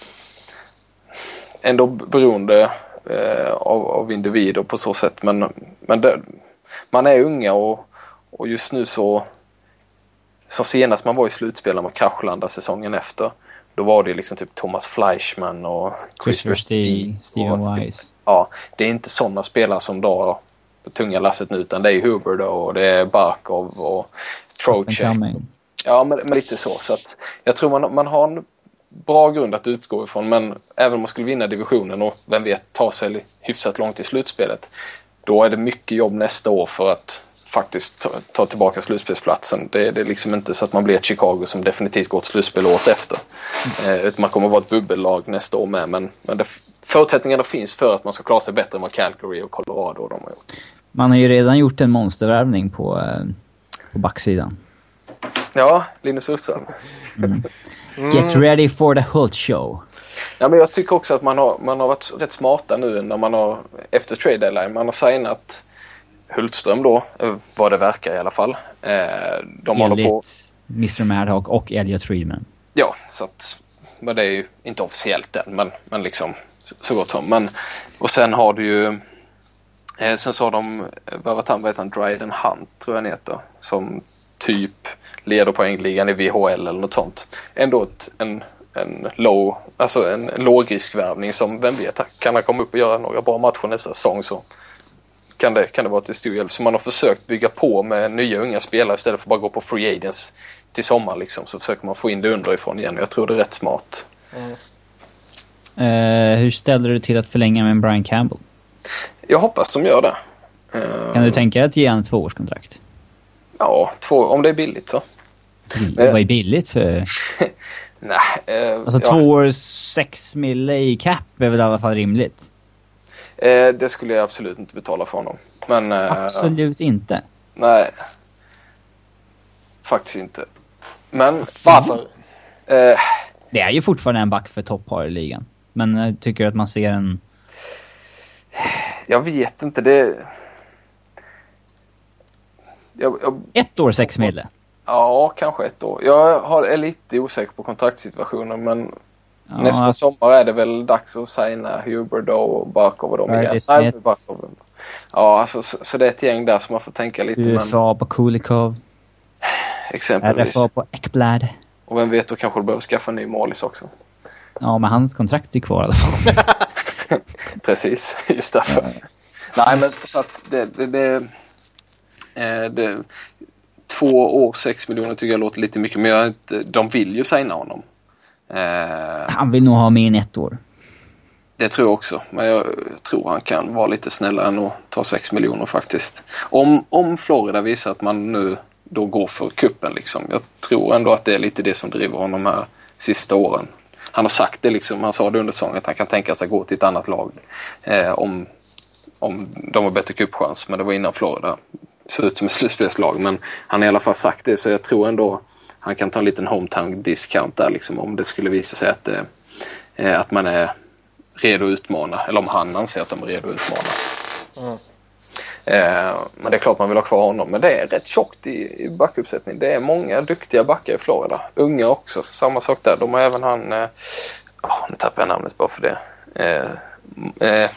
ändå beroende eh, av, av individer på så sätt. Men, men det, man är unga och, och just nu så, så senast man var i slutspel med kraschlanda säsongen efter, då var det liksom typ Thomas Fleischmann och Christopher Steve, Steven Wise. Ja, det är inte sådana spelare som drar på tunga lasset nu, utan det är Huber då, och det är Barkov och Trocheck. Ja, men, men lite så. Så att jag tror man, man har en bra grund att utgå ifrån, men även om man skulle vinna divisionen och vem vet ta sig hyfsat långt i slutspelet, då är det mycket jobb nästa år för att faktiskt ta, ta tillbaka slutspelsplatsen. Det, det är liksom inte så att man blir ett Chicago som definitivt går till slutspel året efter. Eh, utan man kommer att vara ett bubbellag nästa år med. Men, men det, förutsättningarna finns för att man ska klara sig bättre än vad Calgary och Colorado de har gjort. Man har ju redan gjort en monstervärvning på, eh, på backsidan. Ja, Linus Ursson. Mm. Get ready for the Hult show. Ja, men jag tycker också att man har, man har varit rätt smarta nu när man har, efter trade deadline, man har signat Hultström då, vad det verkar i alla fall. Eh, de håller på... mister Madhawk och Elliot Friedman. Ja, så att, men det är ju inte officiellt än, men, men liksom så gott som. Men, och sen har du ju, eh, sen så har de, vad vet han, vad heter han, Dryden Hunt tror jag han heter, som typ leder poängligan i V H L eller något sånt. Ändå ett, en, en low, alltså en, en lågriskvärvning som, vem vet, kan han komma upp och göra några bra matcher nästa säsong, så kan det, kan det vara till stor hjälp. Så man har försökt bygga på med nya unga spelare istället för bara gå på free agents till sommar liksom, så försöker man få in det underifrån igen. Jag tror det är rätt smart. Mm. Uh, hur ställer du till att förlänga med Brian Campbell? Jag hoppas de gör det. Uh, kan du tänka dig att ge en tvåårskontrakt? Ja, två, om det är billigt så. Det var ju billigt för... Nej. Uh, alltså ja. två år, sex mille i cap är väl i alla fall rimligt? Uh, det skulle jag absolut inte betala för honom. Men, uh, absolut inte? Nej. Faktiskt inte. Men... Varför? Uh, det är ju fortfarande en back för toppar i ligan. Men jag tycker att man ser en... Jag vet inte, det... Jag, jag... Ett år, sex mille? Ja, kanske ett år. Jag har, är lite osäker på kontraktsituationen, men ja, nästa att... sommar är det väl dags att signa Huberdeau och Barkov och dem igen. Nej, Barkov. Ja, alltså, så, så det är ett gäng där som man får tänka lite. U F A men... på Kulikov. Exempelvis. R F A på Ekblad. Och vem vet, då kanske du behöver skaffa en ny målis också. Ja, men hans kontrakt är kvar i alla fall. Precis, just därför. Mm. Nej, men så att det... det, det, det, det två år, sex miljoner tycker jag låter lite mycket. Men jag, de vill ju signa honom. Eh, han vill nog ha mer än ett år. Det tror jag också. Men jag tror han kan vara lite snällare än att ta sex miljoner faktiskt. Om, om Florida visar att man nu då går för kuppen liksom. Jag tror ändå att det är lite det som driver honom här sista åren. Han har sagt det liksom. Han sa det under säsongen att han kan tänka sig gå till ett annat lag. Eh, om, om de har bättre kuppchans. Men det var innan Florida så ut som ett slutspelslag, men han har i alla fall sagt det, så jag tror ändå han kan ta en liten hometown discount där liksom, om det skulle visa sig att, eh, att man är redo att utmana, eller om han anser att de är redo att utmana. Mm. Eh, men det är klart man vill ha kvar honom, men det är rätt tjockt i, i backuppsättning. Det är många duktiga backar i Florida, unga också, samma sak där. De har även han eh, oh, nu tappar jag namnet bara för det eh, eh,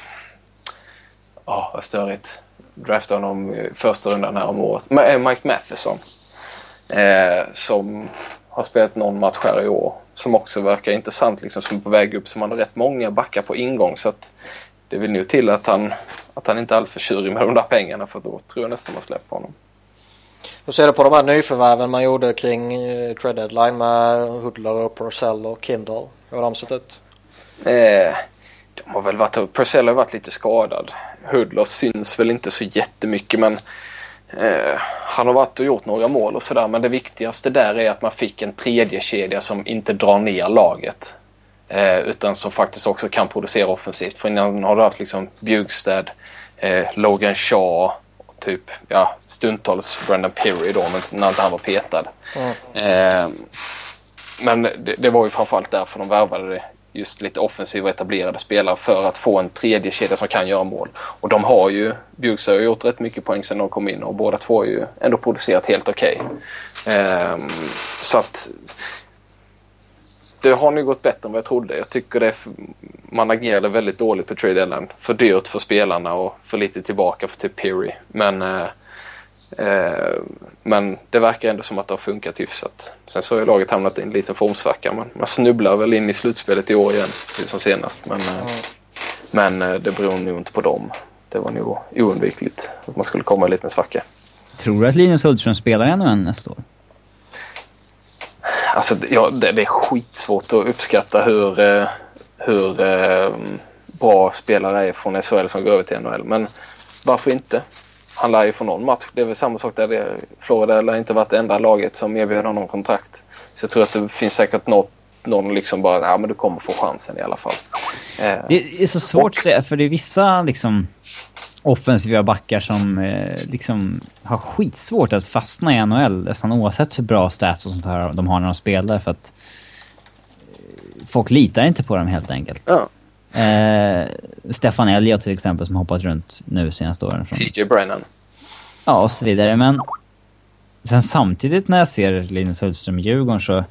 oh, vad störigt, draftade honom i första rundan här om året. Mike Matheson. Eh, som har spelat någon match här i år. Som också verkar intressant liksom, som är på väg upp. Som han har rätt många backar på ingång. Så att det vill nu till att han, att han inte är alls för tjurig med de där pengarna. För då tror jag nästan man släpper honom. Hur ser du på de här nyförvärven man gjorde kring uh, trade deadline med Hudler och Purcell och Kindle? Hur har de sett ut? Eh, de har väl varit, Purcell har varit lite skadad. Hudler syns väl inte så jättemycket, men eh, han har varit och gjort några mål och sådär. Men det viktigaste där är att man fick en tredje kedja som inte drar ner laget. Eh, utan som faktiskt också kan producera offensivt. För innan har du haft liksom Bjugstad, eh, Logan Shaw, typ ja, stundtals Brendan Perry då, men när inte han var petad. Mm. Eh, men det, det var ju framförallt därför de värvade det. Just lite offensiva etablerade spelare för att få en tredje kedja som kan göra mål. Och de har ju, Bjugstad har gjort rätt mycket poäng sedan de kom in, och båda två har ju ändå producerat helt okej. Okay. Eh, så att det har nu gått bättre än vad jag trodde. Jag tycker det är för, man agerade väldigt dåligt på trade deadline. För dyrt för spelarna och för lite tillbaka för typ Perry. Men, eh, eh, men det verkar ändå som att det har funkat hyfsat. Sen så har ju laget hamnat i en liten formsvacka. Man, man snubblar väl in i slutspelet i år igen, som senast. Men, eh, men eh, det beror nog inte på dem. Det var nog oundvikligt att man skulle komma i en liten svacka. Tror du att Linus Hultström spelar ännu än nästa år? Alltså, ja, det, det är skitsvårt att uppskatta hur, eh, hur eh, bra spelare är från S H L som går över till N H L. Men varför inte? Han lär ju få någon match. Det är väl samma sak där. Det, Florida lär inte varit det enda laget som erbjuder honom kontrakt. Så jag tror att det finns säkert något, någon liksom bara, ja men du kommer få chansen i alla fall. Eh, det är så svårt att säga, för det är vissa liksom offensiva backar som eh, liksom har skitsvårt att fastna i N H L nästan oavsett hur bra stats och sånt här de har när de spelar, för att folk litar inte på dem helt enkelt. Ja. Eh, Stefan Elliott till exempel som hoppat runt nu senaste åren. T J Brennan. Ja, och så vidare. Men sen samtidigt när jag ser Linus Hultström i Djurgården så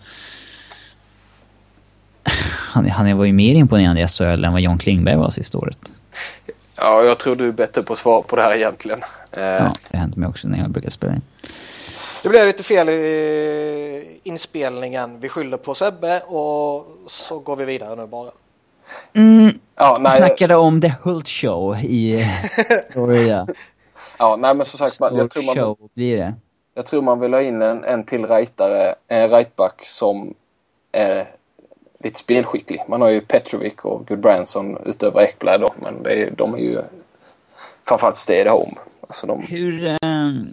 han, han var ju mer imponerande i S H L än vad John Klingberg var sista året. Ja, jag tror du är bättre på svar på det här egentligen. Eh. Ja, det har hänt mig också när jag brukar spela in. Det blev lite fel i inspelningen. Vi skyller på Sebbe och så går vi vidare nu bara. Mm, ja, nej, vi snackade om The Hult Show i Florida. Ja, nej men som sagt, man, jag, tror man, show blir det. jag tror man vill ha in en, en till rightare, en rightback som är lite spelskicklig. Man har ju Petrovic och Goodbranson utöver Ekblad då, men det är, de är ju framförallt stay at home. Alltså de... Hur äh,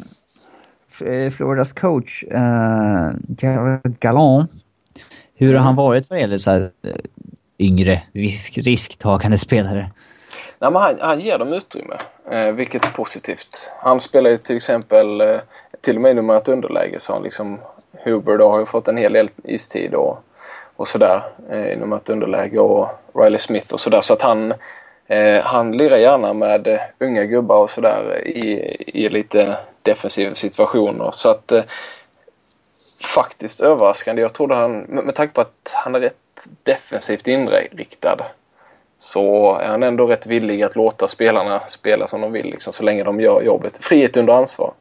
Floridas coach äh, Gallant, hur har han varit vad det gäller så här, yngre risk, risktagande spelare? Nej, men han, han ger dem utrymme, eh, vilket är positivt. Han spelar ju till exempel eh, till och med nummer ett underläge, så han liksom Huber då har ju fått en hel del istid och, och sådär eh, nummer ett underläge, och Riley Smith och sådär, så att han eh, han lirar gärna med eh, unga gubbar och sådär i, i lite defensiva situationer, så att eh, faktiskt överraskande. Jag trodde han, med, med tanke på att han är rätt defensivt inriktad, så är han ändå rätt villig att låta spelarna spela som de vill liksom, så länge de gör jobbet. Frihet under ansvar.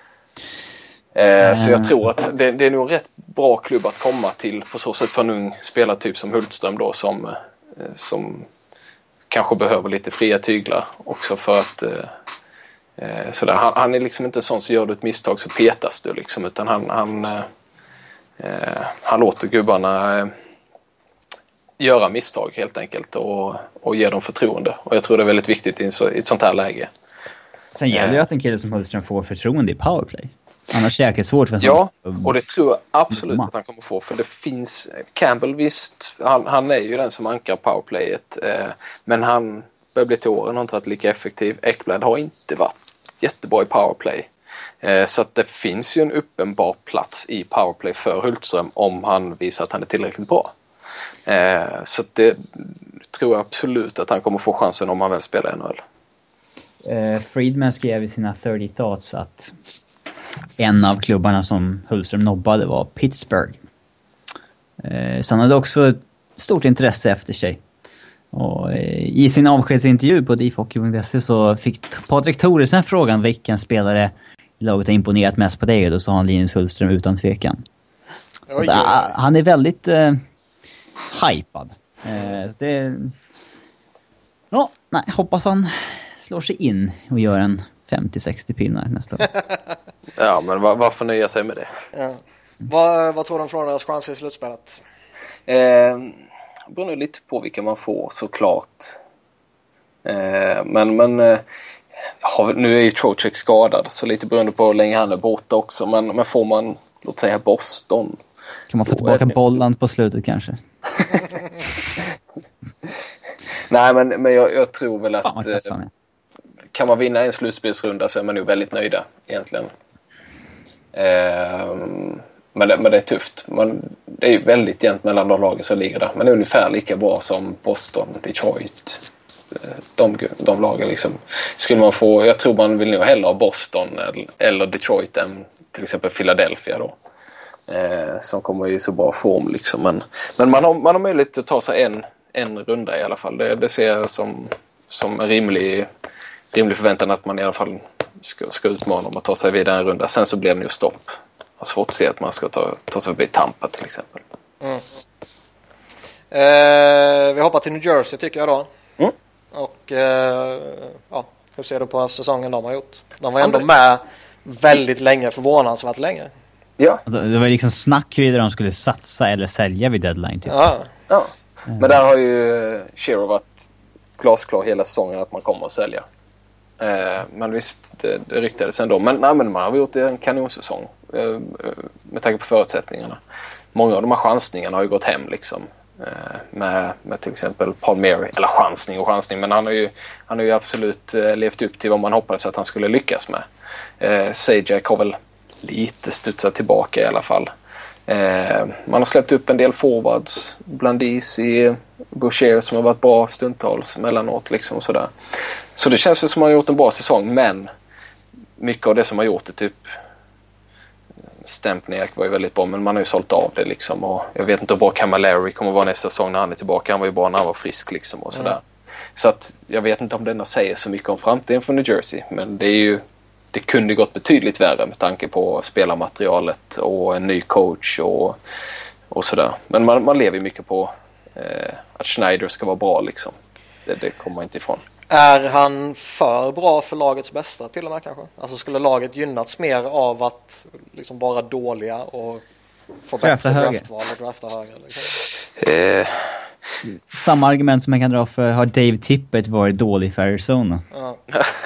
Eh, så jag tror att det, det är nog rätt bra klubb att komma till på så sätt för en ung spelartyp som Hultström då, som, eh, som kanske behöver lite fria tyglar också för att eh, sådär. Han, han är liksom inte sån som gör du ett misstag så petas du liksom, utan han, han, eh, han låter gubbarna eh, göra misstag helt enkelt och, och ge dem förtroende. Och jag tror det är väldigt viktigt i, så, i ett sånt här läge. Sen gäller ju att en kille som Hultström får förtroende i powerplay. Annars är det jäkligt svårt för en Ja, sån... och det tror jag absolut att han kommer få. För det finns... Campbell visst, han, han är ju den som ankar powerplayet. Eh, men han börjar bli till åren och inte varit lika effektiv. Ekblad har inte varit jättebra i powerplay. Eh, så att det finns ju en uppenbar plats i powerplay för Hultström om han visar att han är tillräckligt bra. Eh, så det tror jag absolut att han kommer få chansen om han väl spelar i N H L. Eh, Friedman skrev i sina trettio thoughts att en av klubbarna som Hultström nobbade var Pittsburgh. Eh, så han hade också ett stort intresse efter sig. Och eh, i sin avskedsintervju på difhockey punkt se så fick Patrik Thoresen frågan vilken spelare i laget har imponerat mest på dig, och då sa han Linus Hultström utan tvekan. Oj, oj, oj. Han är väldigt eh, hypad. Eh, det... Ja, nej, hoppas han slår sig in och gör en femtio sextio pinnar nästa år. Ja, men var, varför nöja sig med det? Ja. Vad, vad tror du om Floridas chanser i slutspelet? Eh, det beror nog lite på vilka man får, såklart. Eh, men men eh, ja, nu är ju Trocheck skadad, så lite beroende på hur länge han är borta också. Men, men får man, låt säga Boston... Kan man få tillbaka det... Bolland på slutet kanske? Nej, men, men jag, jag tror väl att... Fan, eh, kan man vinna en slutspelsrunda så är man nog väldigt nöjda egentligen. Eh, men, det, men det är tufft. Man, det är ju väldigt jämnt mellan de lagen som ligger där. Men det är ungefär lika bra som Boston, Detroit. De, de lagen liksom. Skulle man få, jag tror man vill nog hellre ha Boston eller, eller Detroit än till exempel Philadelphia då. Eh, som kommer i så bra form liksom. Men, men man, har, man har möjlighet att ta sig en, en runda i alla fall. Det, det ser jag som, som en rimlig... rimlig förväntan att man i alla fall ska, ska utmana om att ta sig vidare en runda. Sen så blev det ju stopp. Jag har svårt att se att man ska ta, ta sig förbi Tampa till exempel. Mm. Eh, vi hoppar till New Jersey tycker jag då. Mm. Och eh, ja, hur ser du på säsongen de har gjort? De var ändå med väldigt länge, förvånansvärt länge. Ja. Det var liksom snack huruvida de skulle satsa eller sälja vid deadline typ. Ja. Ja. Men där har ju Shero varit glasklar hela säsongen att man kommer att sälja. Eh, men visst, det, det ryktades ändå. Men, nej, men man har gjort en kanonsäsong eh, med tanke på förutsättningarna. Många av de här chansningarna har ju gått hem liksom. Eh, med, med till exempel Palmieri. Eller chansning och chansning. Men han har ju, han har ju absolut eh, levt upp till vad man hoppades att han skulle lyckas med. Eh, Sajak har väl lite studsat tillbaka i alla fall. Eh, man har släppt upp en del forwards, Blandisi, Boucher som har varit bra stundtals mellanåt liksom och sådär. Så det känns som att man har gjort en bra säsong, men mycket av det som har gjort det, typ Stempniak var ju väldigt bra, men man har ju sålt av det liksom, och jag vet inte hur bra Camilleri kommer vara nästa säsong när han är tillbaka. Han var ju bra när han var frisk liksom och sådär. Mm. Så att jag vet inte om denna säger så mycket om framtiden för New Jersey, men det är ju, det kunde gått betydligt värre med tanke på spelarmaterialet och en ny coach och, och sådär. Men man, man lever ju mycket på eh, att Schneider ska vara bra liksom. Det, det kommer man inte ifrån. Är han för bra för lagets bästa till och med kanske? Alltså skulle laget gynnats mer av att liksom vara dåliga och få bättre draftval och drafta högre? Liksom? Eh. Samma argument som man kan dra för har Dave Tippett varit dålig för Arizona? Ja.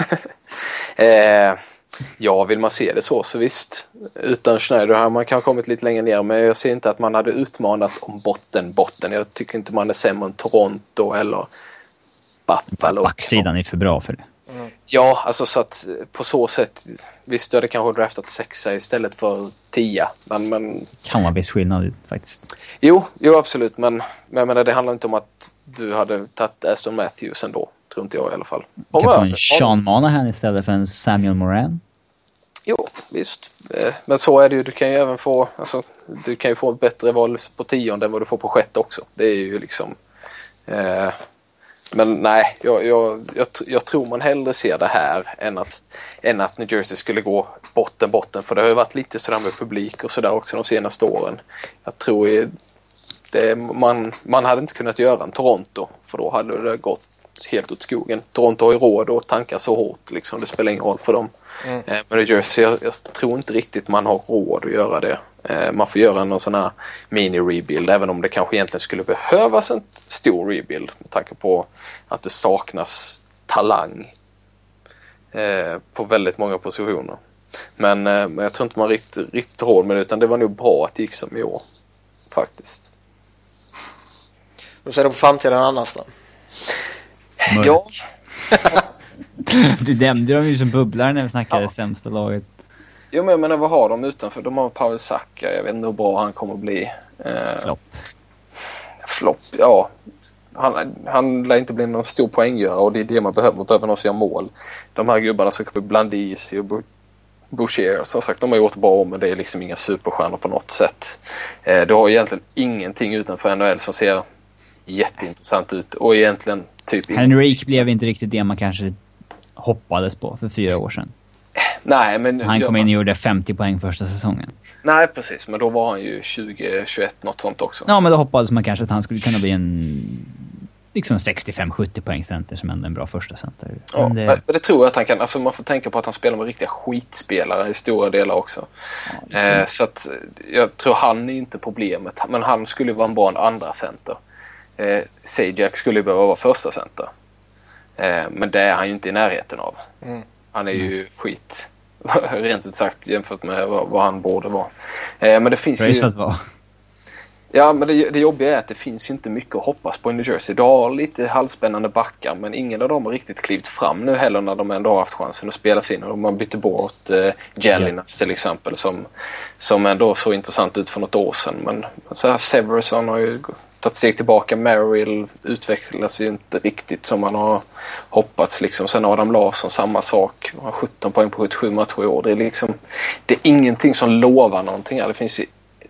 eh, ja, vill man se det så, så visst. Utan Schneider har man kanske kommit lite längre ner, men jag ser inte att man hade utmanat om botten, botten. Jag tycker inte man är sämre än Toronto eller Buffalo. Backsidan är för bra för det. Mm. Ja, alltså så att på så sätt, visst du hade kanske draftat sexa istället för tia. Men, men... kan vara viss skillnad faktiskt. Jo, jo absolut. Men, men, men det handlar inte om att du hade tagit Aston Matthews ändå. Tror inte jag i alla fall. Du kan få en Sean Monahan istället för en Samuel Moran. Jo, visst. Men så är det ju. Du kan ju även få, alltså, du kan ju få ett bättre val på tionde än vad du får på sjätte också. Det är ju liksom... Eh, Men nej, jag, jag, jag, jag tror man hellre ser det här än att, än att New Jersey skulle gå botten, botten. För det har ju varit lite sådär med publik och sådär också de senaste åren. Jag tror det, man, man hade inte kunnat göra en Toronto, för då hade det gått helt åt skogen. Toronto har ju råd att tanka så hårt, liksom. Det spelar ingen roll för dem. Mm. Men New Jersey, jag, jag tror inte riktigt man har råd att göra det. Man får göra någon sån här mini-rebuild, även om det kanske egentligen skulle behövas en stor rebuild med tanke på att det saknas talang eh, på väldigt många positioner. Men, eh, men jag tror inte man riktigt, riktigt råd med det, utan det var nog bra att det gick som i år faktiskt. Hur ser du på framtiden annars då? Mörk. Ja. Du nämnde dem ju som bubblar när vi snackade ja. sämsta laget. Jo, men jag menar, vad har de utanför? De har Pavel Saka. Jag vet inte hur bra han kommer att bli. Eh, Flopp. Flopp, ja. Han, han lär inte bli någon stor poänggörare, och det är det man behöver. Behöver någon som gör mål. De här gubbarna som kommer Blandisi och Boucher, som sagt, de har gjort bra, men det är liksom inga superstjärnor på något sätt. Eh, det har egentligen ingenting utanför N H L som ser jätteintressant ut. Och egentligen typ... Henrik blev inte riktigt det man kanske hoppades på för fyra år sedan. Nej, men han kom in och gjorde femtio poäng första säsongen. Nej, precis. Men då var han ju tjugo tjugoett, något sånt också. Ja, men då hoppades man kanske att han skulle kunna bli en liksom sextiofem sjuttio poäng center som ändå en bra första center. Ja, men det... men det tror jag att han kan. Alltså man får tänka på att han spelar med riktiga skitspelare i stora delar också. Ja, eh, så att jag tror han är inte problemet. Men han skulle vara en bra andra center. Eh, Sajak skulle behöva vara första center. Eh, men det är han ju inte i närheten av. Mm. Han är ju mm. skit. Rent ut sagt jämfört med vad, vad han borde vara. Eh, men det finns ju... Att vara. Ja, men det, det jobbiga är att det finns ju inte mycket att hoppas på i New Jersey. Du har lite halvspännande backar, men ingen av dem har riktigt klivit fram nu heller när de ändå har haft chansen att spela sig in. Och man bytte bort eh, Jelinas till exempel, som, som ändå såg intressant ut för något år sedan. Men så här, Severson har ju tagit steg tillbaka. Merrill utvecklas ju inte riktigt som man har hoppats. Liksom. Sen Adam Larsson, samma sak. Han har sjutton poäng på sjuttiosju matcher i år. Det är, liksom, det är ingenting som lovar någonting här. Det finns ju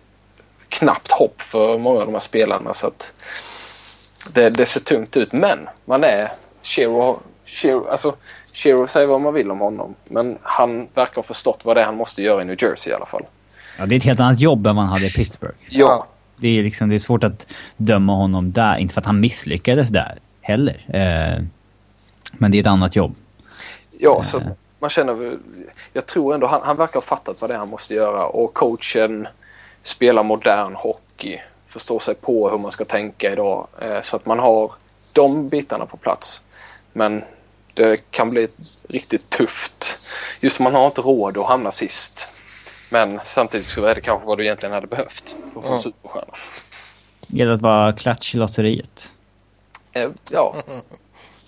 knappt hopp för många av de här spelarna, så att det, det ser tungt ut. Men man är Shero, Shero, alltså Shero säger vad man vill om honom, men han verkar ha förstått vad det är han måste göra i New Jersey i alla fall. Ja, det är ett helt annat jobb än man hade i Pittsburgh. Ja. Det är liksom, det är svårt att döma honom där, inte för att han misslyckades där heller. Eh, men det är ett annat jobb. Ja, eh. så man känner, jag tror ändå han, han verkar ha fattat vad det är han måste göra, och coachen spela modern hockey, förstå sig på hur man ska tänka idag, eh, så att man har de bitarna på plats. Men det kan bli riktigt tufft. Just man har inte råd att hamna sist. Men samtidigt så är det kanske vad du egentligen hade behövt för att få en superstjärna. Gäller att vara klatsch i lotteriet. Eh, ja.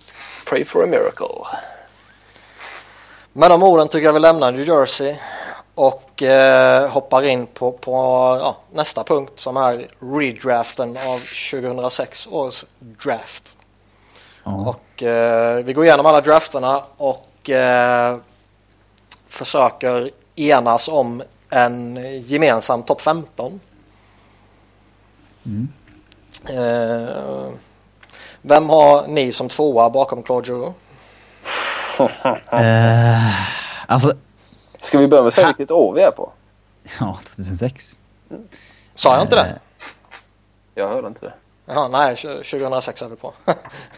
Pray for a miracle. Med de orden tycker jag vi lämnar New Jersey och eh, hoppar in på, på ja, nästa punkt som är redraften av tjugohundrasex års draft. Mm. Och eh, vi går igenom alla drafterna och eh, försöker enas om en gemensam topp femton. Mm. Eh, vem har ni som tvåa bakom Claude Giroux? uh, alltså Ska vi börja med att säga vilket år vi är på? Ja, tjugohundrasex. Mm. Sa jag inte det? Jag hörde inte det. Jaha, nej, tjugohundrasex är vi på. uh,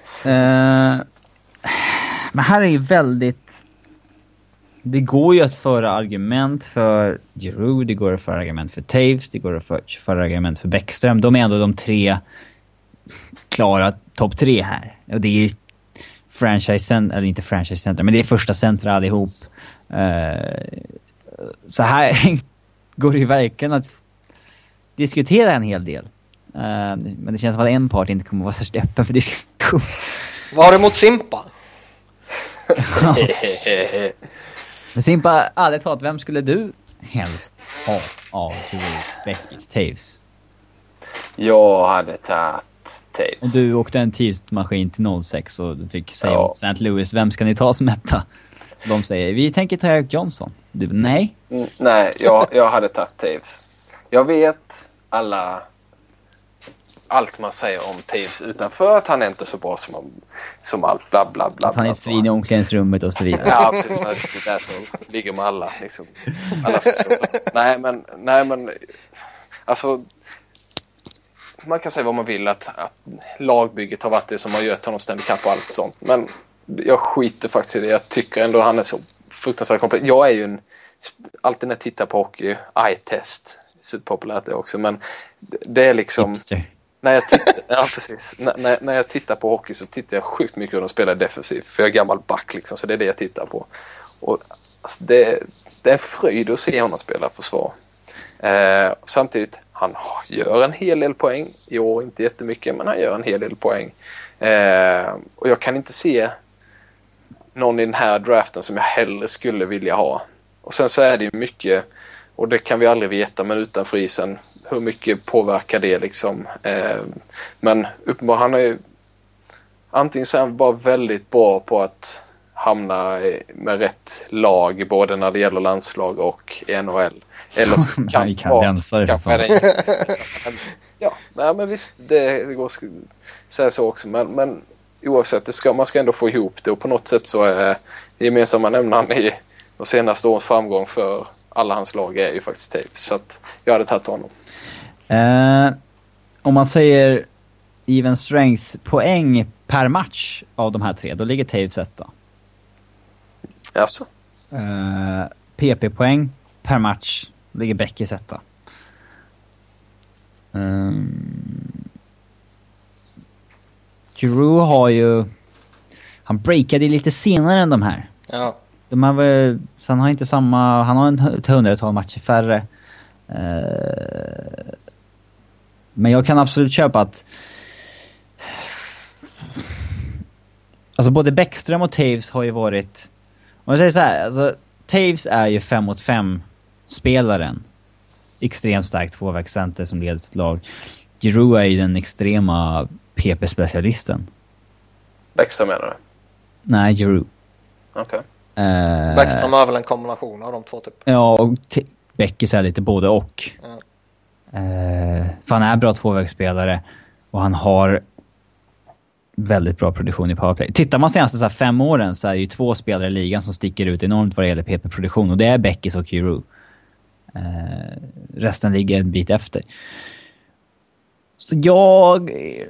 Men här är ju väldigt... Det går ju att föra argument för Giroux, det går att föra argument för Taves, det går att föra, föra argument för Bäckström. De är ändå de tre klara topp tre här. Och det är ju franchise-centra, eller inte franchise-centra, men det är första centra allihop. Uh, så här går det ju verkligen att diskutera en hel del. Uh, men det känns som att en part inte kommer att vara så öppen för diskussion. Vad har du mot Simpa? Men Simpa, ärligt talat, vem skulle du helst ha av Giroux, Beckis, Taves? Jag hade tagit Taves. Om du åkte en tidsmaskin till noll sex och du fick säga ja. åt Saint Louis, vem ska ni ta som etta? De säger, vi tänker ta Eric Johnson. Du, nej. Mm, nej, jag, jag hade tagit Taves. Jag vet alla... allt man säger om Taves utanför att han är inte så bra som, som allt bla bla bla. Att han är ett svin i omklädningsrummet och så vidare. Ja, precis. Det där så ligger med alla. Liksom. alla nej, men, nej, men alltså man kan säga vad man vill att, att lagbygget har varit det som har gjort honom ständigt kapp och allt sånt. Men jag skiter faktiskt i det. Jag tycker ändå han är så fruktansvärt komplett. Jag är ju en, alltid när jag tittar på hockey, eye-test. Superpopulärt det också, men det är liksom... Hipster. När jag, tittar, ja, precis. N- när, när jag tittar på hockey så tittar jag sjukt mycket hur de spelar defensivt. För jag är gammal back liksom, så det är det jag tittar på. Och alltså, det, det är en fröjd att se honom spela försvar. Eh, samtidigt, han gör en hel del poäng. I år inte jättemycket, men han gör en hel del poäng. Eh, och jag kan inte se någon i den här draften som jag hellre skulle vilja ha. Och sen så är det ju mycket, och det kan vi aldrig veta, men utanför isen, hur mycket påverkar det liksom. Eh, men uppenbarligen, han är ju antingen så är han bara väldigt bra på att hamna med rätt lag, både när det gäller landslag och N H L. Eller så kan han kan dansa det. Ja, nej, men visst, det, det går att säga så också. Men, men oavsett, det ska, man ska ändå få ihop det. Och på något sätt så är det gemensamma nämnaren i de senaste årens framgång för alla hans lag är ju faktiskt Taves. Så att jag hade tagit honom. Eh, om man säger even strength poäng per match av de här tre, då ligger Taves etta. Jaså? Eh, P P-poäng per match ligger Beckis etta. Um, Giroux har ju, han breakade lite senare än de här. Ja. De har väl, så han har inte samma, han har en hundratal matcher färre. Uh, men jag kan absolut köpa att alltså både Bäckström och Taves har ju varit, om jag säger så här, alltså Taves är ju fem mot fem spelaren. Extremt starkt tvåvägscenter som leder sitt lag. Giroux är ju den extrema P P-specialisten. Bäckström menar du? Nej, Giroux. Okej. Okay. Uh, Bäckström är väl en kombination av de två typ. Ja, och t- Beckis är lite både och. Mm. Uh, för han är bra tvåvägsspelare och han har väldigt bra produktion i powerplay. Tittar man senaste så här fem åren så är det ju två spelare i ligan som sticker ut enormt vad det gäller P P-produktion, och det är Beckis och Giroux. Uh, resten ligger en bit efter. Så jag...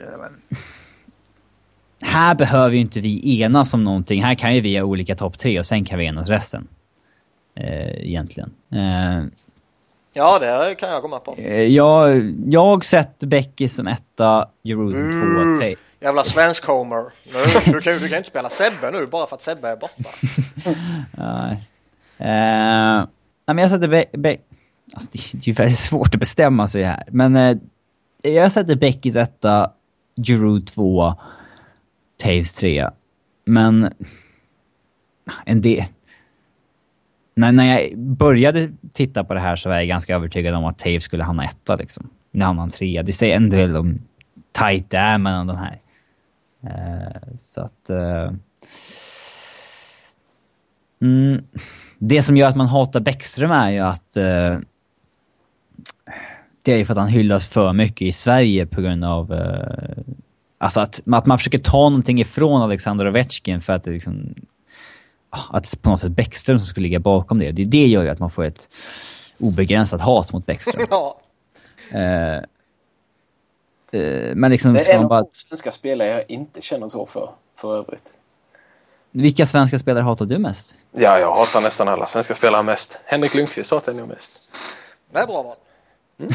Här behöver ju inte vi enas om någonting. Här kan ju vi ha olika topp tre och sen kan vi enas resten. Uh, egentligen. Uh, ja, det kan jag gå med på. Uh, jag, jag sätter Beckis som etta, Giroux som mm. tvåa. Tre. Jävla svensk homer. Nu, du, kan, du kan inte spela Sebbe nu bara för att Sebbe är borta. Nej. uh, Nej, men jag sätter Be- Be- alltså, det är ju väldigt svårt att bestämma sig här. Men eh, jag sätter Beckis etta, Giroux tvåa, Taves trea. Men en del... när, när jag började titta på det här så var jag ganska övertygad om att Taves skulle hamna etta liksom. Nu hamnar han trea. Det säger en del om tajt det är mellan de här. Uh, så att... Uh, mm, det som gör att man hatar Bäckström är ju att... Uh, det är ju för att han hyllas för mycket i Sverige på grund av... Uh, alltså att, att man försöker ta någonting ifrån Alexander Ovechkin för att det liksom... Att på något sätt Bäckström som skulle ligga bakom det. Det, det gör ju att man får ett obegränsat hat mot Bäckström. Ja. Uh, uh, men liksom... Det är en bara... av svenska spelare jag inte känner så för, för övrigt. Vilka svenska spelare hatar du mest? Ja, jag hatar nästan alla svenska spelare mest. Henrik Lundqvist hatar jag mest. Det är bra val. Mm.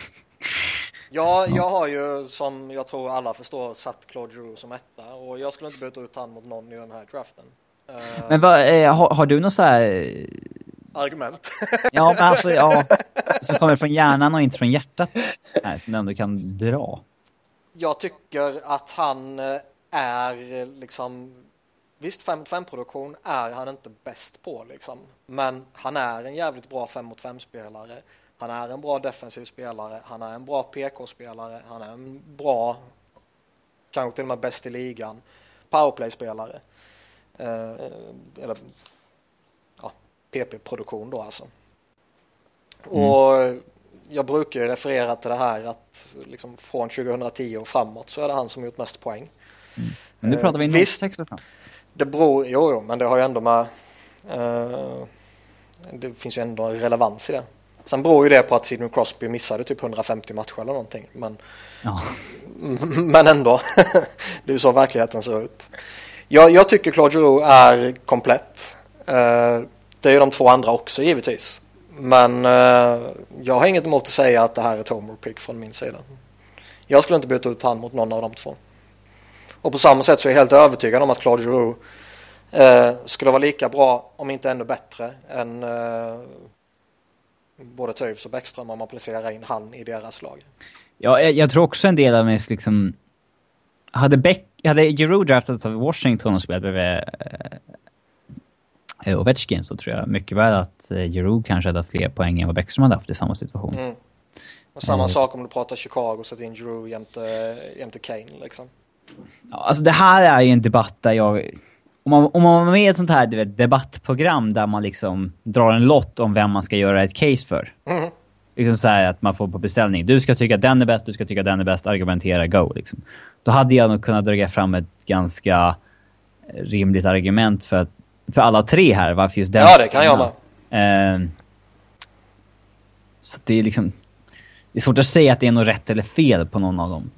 Ja, jag har ju, som jag tror alla förstår, satt Claude Giroux som etta. Och jag skulle inte byta ut han mot någon i den här draften. Men vad, eh, har, har du något så här... Argument? Ja, men alltså, ja. Som kommer från hjärnan och inte från hjärtat. Nej, som du ändå kan dra. Jag tycker att han är liksom... Visst, fem mot fem-produktion är han inte bäst på liksom. Men han är en jävligt bra fem mot fem-spelare. Han är en bra defensiv spelare. Han är en bra P K-spelare. Han är en bra, kanske till och med bäst i ligan, powerplay-spelare. Eh, eller ja, P P-produktion då alltså. Mm. Och jag brukar ju referera till det här att liksom från tjugohundratio och framåt så är det han som gjort mest poäng. Mm. Men nu pratar vi inte Visst, det beror, jo, jo, men det har ju ändå med uh, det finns ju ändå en relevans i det. Sen beror ju det på att Sidney Crosby missade typ hundrafemtio matcher eller någonting, men ja. men ändå det är ju så verkligheten ser ut. Jag, jag tycker Claude Giroux är komplett. Uh, det är ju de två andra också givetvis. Men uh, jag har inget emot att säga att det här är ett homer pick från min sida. Jag skulle inte byta ut han mot någon av de två. Och på samma sätt så är jag helt övertygad om att Claude Giroux eh, skulle vara lika bra, om inte ännu bättre, än eh, både Toews och Bäckström om man placerar in han i deras lag. Ja, jag, jag tror också en del av mig liksom... Hade, Beck, hade Giroux draftat av Washington och spelat bredvid eh, Ovechkin så tror jag mycket väl att eh, Giroux kanske hade fler poäng än vad Bäckström hade haft i samma situation. Mm. Och samma mm. sak om du pratar Chicago, sätt in Giroux jämte, jämte Kane liksom. Ja, alltså det här är ju en debatt där jag... Om man, om man var med i ett sånt här du vet, debattprogram där man liksom drar en lott om vem man ska göra ett case för. Mm. Liksom så här att man får på beställning. Du ska tycka att den är bäst, du ska tycka att den är bäst, argumentera, go liksom. Då hade jag nog kunnat dra fram ett ganska rimligt argument för, att, för alla tre här. Varför just den? Ja, det kan jag med. Eh, så det är liksom... Det är svårt att säga att det är något rätt eller fel på någon av dem.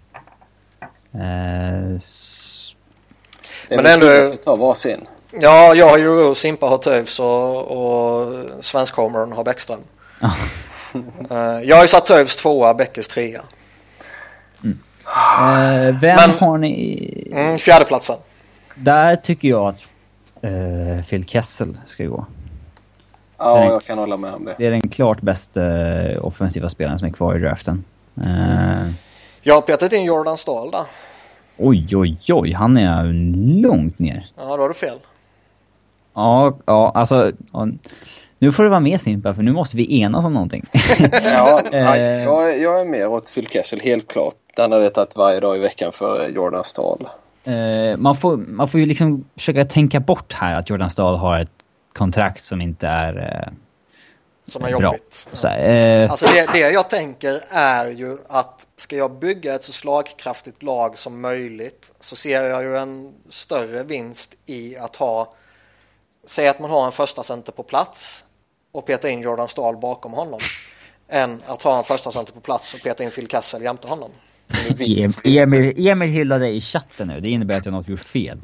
Uh, s- men ändå att vi tar varsin. Ja, jag har ju Simpa har Toews och, och svensk homern har Bäckström. uh, jag har ju satt Toews tvåa, Bäckes trea. Mm. Uh, vem men, har ni? Mm, fjärdeplatsen. Där tycker jag att uh, Phil Kessel ska gå. Ja, den, jag kan hålla med om det. Det är den klart bästa uh, offensiva spelaren som är kvar i draften. Uh, Jag har petat in Jordan Stahl där. Oj, oj, oj. Han är långt ner. Ja, då har du fel. Ja, ja alltså... Ja, nu får du vara med, Simpa, för nu måste vi enas om någonting. Ja, nej, jag, jag är med åt Phil Kessel, helt klart. Den har det tagit varje dag i veckan för Jordan Stahl. Uh, man, får, man får ju liksom försöka tänka bort här att Jordan Stahl har ett kontrakt som inte är... Uh, som är jobbigt. Så, uh, alltså det, det jag tänker är ju att ska jag bygga ett så slagkraftigt lag som möjligt så ser jag ju en större vinst i att ha, säg att man har en första center på plats och peta in Jordan Stahl bakom honom än att ha en första center på plats och peta in Phil Kessel jämte honom. Emil, Emil hyllar dig i chatten nu. Det innebär att jag något gjort fel.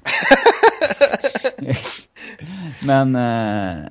Men uh,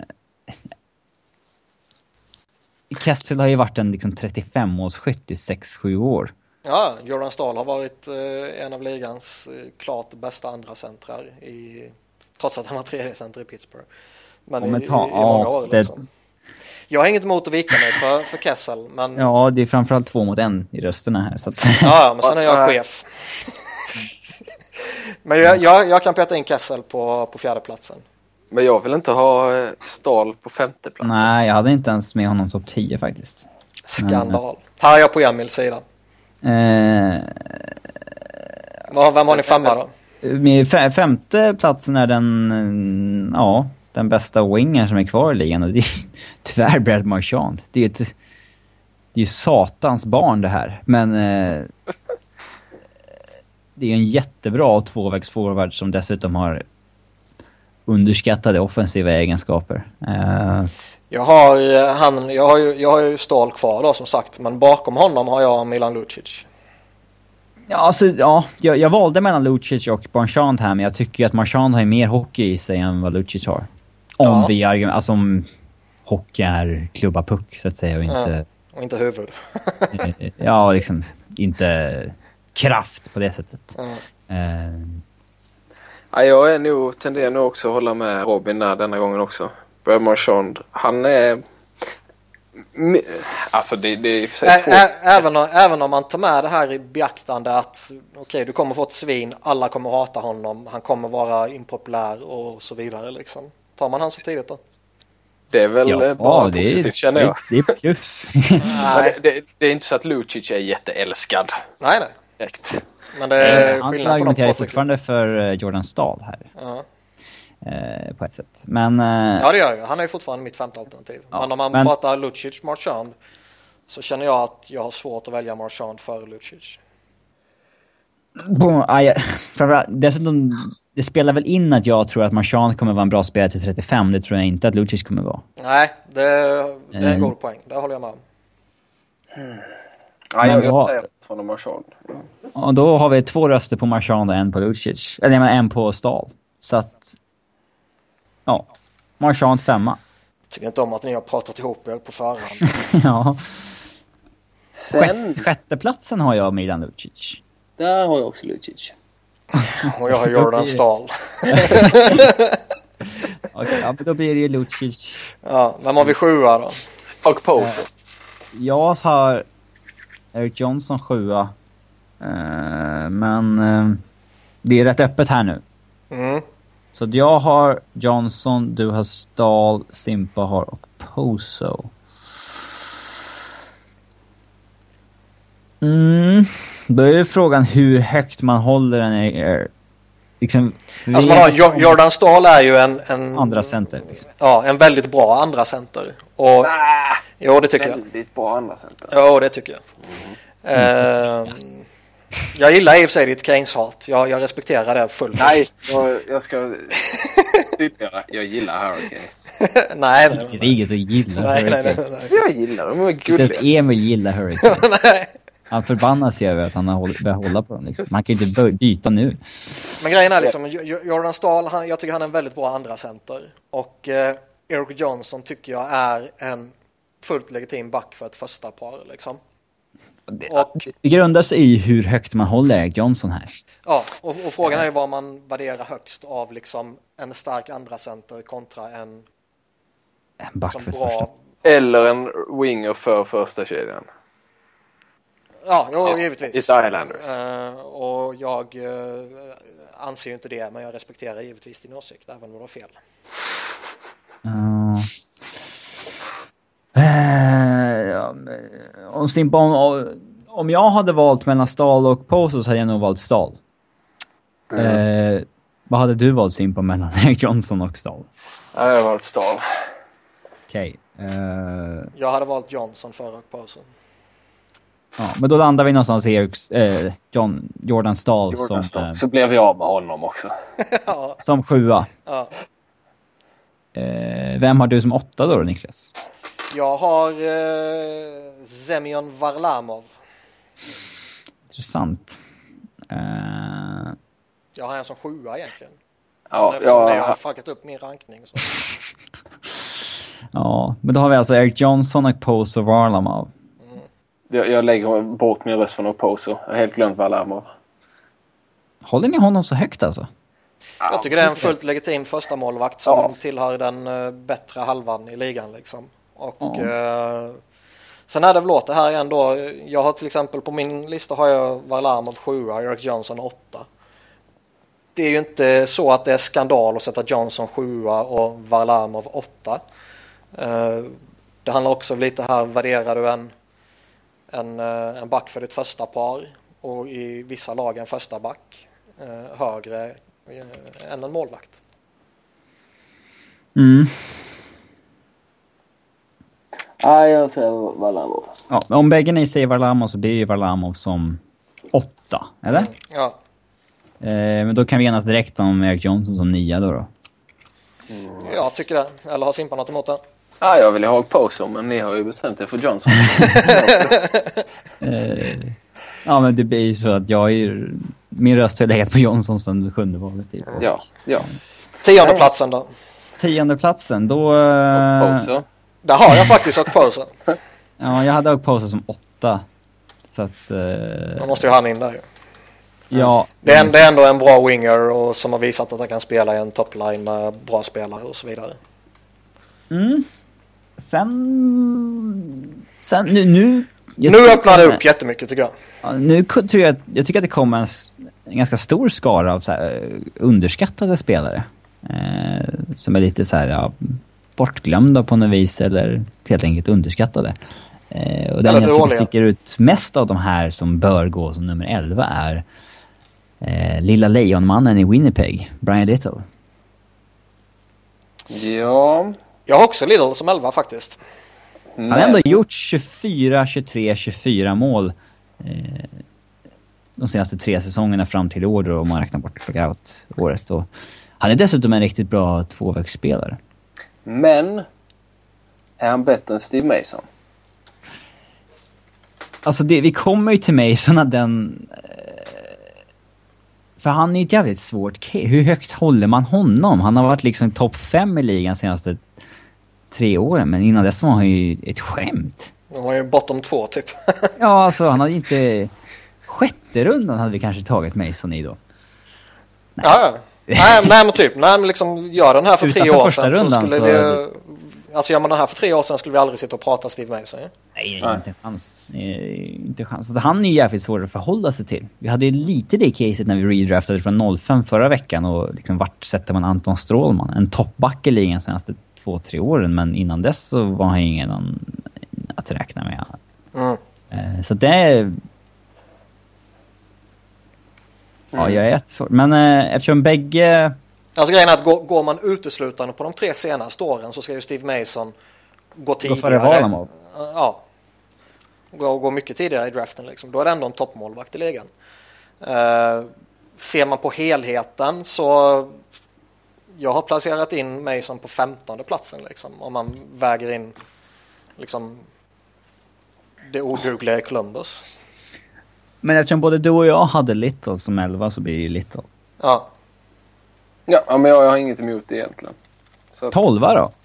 Kessel har ju varit en liksom trettiofem-årsskytt i sex sju år. Ja, Jordan Stahl har varit eh, en av ligans eh, klart bästa andra centrar i, trots att han var tredje center i Pittsburgh. Men i, ta, i, i många år det, liksom. Jag har inget emot att vika mig för, för Kessel. Men... Ja, det är framförallt två mot en i rösterna här. Så att... Ja, men sen är jag chef. Men jag, jag, jag kan peta in Kessel på, på fjärde platsen. Men jag vill inte ha eh, Stahl på femte plats. Nej, jag hade inte ens med honom topp tio faktiskt. Skandal. Här är jag på Emils sida. Eh, Vad- Vem har ni femma då? med fe- femte platsen är den, eh, ja, den bästa winger som är kvar i ligan. Och det är tyvärr Brad Marchand. Det är ett, det är ju satans barn det här. Men eh, det är en jättebra tvåvägsforward som dessutom har underskattade offensiva egenskaper. Eh, Jag har, eh, han, jag har ju, jag har ju Stahl kvar då som sagt. Men bakom honom har jag Milan Lucic. Ja, alltså, ja jag, jag valde mellan Lucic och Marchand här, men jag tycker att Marchand har ju mer hockey i sig än vad Lucic har. Om Ja. vi argument, alltså om hockey är klubba puck så att säga och inte, Och inte huvud. eh, ja liksom, inte kraft på det sättet. Mm. Eh, Ja, jag är nog, tenderar nog också att hålla med Robin där denna gången också. Brad Marchand, han är... Alltså det, det är i och för sig Ä- två... ä- även, om- även om man tar med det här i beaktande att okej, okay, du kommer få ett svin, alla kommer hata honom, han kommer vara impopulär och så vidare liksom. Tar man han så tidigt då? Det är väl ja, bara det positivt är, känner jag. Det, det är plus. Men Nej, det, det, det är inte så att Lucic är jätteälskad nej, nej. direkt. Men det är Han skillnad på de argumenterar två tycker jag. fortfarande för eh, Jordan Stahl här. Ja. Eh, på ett sätt. Men... Eh, Ja, det gör jag. Han är ju fortfarande mitt femte alternativ. Ja, men om man men- pratar Lucic, Marchand så känner jag att jag har svårt att välja Marchand före Lucic. Boom, aj, framförallt- dessutom, det spelar väl in att jag tror att Marchand kommer vara en bra spelare till trettiofem. Det tror jag inte att Lucic kommer vara. Nej, det, det är en Mm. god poäng. Det håller jag med om. Ja, jag, Men jag vad- säger från Marchand. Och då har vi två röster på Marchand och en på Lucic. Eller men en på Stahl. Så att... Ja. Marchand femma. Tycker inte om att ni har pratat ihop er på förhand. Ja. Sen, Sjätte, sjätteplatsen har jag Milan Lucic. där har jag också Lucic. Och jag har Jordan Stahl. Okej, ja, men då blir det ju Lucic. Ja, vem har vi sjua då? Och Poser. Jag har Erik Johnson sjua. Eh, men eh, det är rätt öppet här nu. Mm. Så att jag har Johnson, du har Stahl, Simpa har och Poso. Mm. Då är det frågan hur högt man håller den är. Liksom, Alltså man har, Jo- Jordan Stahl är ju en, en, andra center. Liksom. ja, en väldigt bra andra center. Och, jo, det tycker jag. Väldigt bra andra center. Jo, det tycker jag. Ehm, jag gillar i och för sig ditt Keynes-hat. Jag, jag respekterar det fullt. Nej, jag, jag ska tydliggöra. Jag gillar Hurricanes. nej, nej, Det är nej. ingen som gillar Nej, nej, nej, Hurricane. nej. Jag gillar dem, de är Inte ens gulliga. Emil gillar Hurricane. nej. Han förbannas ju över att han har håll, börjat hålla på dem. Liksom. Man kan ju inte bö- byta nu. Men grejen är liksom, Jo- Jo- Jordan Stahl, han, jag tycker han är en väldigt bra andra center. Och eh, Erik Johnson tycker jag är en fullt legitim back för ett första par liksom. Det, Och, det grundar sig i hur högt man håller Erik Johnson här. ja, och, och frågan är ju vad man värderar högst av liksom en stark andra center kontra en En back som för första. bra... Eller en winger för första kedjan. Ja, jo, Ja, givetvis. i Islanders. Eh, och jag uh, anser ju inte det, men jag respekterar givetvis din åsikt, även om det var fel. Uh, uh, ja, om, Simpa, om, om jag hade valt mellan Stahl och Poso så hade jag nog valt Stahl. Mm. Uh, vad hade du valt Simpa mellan Erik Johnson och Stahl? Ja, jag har valt Stahl. Okej. Okay. Uh, Jag hade valt Johnson före pausen. ja, men då landar vi någonstans i Eriks, eh, John, Jordan Stahl, Jordan som, Stahl. eh, Så blev jag av med honom också. ja, som sjua. ja. Eh, vem har du som åtta då, Niklas? Jag har uh, Semyon Varlamov. Intressant. Eh, Jag har en som sjua egentligen. Ja, Men eftersom det, jag har jag, fuckat upp min rankning. Så. ja, men då har vi alltså Erik Johnson och Poso och Varlamov. jag, jag lägger bort min röst från Oposo. Jag har helt glömt Varlamov. Håller ni honom så högt alltså? Jag tycker det är en fullt legitim första målvakt som Ja. tillhör den uh, bättre halvan i ligan liksom. Och Ja. uh, sen är det väl åt det här igen då. Jag har till exempel på min lista har jag Varlamov sjua, Erik Johnson åtta. det är ju inte så att det är skandal att sätta Johnson sjua och Varlamov åtta. Uh, det handlar också lite här, värderar du en, en, uh, en back för ditt första par och i vissa lag en första back uh, högre uh, än en målvakt. Mm. Ja, jag säger Varlamov. Ja, om bägge ni säger Varlamov så blir ju Varlamov som åtta, eller? Mm, ja. Eh, men då kan vi enas direkt om Erik Johnson som nia då då. Mm. Jag tycker det. Eller har Simpa något emot det? Ja, jag vill ha Poso, men ni har ju bestämt er för Johnson. eh, ja, men det blir ju så att jag är ju... Min röst har legat på Johnson sedan sjunde valet. Typ. Ja, ja. Tionde platsen då? Tionde platsen, då... Eh, Poso. Där har jag faktiskt och Poso. Ja, jag hade och Poso som åtta. Så att... Eh, Man måste ju han in där ju. Ja. Det är, det är ändå en bra winger och som har visat att han kan spela i en topline med bra spelare och så vidare. Mm. Sen... Sen nu... Nu, nu öppnar det upp jättemycket tycker jag. Ja, nu tror jag... Jag tycker att det kommer en, en ganska stor skara av så här, underskattade spelare. Eh, som är lite så här... Ja, bortglömda på något vis eller helt enkelt underskattade. Eh, och den jag tycker sticker ut mest av de här som bör gå som nummer elva är eh, Lilla Lejonmannen i Winnipeg, Brian Little. Ja. Jag har också Little som elva faktiskt. Han har ändå gjort tjugofyra, tjugotre, tjugofyra mål eh, de senaste tre säsongerna fram till i år då, om man räknar bort lockout-året. Och han är dessutom en riktigt bra tvåvägsspelare. Men är han bättre än Steve Mason? Alltså det, vi kommer ju till Mason att den... För han är ett jävligt svårt case. Hur högt håller man honom? Han har varit liksom topp fem i ligan senaste tre åren. Men innan dess var han ju ett skämt. Han var ju bottom två typ. Ja, alltså han hade inte... Sjätte rundan hade vi kanske tagit Mason i då. Nej. Ja, nej, nej men typ. Nej men liksom gör den här för tre år sedan så skulle så... vi... Alltså gör man den här för tre år sedan skulle vi aldrig sitta och prata Steve Mason. Ja? Nej, nej, inte chans. Nej, inte chans. Så han är ju jävligt svår att förhålla sig till. Vi hade ju lite det caset när vi redraftade från noll fem förra veckan och liksom vart sätter man Anton Strålman? En toppback i ligan senaste två, tre åren. Men innan dess så var han ingen någon att räkna med. Mm. Så det är... Ja, jag är jättesvårt. Men eh, eftersom bägge... Alltså grejen är att går, går man uteslutande på de tre senaste åren så ska ju Steve Mason gå tidigare. Gå före Varlamov. Ja. Gå, gå mycket tidigare i draften liksom. Då är det ändå en toppmålvakt i ligan. Uh, ser man på helheten så jag har placerat in Mason på femtonde platsen liksom. Om man väger in liksom det odugliga i Columbus. Men eftersom både du och jag hade Little som elva så blir det ju Little. Ja. Ja, men jag har inget emot det egentligen. Så att... tolva då?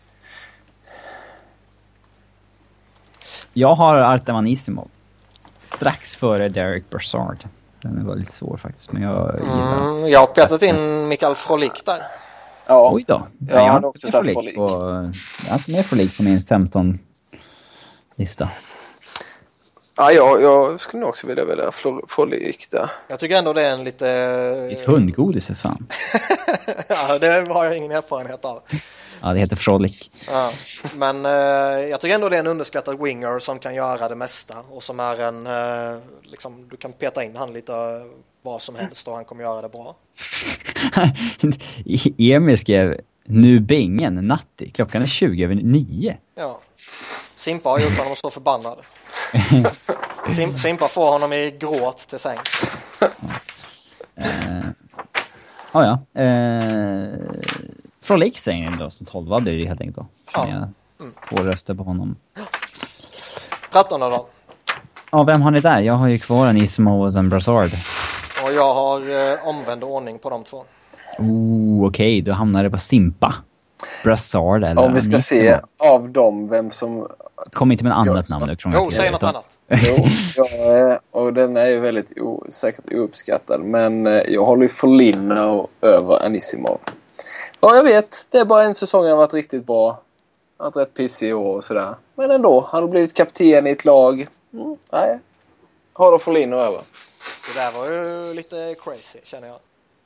Jag har Artem Anisimov. Strax före Derek Brassard. Den var lite svår faktiskt. Men jag, mm, jag har petat in Mikael Frolik där. Ja. Oj då. Ja, jag jag har också tagit Frolik. På, jag har inte med Frolik på min femton-lista. Ja, jag, jag skulle nog också vilja välja Frolik där. Jag tycker ändå det är en lite... Det är ett hundgodis för fan. Ja, det har jag ingen erfarenhet av. Ja, det heter Frolik. Ja, men eh, jag tycker ändå det är en underskattad winger som kan göra det mesta. Och som är en... Eh, liksom, du kan peta in han lite uh, vad som helst och han kommer göra det bra. Emil skrev nu bingen, natti. Klockan är tjugo över nio. Ja. Simpa har gjort honom att stå förbannad. Sim, Simpa får honom i gråt till sängs. uh, oh ja. Uh, Frolik säger ni då som tolva blir det helt enkelt då. Ja. Jag mm. två röster på honom. trettonde då? Ja, vem har ni där? Jag har ju kvar en Ismo och en Brassard. Och jag har eh, omvänd ordning på de två. Oh, okej. Okay. Då hamnar det på Simpa. Brassard eller... Om vi ska Ismo. Se av dem vem som... Kom inte med en annat namn. Jo, säg något annat. Jo, jag, och den är ju väldigt o, säkert ouppskattad. Men jag håller ju Foligno över Anisimov. Ja, jag vet. Det är bara en säsong han har varit riktigt bra. Han har varit rätt pissig i år och sådär. Men ändå, han har blivit kapten i ett lag. Mm, nej. Har du Foligno över? Det där var ju lite crazy, känner jag.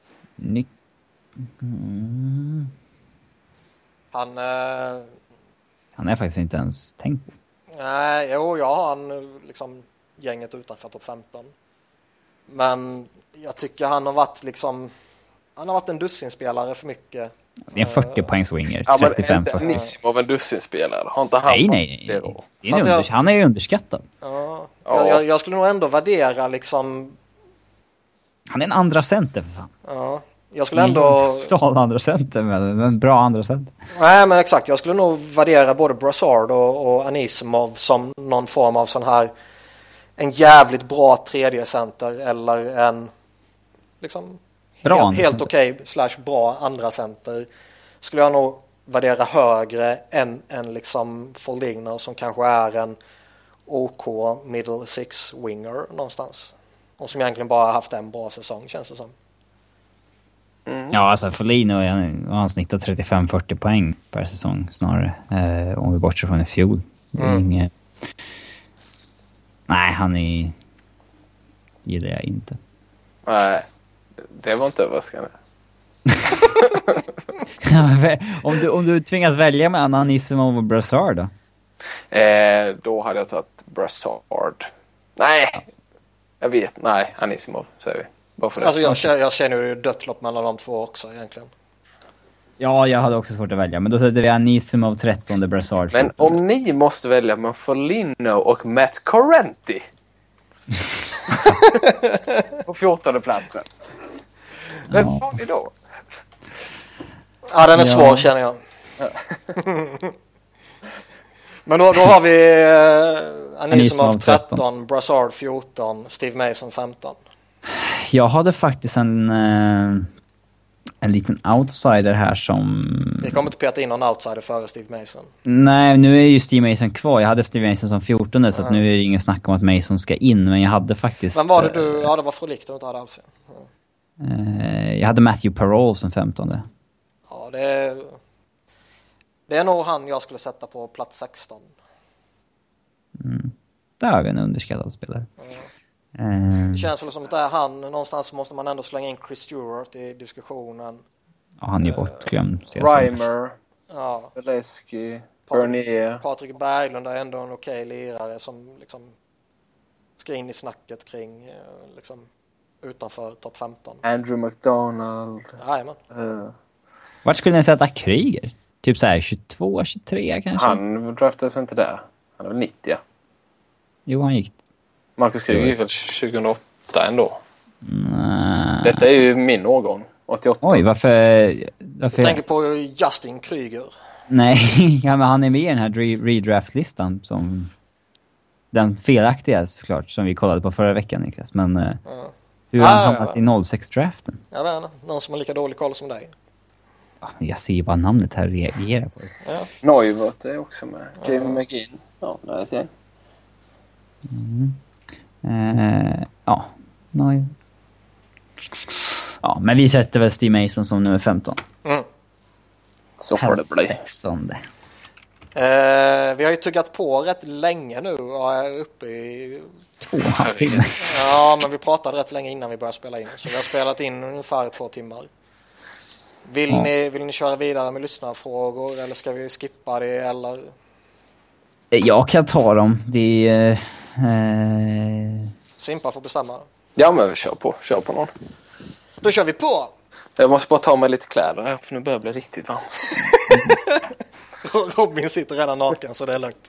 Nick... Mm. Han... Eh... Han är faktiskt inte ens tänkt på. Nej, jo, jag har han liksom gänget utanför topp femton. Men jag tycker han har varit liksom... Han har varit en dussinspelare för mycket. Det är en fyrtio poängs winger. Ja, trettiofem men Anisimov av en dussinspelare. Har inte han... Nej, nej, nej. Det är under... Han är ju underskattad. Ja, ja. Jag, jag skulle nog ändå värdera liksom... Han är en andra center för fan. Ja, jag skulle ändå... Stal andra center, men en bra andra center. Nej, men exakt. Jag skulle nog värdera både Brassard och, och Anisimov som någon form av sån här... En jävligt bra tredje center eller en... Liksom... Bra Helt, helt okej okay, slash bra andra center. Skulle jag nog värdera högre än, än liksom Foligno som kanske är en OK middle six winger någonstans. Och som egentligen bara har haft en bra säsong, känns det som. Mm. Ja, alltså Foligno, han, han snittar trettiofem fyrtio poäng per säsong snarare. Eh, om vi bortser från i fjol. Det är mm. inget... Nej, han är... gillar jag inte. Nej. Det var inte överraskande. om, du, om du tvingas välja med Anisimov och Brassard då? Eh, då hade jag tagit Brassard. Nej, jag vet. Nej, Anisimov säger vi. Bara för det. Alltså jag känner, jag känner ju dödslopp mellan de två också egentligen. Ja, jag hade också svårt att välja. Men då sätter vi Anisimov tretton, Brassard Men om ni måste välja med Foligno och Matt Correnti på fjortonde platsen. Vem ja. var ni då? Ja, den är ja. svår känner jag. Men då, då har vi eh, Anisimov tretton, Brassard fjorton, Steve Mason femton. Jag hade faktiskt en eh, en liten outsider här som... Vi kommer inte peta in någon outsider före Steve Mason. Nej, nu är ju Steve Mason kvar. Jag hade Steve Mason som fjortonde mm. så att nu är det ingen snack om att Mason ska in. Men jag hade faktiskt... Men var det du... Ja, det var för likt och inte hade alls. Mm. Uh, jag hade Matthew Parole som femtonde. Ja, det är... Det är nog han jag skulle sätta på plats sexton. Mm. Där har vi en underskattad spelare. Mm. Uh, det känns väl som att det är han. Någonstans måste man ändå slänga in Chris Stewart i diskussionen. Ja, han är ju bortglömd. Reimer, ja. Beleski, Bernier. Patrik Berglund är ändå en okej lirare som liksom ska in i snacket kring liksom utanför topp femton. Andrew McDonald. Jajamän. Uh. Vart skulle ni sätta Kryger? Typ så här tjugotvå, tjugotre kanske? Han draftades inte där. Han var nittio. Jo, han gick. Marcus Kryger gick väl tjugohundraåtta ändå. Nej. Detta är ju min årgång. åttioåtta. Oj, varför... varför... Jag tänker på Justin Kryger. Nej, ja, men han är med i den här redraft-listan som... Den felaktiga såklart, som vi kollade på förra veckan, Niklas. Men uh, ja. hur har han hamnat ja, ja. i noll sex-draften? Jag vet inte, någon som har lika dålig koll som dig. Jag ser ju bara namnet här reagera på det. Ja. Neuvert är också med. Jamie ja. McGinn. Ja, det är det. Mm. Uh, ja, Neuvert. Ja, men vi sätter väl Steve Mason som nummer femton. Mm. Så får det bli. sextonde. Eh, vi har ju tuggat på rätt länge nu och är uppe i... Två och en halv timme. Ja, men vi pratade rätt länge innan vi började spela in. Så vi har spelat in ungefär två timmar. Vill, ja. ni, vill ni köra vidare med lyssnarfrågor eller ska vi skippa det eller... Jag kan ta dem. Det är... Eh... Simpa får bestämma. Ja, men vi kör på. Kör på någon. Då kör vi på! Jag måste bara ta mig lite kläder här för nu börjar det bli riktigt varmt. Robin sitter redan naken så det är lugnt.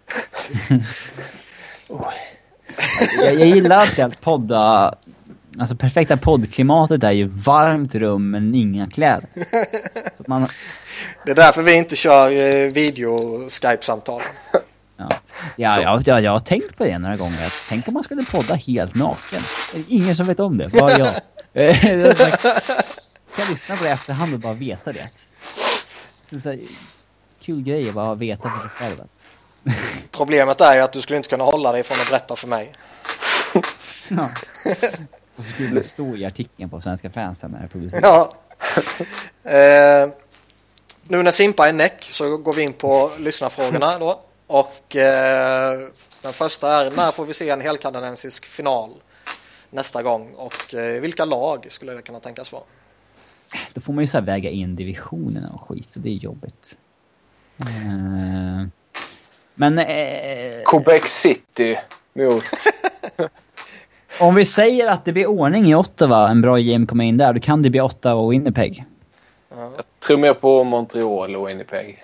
jag, jag gillar alltid att podda. Alltså perfekta poddklimatet är ju varmt rum men inga kläder. Så man... Det är därför vi inte kör video-Skype-samtal. Ja, ja jag, jag, jag har tänkt på det några gånger. Tänk om man skulle podda helt naken. Ingen som vet om det, bara jag. Jag kan lyssna på det efterhand och bara veta det. Så, så, kul grej att bara veta för sig själv. Problemet är ju att du skulle inte kunna hålla dig från att berätta för mig. Ja. Och så skulle det stå i artikeln på Svenska Fansen när det produceras. Ja. Eh, nu när Simpa är näck så går vi in på lyssnarfrågorna då. Och eh, den första är: när får vi se en helkanadensisk final nästa gång? Och eh, vilka lag skulle det kunna tänkas vara? då får man ju så här väga in divisionerna och skit, och det är jobbigt. Uh, men... Uh, Quebec City mot... Om vi säger att det blir ordning i Ottawa, en bra G M kommer in där, då kan det bli Ottawa och Winnipeg. Jag tror mer på Montreal och Winnipeg.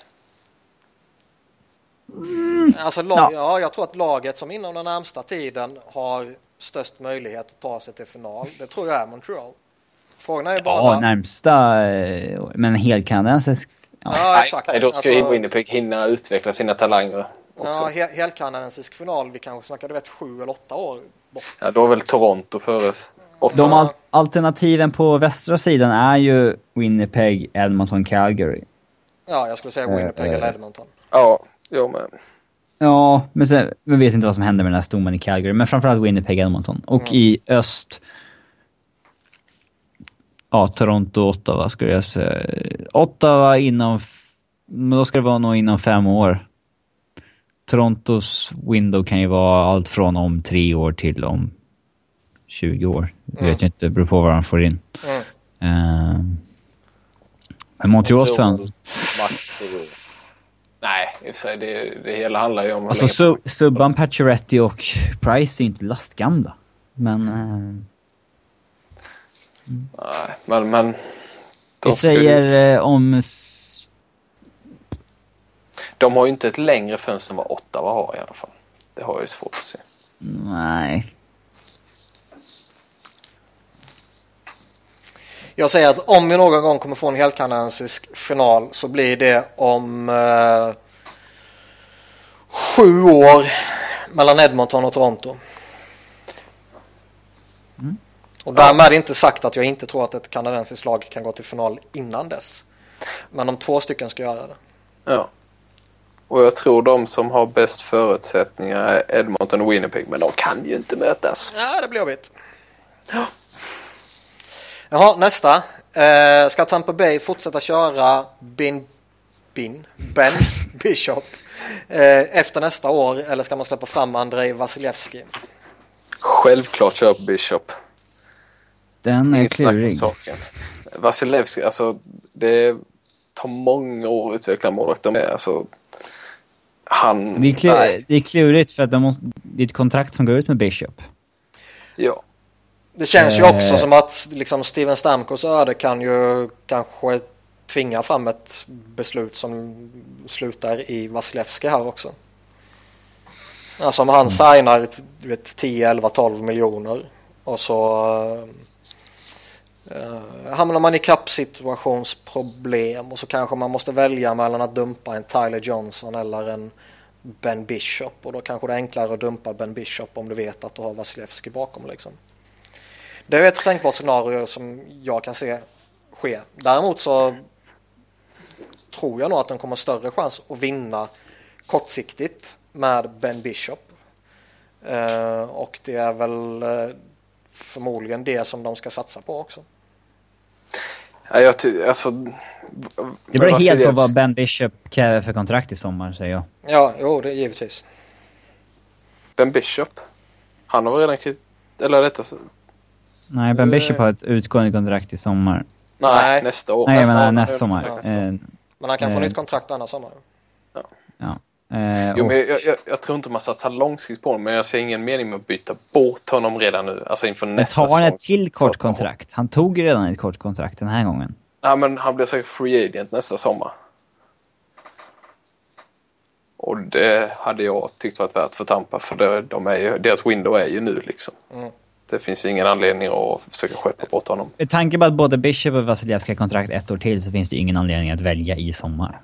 Mm. Alltså, lag, ja. ja, jag tror att laget som inom den närmsta tiden har störst möjlighet att ta sig till final, det tror jag är Montreal. Frågan är ju bara... Ja, närmsta, men helt kanadensisk. Ja, ja, exakt. Nej, då ska ju alltså, Winnipeg hinna utveckla sina talanger också. Ja, he- helt kanadensisk final, vi kanske snackade vet sju eller åtta år bort. Ja, då är väl Toronto före åtta. De al- alternativen på västra sidan är ju Winnipeg, Edmonton, Calgary. Ja, jag skulle säga Winnipeg uh, eller Edmonton. Ja, jo men... Ja, men sen, vi vet inte vad som händer med den här stommen i Calgary. Men framförallt Winnipeg, Edmonton. Och mm. i öst... Ja, Toronto, Ottawa skulle jag säga. Ottawa inom... Men då ska det vara nog inom fem år. Torontos window kan ju vara allt från om tre år till om tjugo år. Jag vet mm. inte, det beror på vad de får in. Mm. Uh, men Montreals fan... Nej, det, det hela handlar ju om... Alltså su- Subban, Pacioretty och Price är inte lastgamla. Men... Uh... Nej, men... men vi säger ju... uh, om... De har ju inte ett längre fönster än vad Ottawa har i alla fall. Det har jag ju svårt att se. Nej. Jag säger att om vi någon gång kommer få en helkanadensisk final så blir det om eh, sju år mellan Edmonton och Toronto. Mm. Och därmed är det inte sagt att jag inte tror att ett kanadensiskt lag kan gå till final innan dess. Men om två stycken ska göra det. Ja. Och jag tror de som har bäst förutsättningar är Edmonton och Winnipeg, men de kan ju inte mötas. Ja, det blir jobbigt. Ja. Jaha, nästa. Eh, ska Tampa Bay fortsätta köra Bin, Bin, Ben Bishop eh, efter nästa år, eller ska man släppa fram Andrei Vasilevski? Självklart kör Bishop. Den är klurig. Vasilevski, alltså det tar många år att utveckla målet. De är alltså han... Det är, klur, det är klurigt för att de måste, det är ett kontrakt som går ut med Bishop. Ja. Det känns ju också som att liksom Steven Stamkos öde kan ju kanske tvinga fram ett beslut som slutar i Vasilevski här också. Alltså om han mm. signar vet, tio, elva, tolv miljoner och så uh, hamnar man i kappsituationsproblem och så kanske man måste välja mellan att dumpa en Tyler Johnson eller en Ben Bishop, och då kanske det är enklare att dumpa Ben Bishop om du vet att du har Vasilevski bakom liksom. Det är ett tänkbart scenario som jag kan se ske. Däremot så tror jag nog att de kommer ha större chans att vinna kortsiktigt med Ben Bishop. Uh, och det är väl uh, förmodligen det som de ska satsa på också. Ja, jag ty- alltså, det beror helt på vad Ben Bishop kräver för kontrakt i sommar, säger jag. Ja, jo, det är givetvis. Ben Bishop? Han har redan krit- eller detta så... Nej, Ben Bishop har ett utgående kontrakt i sommar. Nej, Nej. nästa år. Nej, nästa, men år, nästa sommar. Ja, nästa år. Men han kan få eh, nytt kontrakt annars sommar. Ja. Ja. Eh, jo, men jag, jag, jag tror inte man satsar långsiktigt på honom, men jag ser ingen mening med att byta bort honom redan nu. Alltså inför nästa säsong. Tar han ett till kort kontrakt? Han tog ju redan ett kort kontrakt den här gången. Ja, men han blir säkert free agent nästa sommar. Och det hade jag tyckt varit värt för Tampa, för det, de är ju, deras window är ju nu liksom. Mm. Det finns ju ingen anledning att försöka skeppa bort honom. Med tanke på att både Bishop och Vasilevski har kontrakt ett år till, så finns det ju ingen anledning att välja i sommar.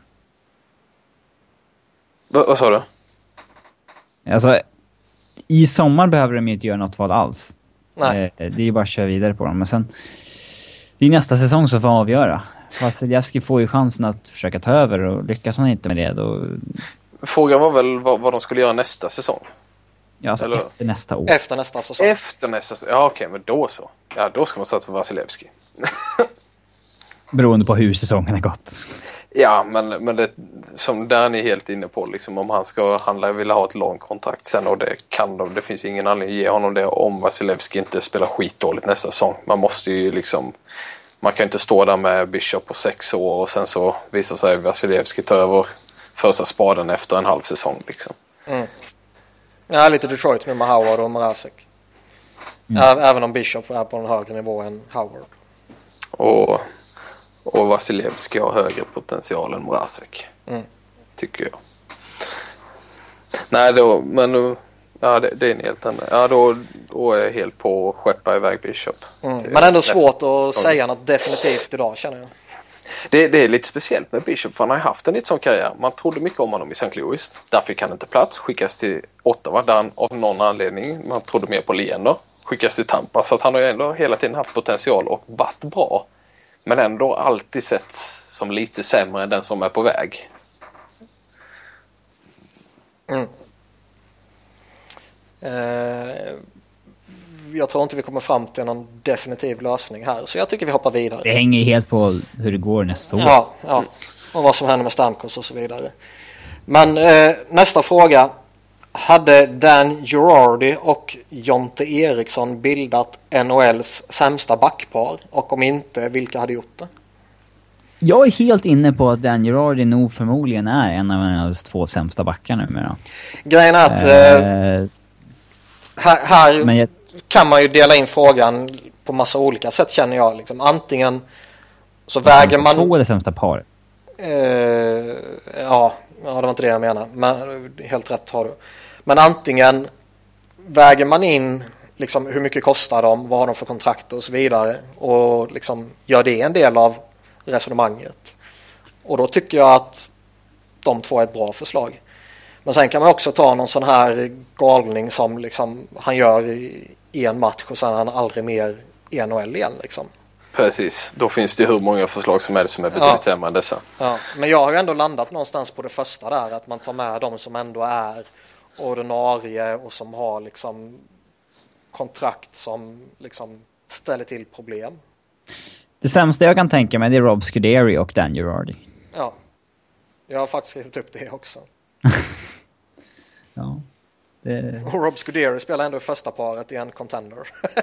Va, vad sa du? Alltså, i sommar behöver de ju inte göra något val alls. Nej. Det är ju bara att köra vidare på dem. Men sen, det är nästa säsong som får avgöra. Vasilevski får ju chansen att försöka ta över, och lyckas han inte med det då... Frågan var väl vad, vad de skulle göra nästa säsong? Ja, alltså Eller... efter nästa år. Efter nästa säsong. Efter nästa säsong. Ja, okej, men då så. Ja, då ska man satsa på Vasilevski. Beroende på hur säsongen har gått. Ja, men, men det som där ni är helt inne på, liksom, om han ska handla, vill ha ett långt kontrakt sen, och det kan de. Det finns ingen anledning att ge honom det om Vasilevski inte spelar skitdåligt nästa säsong. Man måste ju liksom man kan inte stå där med Bishop på sex år och sen så visar sig Vasilevski ta över första spaden efter en halv säsong liksom. Mm. Ja, lite Detroit nu med Howard och Mrazek. Mm. Även om Bishop är på en högre nivå än Howard. Och, och Vasilevski har högre potential än Mrazek. Mm. Tycker jag. Nej, då, men nu, ja, det, det är en helt annan. Ja, då, då är jag helt på att skeppa iväg Bishop. Mm. Men ändå svårt att säga något definitivt idag, känner jag. Det, det är lite speciellt med Bishop, för han har haft en lite sån karriär. Man trodde mycket om honom i Saint Louis. Där fick han inte plats. Skickas till Ottawa där han av någon anledning, man trodde mer på Leander. Skickas till Tampa. Så att han har ju ändå hela tiden haft potential och varit bra. Men ändå alltid setts som lite sämre än den som är på väg. Mm. Eh, jag tror inte vi kommer fram till någon definitiv lösning här. Så jag tycker vi hoppar vidare. Det hänger helt på hur det går nästa år. Ja, ja. Och vad som händer med Stamkos och så vidare. Men eh, nästa fråga. Hade Dan Girardi och Jonte Eriksson bildat N H L:s sämsta backpar? Och om inte, vilka hade gjort det? Jag är helt inne på att Dan Girardi nog förmodligen är en av hennes två sämsta backar numera. Grejen är att eh, eh, här, här jag... kan man ju dela in frågan på massa olika sätt, känner jag. Liksom. Antingen så väger man... Två eller sämsta par? Eh, ja, ja, det var inte det jag menar. Men helt rätt har du. Men antingen väger man in liksom, hur mycket kostar de, vad har de för kontrakt och så vidare. Och liksom, gör det en del av resonemanget. Och då tycker jag att de två är ett bra förslag. Men sen kan man också ta någon sån här galning som liksom, han gör i, i en match och sen är han aldrig mer i N H L igen. Liksom. Precis, då finns det hur många förslag som helst som är betydligt ja. sämre än dessa. Ja. Men jag har ju ändå landat någonstans på det första där, att man tar med de som ändå är ordinarie och som har liksom kontrakt som liksom ställer till problem. Det sämsta jag kan tänka mig är Rob Scuderi och Dan Girardi. Ja, jag har faktiskt skrivit upp det också. Ja. Det... Och Rob Scuderi spelar ändå i första paret i en contender.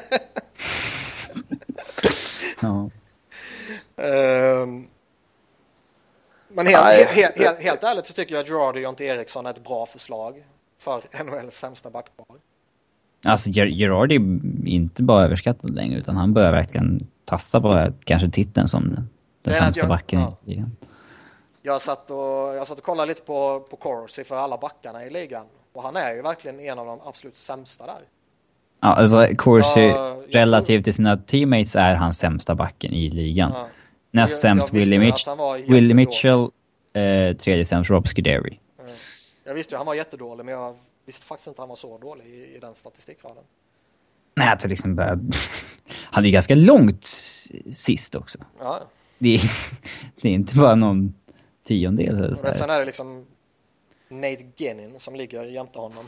Ja. Um, men helt, helt, helt, helt, helt ärligt så tycker jag att Girardi och Jonte Eriksson är ett bra förslag för N H L:s sämsta backpar. Alltså Girardi är inte bara överskattad längre, utan han börjar verkligen tassa på kanske titeln som den sämsta jag, backen ja. i ligan. Jag satt och, jag satt och kollade lite på, på Corsi för alla backarna i ligan. Och han är ju verkligen en av de absolut sämsta där. Ja, alltså Corsi ja, relativt tror... till sina teammates är han sämsta backen i ligan. Ja. Näst sämst Willie, Mitch, Willie Mitchell, eh, tredje sämst Rob Scuderi. Mm. Jag visste ju att han var jättedålig, men jag visste faktiskt inte att han var så dålig i, i den statistikraden. Nej, det liksom bara... han är ganska långt sist också. Ja. Det, är, det är inte bara någon tiondel. Och sen är det liksom Nate Gennin som ligger jämte honom.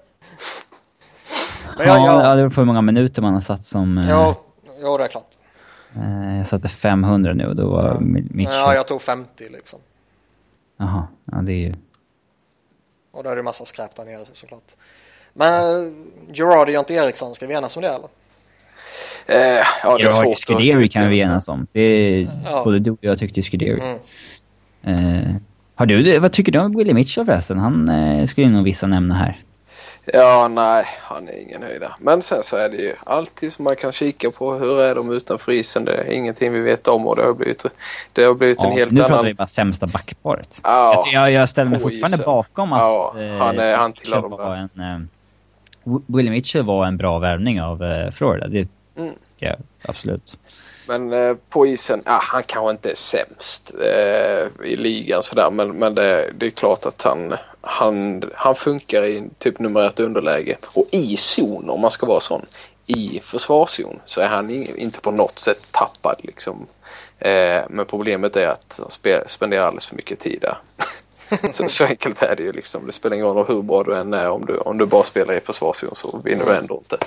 Men jag, jag... Ja, det var på hur många minuter man har satt som... Ja, ja det är klart. Jag satte femhundra nu och då var ja. Mitchell. Ja, jag tog femtio liksom. Jaha, ja det är ju... Och då är det massa skräp där nere såklart. Men Girardi och Jonte Eriksson, ska vi enas om det eller? Eh, ja, det är Girardi svårt. Scuderi kan vi enas om. Det är ja. både du och jag tyckte Scuderi. Mm. Eh, har du, vad tycker du om Willie Mitchell förresten? Han eh, skulle nog vissa nämna här. Ja, nej, han är ingen höjda. Men sen så är det ju alltid som man kan kika på hur är de utanför isen. Det är ingenting vi vet om och det har blivit, det har blivit ja, en helt nu annan... Nu pratar vi bara sämsta backparet. Ja, jag, jag ställer mig fortfarande isen. bakom att ja, han är, han tillhör dem var en, eh, Willie Mitchell var en bra värvning av eh, Florida. Det mm. ja, absolut. Men eh, på isen, ah, han kanske inte är sämst eh, i ligan sådär, men, men det, det är klart att han, han, han funkar i typ nummer ett underläge. Och i zon, om man ska vara sån, i försvarszon så är han inte på något sätt tappad liksom. Eh, men problemet är att han spe, spenderar alldeles för mycket tid där. så, så enkelt är det ju liksom. Det spelar ingen roll hur bra du än är, om du, om du bara spelar i försvarszon så vinner du ändå inte.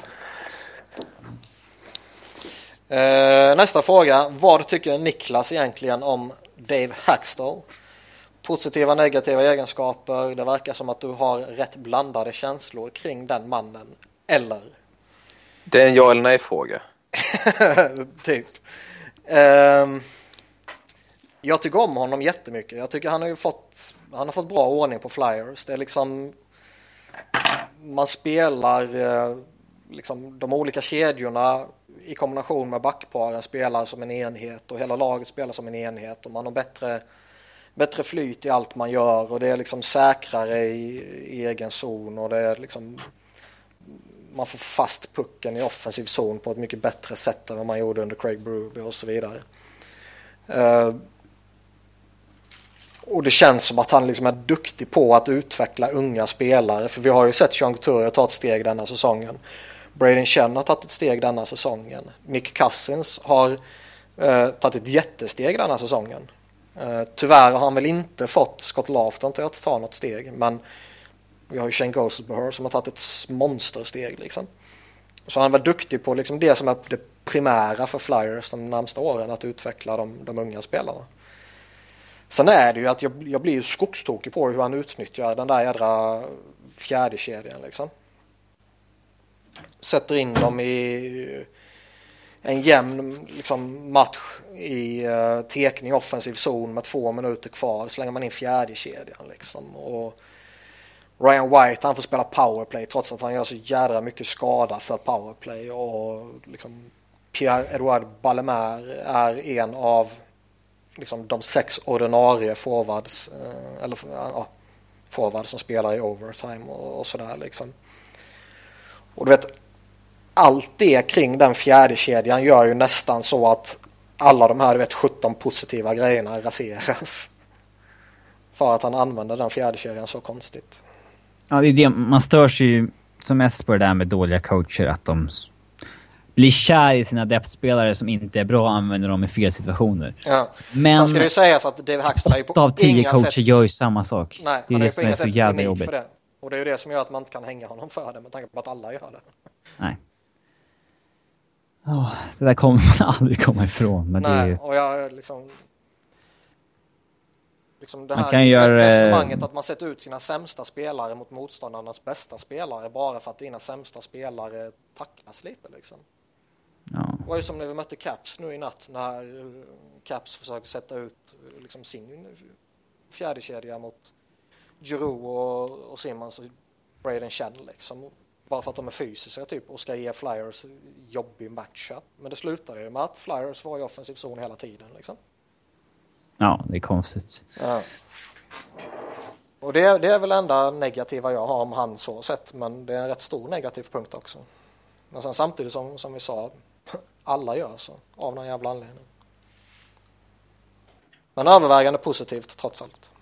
Uh, nästa fråga. Vad tycker Niklas egentligen om Dave Hackstall? Positiva, negativa egenskaper. Det verkar som att du har rätt blandade känslor kring den mannen. Eller? Det är en ja eller nej-fråga. Typ. Um, jag tycker om honom jättemycket. Jag tycker han har ju fått han har fått bra ordning på Flyers. Det är liksom man spelar eh, liksom de olika kedjorna i kombination med backparen spelar som en enhet och hela laget spelar som en enhet och man har bättre bättre flyt i allt man gör och det är liksom säkrare i, i egen zon och det är liksom man får fast pucken i offensiv zon på ett mycket bättre sätt än vad man gjorde under Craig Berube och så vidare. Uh, och det känns som att han liksom är duktig på att utveckla unga spelare för vi har ju sett Sean Couturier ta ett steg denna säsongen. Braden Chen har tagit ett steg denna säsongen. Nick Cousins har uh, tagit ett jättesteg denna säsongen. Uh, tyvärr har han väl inte fått Scott Laughton till att ta något steg men vi har ju Shane Gostisbehere som har tagit ett monstersteg liksom. Så han var duktig på liksom det som är det primära för Flyers de närmsta åren att utveckla de, de unga spelarna. Sen är det ju att jag, jag blir ju skogstokig på hur han utnyttjar den där jädra fjärde kedjan liksom. Sätter in dem i en jämn liksom, match i uh, tekning offensiv zon med två minuter kvar. Slänger man in fjärde kedjan liksom. Och Ryan White han får spela powerplay trots att han gör så jädra mycket skada för powerplay och liksom Pierre-Edouard Ballemare är en av liksom de sex ordinarie forwards uh, eller ja, forwards som spelar i overtime och, och sådär liksom. Och du vet allt det kring den fjärde kedjan gör ju nästan så att alla de här du vet sjutton positiva grejerna raseras. För att han använder den fjärde kedjan så konstigt. Ja, det är det. Man stör sig ju som mest på det där med dåliga coacher att de blir kär i sina depthspelare som inte är bra och använder dem i fel situationer. Ja. Men sen ska det ju sägas att Dave Haxtell är ju på åtta av tio coacher sätt... gör ju samma sak. Nej, det är det det som är så jävla jobbigt. för det. Och det är ju det som gör att man inte kan hänga honom för det med tanke på att alla gör det. Nej. Oh, det där kommer man aldrig komma ifrån. Men Nej, det är ju... och jag liksom... Liksom det man här kan göra... resonemanget att man sätter ut sina sämsta spelare mot motståndarnas bästa spelare bara för att dina sämsta spelare tacklas lite liksom. Ja. Det var ju som när vi mötte Caps nu i natt när Caps försökte sätta ut liksom sin fjärde kedja mot Giroux och, och Simmons och Braden Chen liksom. Bara för att de är fysiska typ och ska ge Flyers jobbig matchup. Men det slutade ju med att Flyers var i offensiv zon hela tiden liksom. Ja, det är konstigt. Ja. Och det, det är väl enda negativa jag har om han så sett. Men det är en rätt stor negativ punkt också. Men sen samtidigt som, som vi sa, alla gör så av någon jävla anledning. Men övervägande positivt trots allt.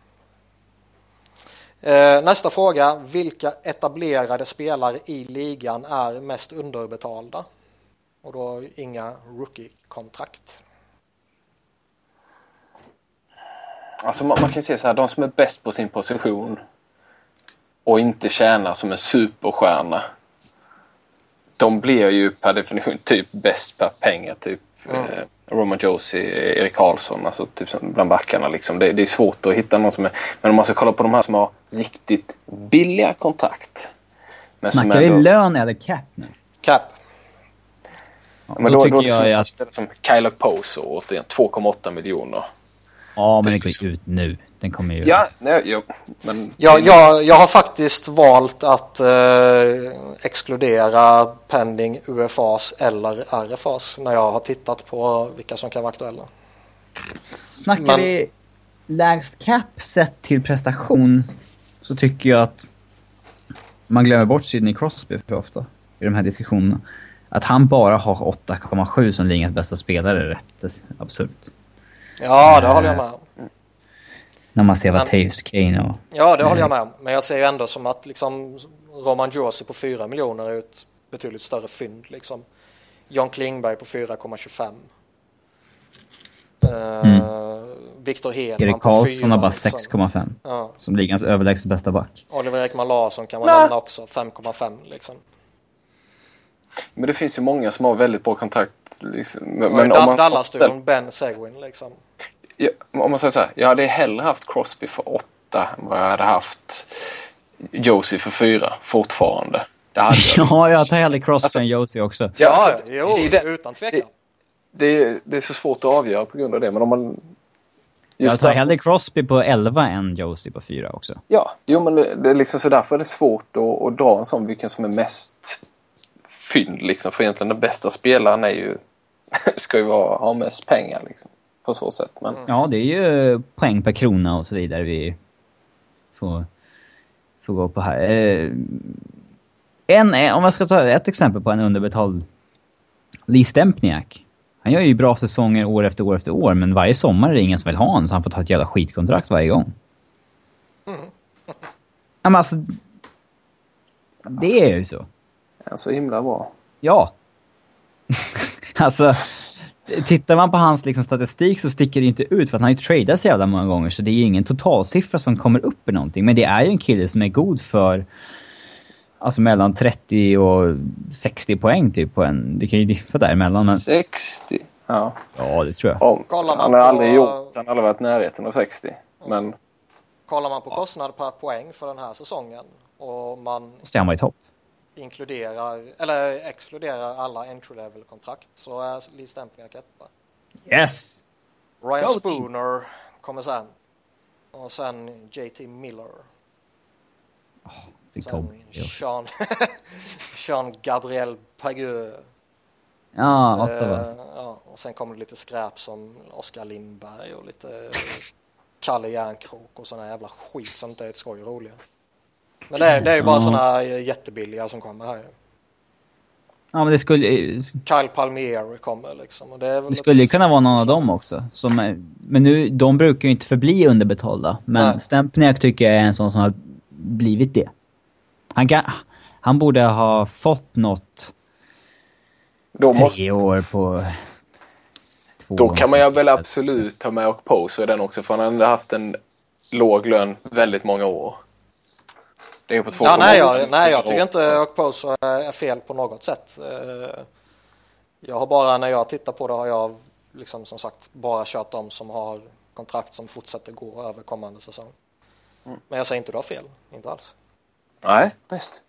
Eh, nästa fråga. Vilka etablerade spelare i ligan är mest underbetalda? Och då inga rookie-kontrakt. Alltså man, man kan ju säga så här, de som är bäst på sin position och inte tjänar som en superstjärna, de blir ju per definition typ bäst per pengar, typ mm. eh, Roman Josi, Erik Karlsson, alltså typ bland backarna liksom. Det, det är svårt att hitta någon som är, men om man ska kolla på de här som har riktigt billiga kontrakt. Men snackar vi ändå... lön eller cap nu? Cap. Ja, men då, då, då jag liksom, att... som Kyle Poso återigen två komma åtta miljoner. Ja, men det går ut nu. Den kommer ju... Ja, nej, jo, men... jag, jag, jag har faktiskt valt att eh, exkludera pending U F As eller R F As när jag har tittat på vilka som kan vara aktuella. Snackar men... vi lägst cap sett till prestation så tycker jag att man glömmer bort Sidney Crosby för ofta i de här diskussionerna. Att han bara har åtta komma sju som ligans bästa spelare är rätt absurt. Ja, det håller jag med om. När man ser vad Taves Kane och... Ja, det håller jag med om. Men jag ser ju ändå som att liksom, Roman Josi på fyra miljoner är ett betydligt större fynd. Liksom. John Klingberg på fyra komma tjugofem. Mm. Uh, Victor Hedman Erik på Karlsson har bara liksom. sex komma fem. Ja. Som ligans överlägset bästa back. Oliver Ekman Larsson kan man nämna också. fem komma fem liksom. Men det finns ju många som har väldigt bra kontakt. Liksom. Men, men om man Dallas-studion Ben Seguin liksom. Ja, om man säger så här, jag hade hellre haft Crosby för åtta än vad jag hade haft Josie för fyra fortfarande. Det hade jag. Ja, jag tar hellre Crosby alltså, än Josie också. Ja, alltså, jo, det, utan tvekan. det, är, det är så svårt att avgöra på grund av det. Men om man... Jag tar hellre Crosby på elva än Josie på fyra också. Ja, jo, men det, det är liksom så därför är det svårt att, att dra en sån vilken som är mest fynd liksom. För egentligen den bästa spelaren är ju ska ju vara, ha mest pengar liksom. På så sätt. Men... Ja, det är ju poäng per krona och så vidare vi får, får gå på här. Eh, en, om jag ska ta ett exempel på en underbetald Lee Stempniak. Han gör ju bra säsonger år efter år efter år, men varje sommar är det ingen som vill ha honom, så han får ta ett jävla skitkontrakt varje gång. Mm. Ja, men alltså, det är ju så. Ja, så himla bra. Ja. Alltså, tittar man på hans liksom, statistik så sticker det inte ut, för att han har ju tradat så jävla många gånger, så det är ju ingen totalsiffra som kommer upp i någonting. Men det är ju en kille som är god för alltså mellan trettio och sextio poäng typ på en. Det kan ju diffa där emellan. Men... sextio? Ja. Ja, det tror jag. Om, han har aldrig gjort, han har aldrig varit närheten av sextio. Men... Kollar man på kostnad per poäng för den här säsongen och man måste han vara i topp. Inkluderar, eller exkluderar alla entry-level-kontrakt, så är Lee Stempniak etta. Yes! Ryan Go Spooner team. Kommer sen. Och sen J T Miller. Oh, sen Sean, Sean Gabriel Pagueux. Ja, Ottawa. Ja, och sen kommer det lite skräp som Oskar Lindberg och lite Kalle Järnkrok och såna jävla skit som inte är ett skoj roliga. Men det är, det är ju bara mm. såna jättebilliga som kommer här. Ja, men det skulle... Kyle Palmieri kommer liksom. Och det är väl det skulle ju kunna vara någon av dem också. Som är... Men nu, de brukar ju inte förbli underbetalda. Men Stempniak tycker jag är en sån som har blivit det. Han, kan... Han borde ha fått något då tre måste... år på... Då kan man ju väl absolut ta med och Poso i den också. För han har ändå haft en låg lön väldigt många år. Det är på två ja, nej, jag, nej, jag tycker inte Okposo är fel på något sätt. Jag har bara, när jag tittar på det, har jag liksom som sagt bara kört dem som har kontrakt som fortsätter gå över kommande säsong. Mm. Men jag säger inte du har fel, inte alls. Nej, bäst.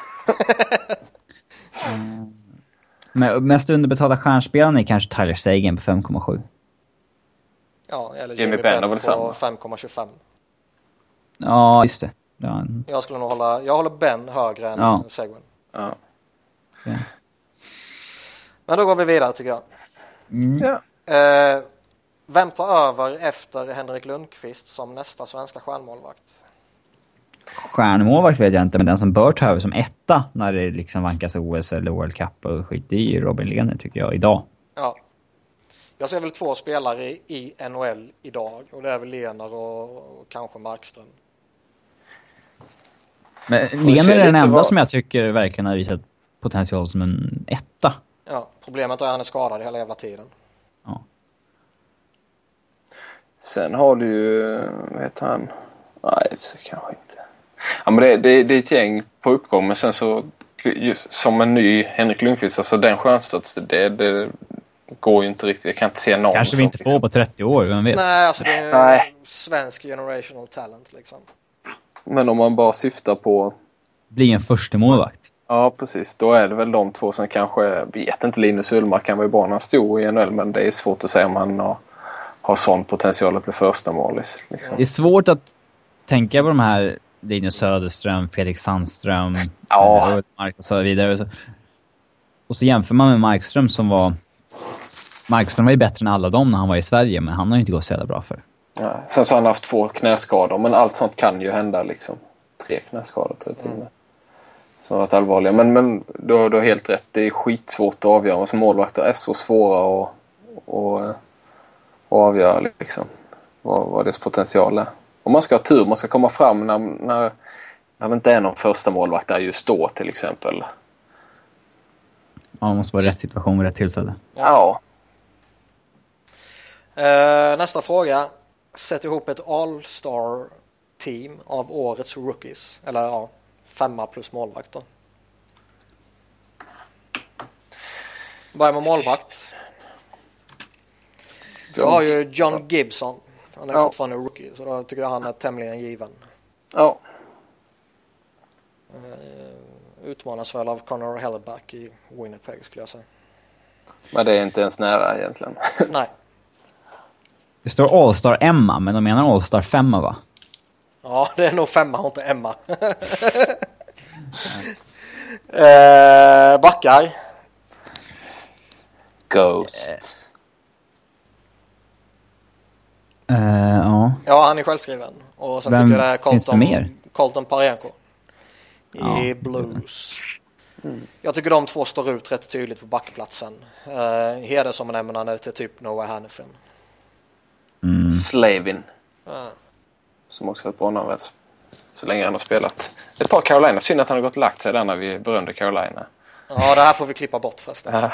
mm. Men mest underbetalda stjärnspelarna är kanske Tyler Seguin på fem komma sju. Ja, eller Jimmy, Jimmy Benn på samma. fem komma tjugofem. Ja, just det. Ja. Jag skulle nog hålla, jag håller Ben högre än ja. Seguin. Ja. Okay. Men då går vi vidare tycker jag. Mm. Ja. Eh, vem tar över efter Henrik Lundqvist som nästa svenska stjärnmålvakt? Stjärnmålvakt vet jag inte, men den som bör ta över som etta när det liksom vankas O S eller World Cup och skit i Robin Lehner tycker jag idag. Ja. Jag ser väl två spelare i N H L idag, och det är väl Lehner och, och kanske Markström. Men Lehner är den enda var... som jag tycker verkligen har visat potential som en etta. Ja, problemet är att han är skadad hela jävla tiden. Ja. Sen har du ju, vet han, nej, så kanske inte. Ja, men det, det, det är ett gäng på uppgång, men sen så just som en ny Henrik Lundqvist, alltså den stjärnstats, det, det går ju inte riktigt. Jag kan inte se någon. Kanske vi inte får på trettio år, vem vet? Nej, alltså det är nej. Svensk generational talent liksom. Men om man bara syftar på... Bli en första målvakt. Ja, precis. Då är det väl de två som kanske... Vet inte, Linus Ullmark kan vara ju bara när han stod i N H L, men det är svårt att säga om han har, har sån potential att bli första målis. Liksom. Det är svårt att tänka på de här Linus Söderström, Felix Sandström, ja. Ullmark och så vidare. Och så, och så jämför man med Markström som var... Markström var ju bättre än alla dem när han var i Sverige, men han har ju inte gått så jävla bra för. Ja, sen så har han haft två knäskador, men allt sånt kan ju hända liksom. Tre knäskador tror jag till och med. Som har varit allvarliga. Men, men du har du helt rätt, det är skitsvårt att avgöra. Som målvakter är så svåra att, att, att avgöra liksom. Vad, vad dess potential är. Och man ska ha tur, man ska komma fram när, när, när det inte är någon första målvakt där just då till exempel. Ja, man måste vara i rätt situation vid rätt tillfälle. Ja. Uh, nästa fråga. Sätt ihop ett all-star-team av årets rookies. Eller ja, femma plus målvakt då. Börjar med målvakt. Du har ju John Gibson. Han är ja. fortfarande rookie, så då tycker jag han är tämligen given. Ja. Uh, utmanas väl av Connor Helleback i Winnipeg skulle jag säga. Men det är inte ens nära egentligen. Nej. Det står All-Star Emma, men de menar All-Star femma, va? Ja, det är nog femma och inte Emma. eh, backar. Ghost. Uh, ja. Ja, han är självskriven. Och sen Vem tycker jag det är finns det Colton, mer? Colton Parayko i Ja. Blues. Mm. Jag tycker de två står ut rätt tydligt på backplatsen. Uh, Heder som en ämnande till typ Noah Hannifin. Mm. Slavin. Uh. Som också varit bra namn, väl. Så länge han har spelat. Ett par Carolina. Synd att han har gått lagt sig där när vi berömde Carolina. Ja, det här får vi klippa bort förresten. uh.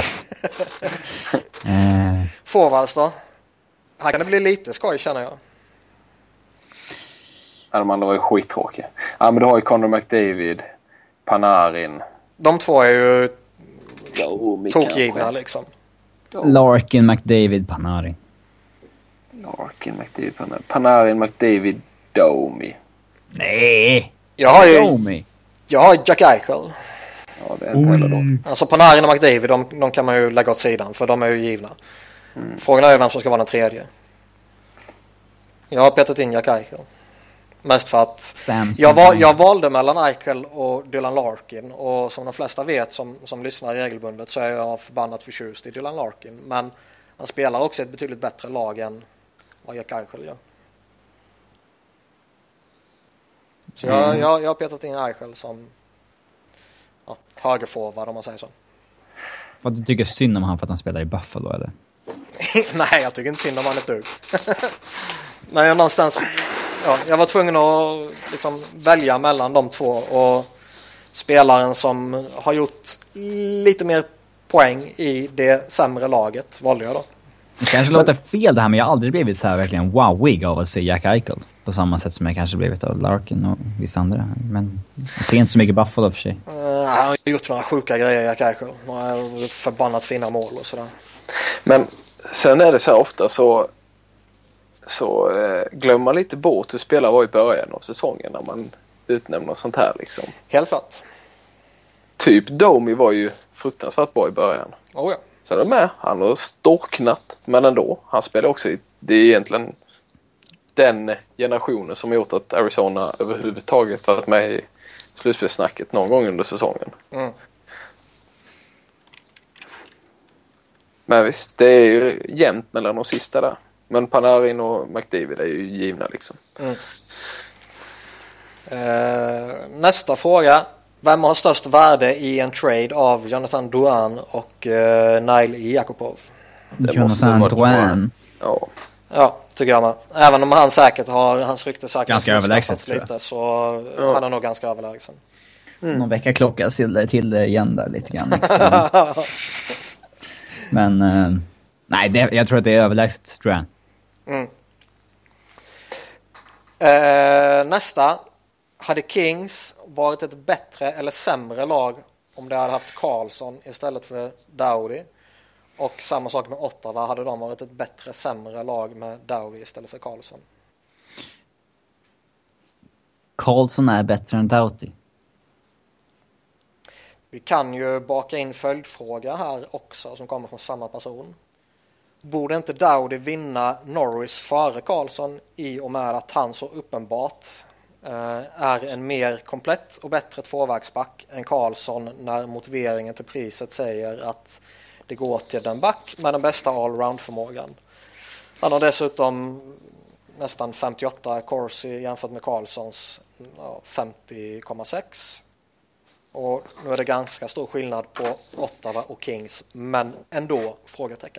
Forwards då? Här kan det bli lite skoj, känner jag. Ja, de andra var ju skittråkiga. Ja, men du har ju Connor McDavid, Panarin. De två är ju Jo, tokgivna liksom. Larkin, McDavid, Panarin. Larkin, McDavid, Panarin. Panarin, McDavid, Domi. Nej! Jag har ju Domi. jag har Jack Eichel. Ja, det är inte heller då. Alltså Panarin och McDavid, de, de kan man ju lägga åt sidan, för de är ju givna. Mm. Frågan är vem som ska vara den tredje. Jag har petat in Jack Eichel. Mest för att jag, var, jag valde mellan Eichel och Dylan Larkin. Och som de flesta vet som, som lyssnar regelbundet så är jag förbannat förtjust i Dylan Larkin. Men han spelar också ett betydligt bättre lag än vad Jack Eichel gör. Så jag, mm. jag, jag har petat in Eichel som ja, högerforward om man säger så. Vad du tycker synd om han för att han spelar i Buffalo, eller? Nej, jag tycker inte synd om han ett dugg. Men jag någonstans... Ja, jag var tvungen att liksom välja mellan de två och spelaren som har gjort lite mer poäng i det sämre laget valde jag då. Det kanske låter fel det här, men jag har aldrig blivit så här verkligen wowig av att se Jack Eichel på samma sätt som jag kanske blivit av Larkin och vissa andra. Men jag ser inte så mycket Buffalo för sig. Uh, han har gjort några sjuka grejer, Jack Eichel. Några förbannat fina mål och sådär. Men sen är det så här ofta så så eh, glömmer man lite bort hur spelare var i början av säsongen när man utnämner sånt här liksom. Helt klart. Typ Domi var ju fruktansvärt bra i början. Oh ja. Så är det med. Han har storknat, men ändå. Han spelar också i, det är egentligen den generationen som har gjort att Arizona överhuvudtaget varit med i slutspelssnacket någon gång under säsongen. Mm. Men visst, det är ju jämnt mellan de sista där. Men Panarin och McDavid är ju givna liksom. Mm. Uh, nästa fråga. Vem har störst värde i en trade av Jonathan Drouin och uh, Nail Jakubov? Det Jonathan Drouin. Ja. Ja, tycker jag med. Även om han säkert har, hans rykte säkert ganska överlägset lite, så ja. han är nog ganska överlägsen. Mm. Någon vecka klocka till det, till det igen där lite grann. Liksom. Men uh, nej, det, jag tror att det är överlägset, tror jag. Mm. Uh, nästa. Hade Kings varit ett bättre eller sämre lag om det hade haft Karlsson istället för Dowdy? Och samma sak med Ottawa. Hade de varit ett bättre, sämre lag med Dowdy istället för Karlsson? Karlsson är bättre än Doughty. Vi kan ju baka in följdfråga här också som kommer från samma person. Borde inte Dowdy vinna Norris före Karlsson i och med att han så uppenbart uh, är en mer komplett och bättre tvåvägsback än Karlsson när motiveringen till priset säger att det går till den back med den bästa allround-förmågan. Han har dessutom nästan femtioåtta Corsi jämfört med Karlssons ja, femtio komma sex. Och nu är det ganska stor skillnad på Ottawa och Kings, men ändå frågetecken.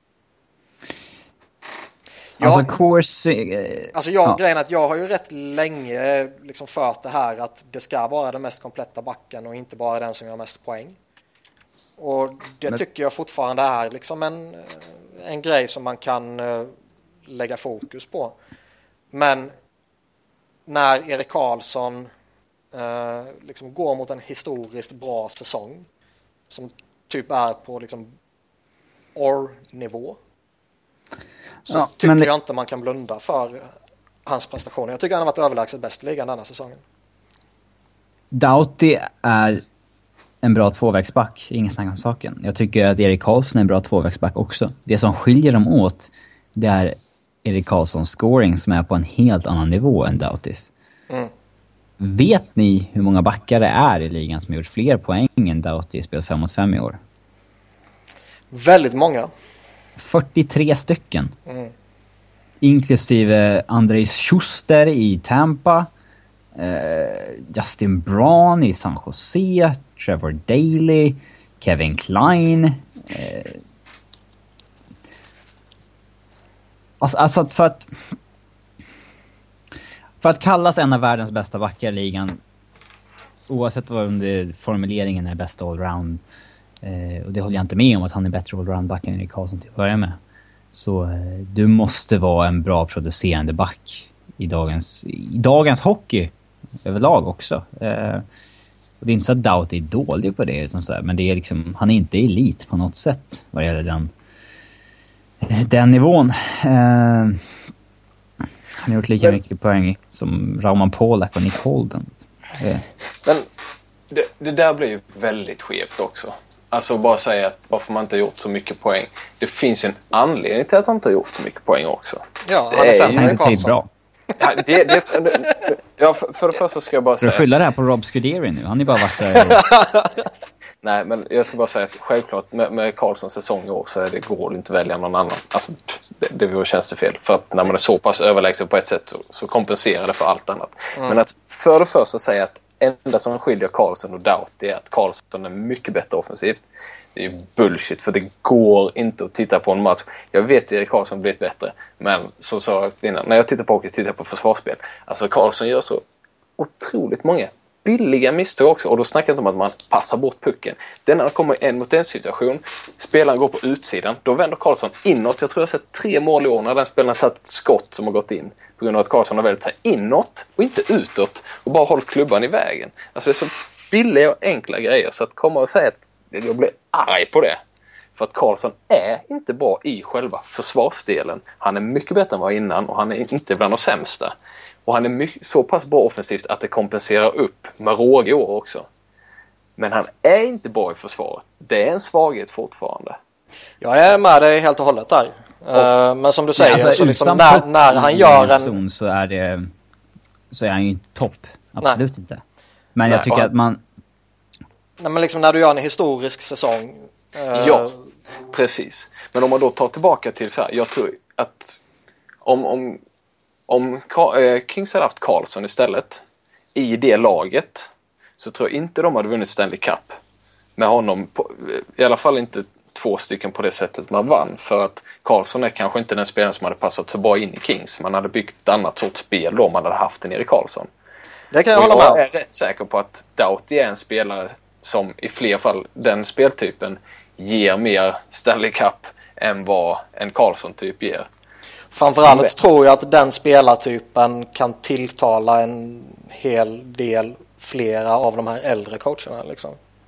Jag, alltså Corsi... Eh, alltså jag, ja. grejen är att jag har ju rätt länge liksom fört det här att det ska vara den mest kompletta backen och inte bara den som gör mest poäng. Och det men... tycker jag fortfarande är liksom en, en grej som man kan uh, lägga fokus på. Men när Erik Karlsson uh, liksom går mot en historiskt bra säsong som typ är på liksom or-nivå så ja, tycker det... jag inte man kan blunda för hans prestationer. Jag tycker han har varit överlägset bäst i ligan denna säsongen. Doughty är en bra tvåvägsback, ingen snack om saken. Jag tycker att Erik Karlsson är en bra tvåvägsback också. Det som skiljer dem åt, det är Erik Karlssons scoring som är på en helt annan nivå än Doughty's. Mm. Vet ni hur många backar det är i ligan som har gjort fler poäng än Doughty spelat fem mot fem i år? Väldigt många. fyrtiotre stycken. Mm. Inklusive Andrei Schuster i Tampa, eh, Justin Braun i San Jose, Trevor Daley, Kevin Klein. Eh. Alltså, alltså för att för att kallas en av världens bästa backar i ligan, oavsett vad under formuleringen är bästa allround, eh, och det håller jag inte med om att han är bättre allround-back än Erik Karlsson till att börja med, så eh, du måste vara en bra producerande back i dagens, i dagens hockey överlag också. Eh, och det är inte så att Doughty är dålig på det, utan så här, men det är liksom, han är inte elit på något sätt vad det gäller den, den nivån. Eh, han har gjort lika men, mycket poäng som Roman Polak och Nick Holden. Eh. Men det, det där blir ju väldigt skevt också. Alltså bara säga att varför man inte har gjort så mycket poäng. Det finns en anledning till att han inte har gjort så mycket poäng också. Ja, han är sämre än Karlsson. Bra. Ja, det, det, det, ja för, för det första ska jag bara säga... Du skyller det här på Rob Scuderi nu. Han är bara varit där. Nej, men jag ska bara säga att självklart med, med Karlssons säsong i år så är det, går det inte att välja någon annan. Alltså, det, det vore tjänstefel. För att när man är så pass överlägsen på ett sätt så, så kompenserar det för allt annat. Mm. Men att för det första säga att enda som skiljer Karlsson och Doughty är att Karlsson är mycket bättre offensivt. Det är bullshit, för det går inte att titta på en match. Jag vet att Erik Karlsson blivit bättre, men som sa innan, när jag tittar på hockey tittar jag på försvarsspel. Alltså Karlsson gör så otroligt många billiga misstag också, och då snackar jag inte om att man passar bort pucken. Den när det kommer en mot en situation, spelaren går på utsidan, då vänder Karlsson inåt. Jag tror jag har sett tre mål i år när den spelaren har tagit ett skott som har gått in, på grund av att Karlsson har väldigt sig inåt och inte utåt och bara hållit klubban i vägen. Alltså det är så billiga och enkla grejer, så att komma och säga att jag blir arg på det. För att Karlsson är inte bra i själva försvarsdelen. Han är mycket bättre än vad innan, och han är inte bland de sämsta. Och han är mycket, så pass bra offensivt att det kompenserar upp med råg i år också. Men han är inte bra i försvaret. Det är en svaghet fortfarande. Jag är med dig helt och hållet där. Uh, men som du säger, alltså, så liksom när, när han gör en... Zon så är det, så är han ju inte topp. Absolut Nej. inte. Men Nej, jag tycker han... att man... Nej, men liksom när du gör en historisk säsong. Uh... Ja, precis. Men om man då tar tillbaka till så här, jag tror att om... om Om Kings hade haft Karlsson istället i det laget, så tror jag inte de hade vunnit Stanley Cup med honom på, i alla fall inte två stycken på det sättet man vann, för att Karlsson är kanske inte den spelaren som hade passat så bra in i Kings. Man hade byggt ett annat sorts spel då man hade haft en Erik Karlsson. Det kan jag hålla med om. Jag är rätt säker på att Doughty är en spelare som i fler fall, den speltypen ger mer Stanley Cup än vad en Karlsson typ ger. Framförallt mm. tror jag att den spelartypen kan tilltala en hel del flera av de här äldre coacherna liksom.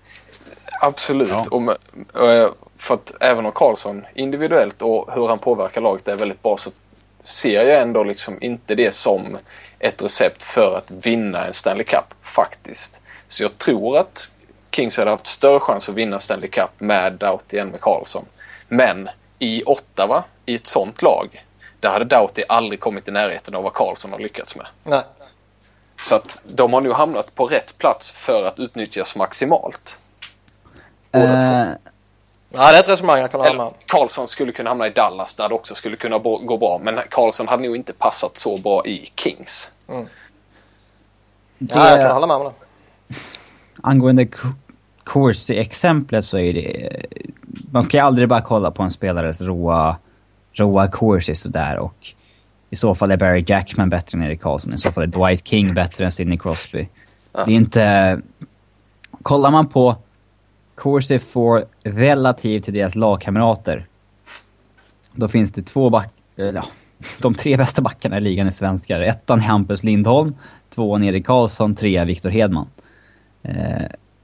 Absolut. Ja. Och, för att även om Karlsson individuellt och hur han påverkar laget är väldigt bra, så ser jag ändå liksom inte det som ett recept för att vinna en Stanley Cup faktiskt. Så jag tror att Kings hade haft större chans att vinna Stanley Cup med Doughty än med Karlsson. Men i Ottawa, i ett sånt lag, där hade Doughty aldrig kommit i närheten av vad Karlsson har lyckats med. Nej. Så att de har nu hamnat på rätt plats för att utnyttjas maximalt. Uh, ja, det är ett resonemang jag kan hålla med. Karlsson skulle kunna hamna i Dallas där det också skulle kunna gå bra. Men Karlsson hade nog inte passat så bra i Kings. Mm. Ja, jag kan hålla med om det. Angående Corsi-exemplet så är det... Man kan ju aldrig bara kolla på en spelares råa, råa Corsi sådär, och i så fall är Barry Jackman bättre än Erik Karlsson. I så fall är Dwight King bättre än Sidney Crosby. Ja. Det är inte... Kollar man på Corsi får relativt till deras lagkamrater, då finns det två back... Ja, de tre bästa backarna i ligan är svenskar. Ettan är Hampus Lindholm, tvåan Erik Karlsson, trea Victor Hedman. Eh,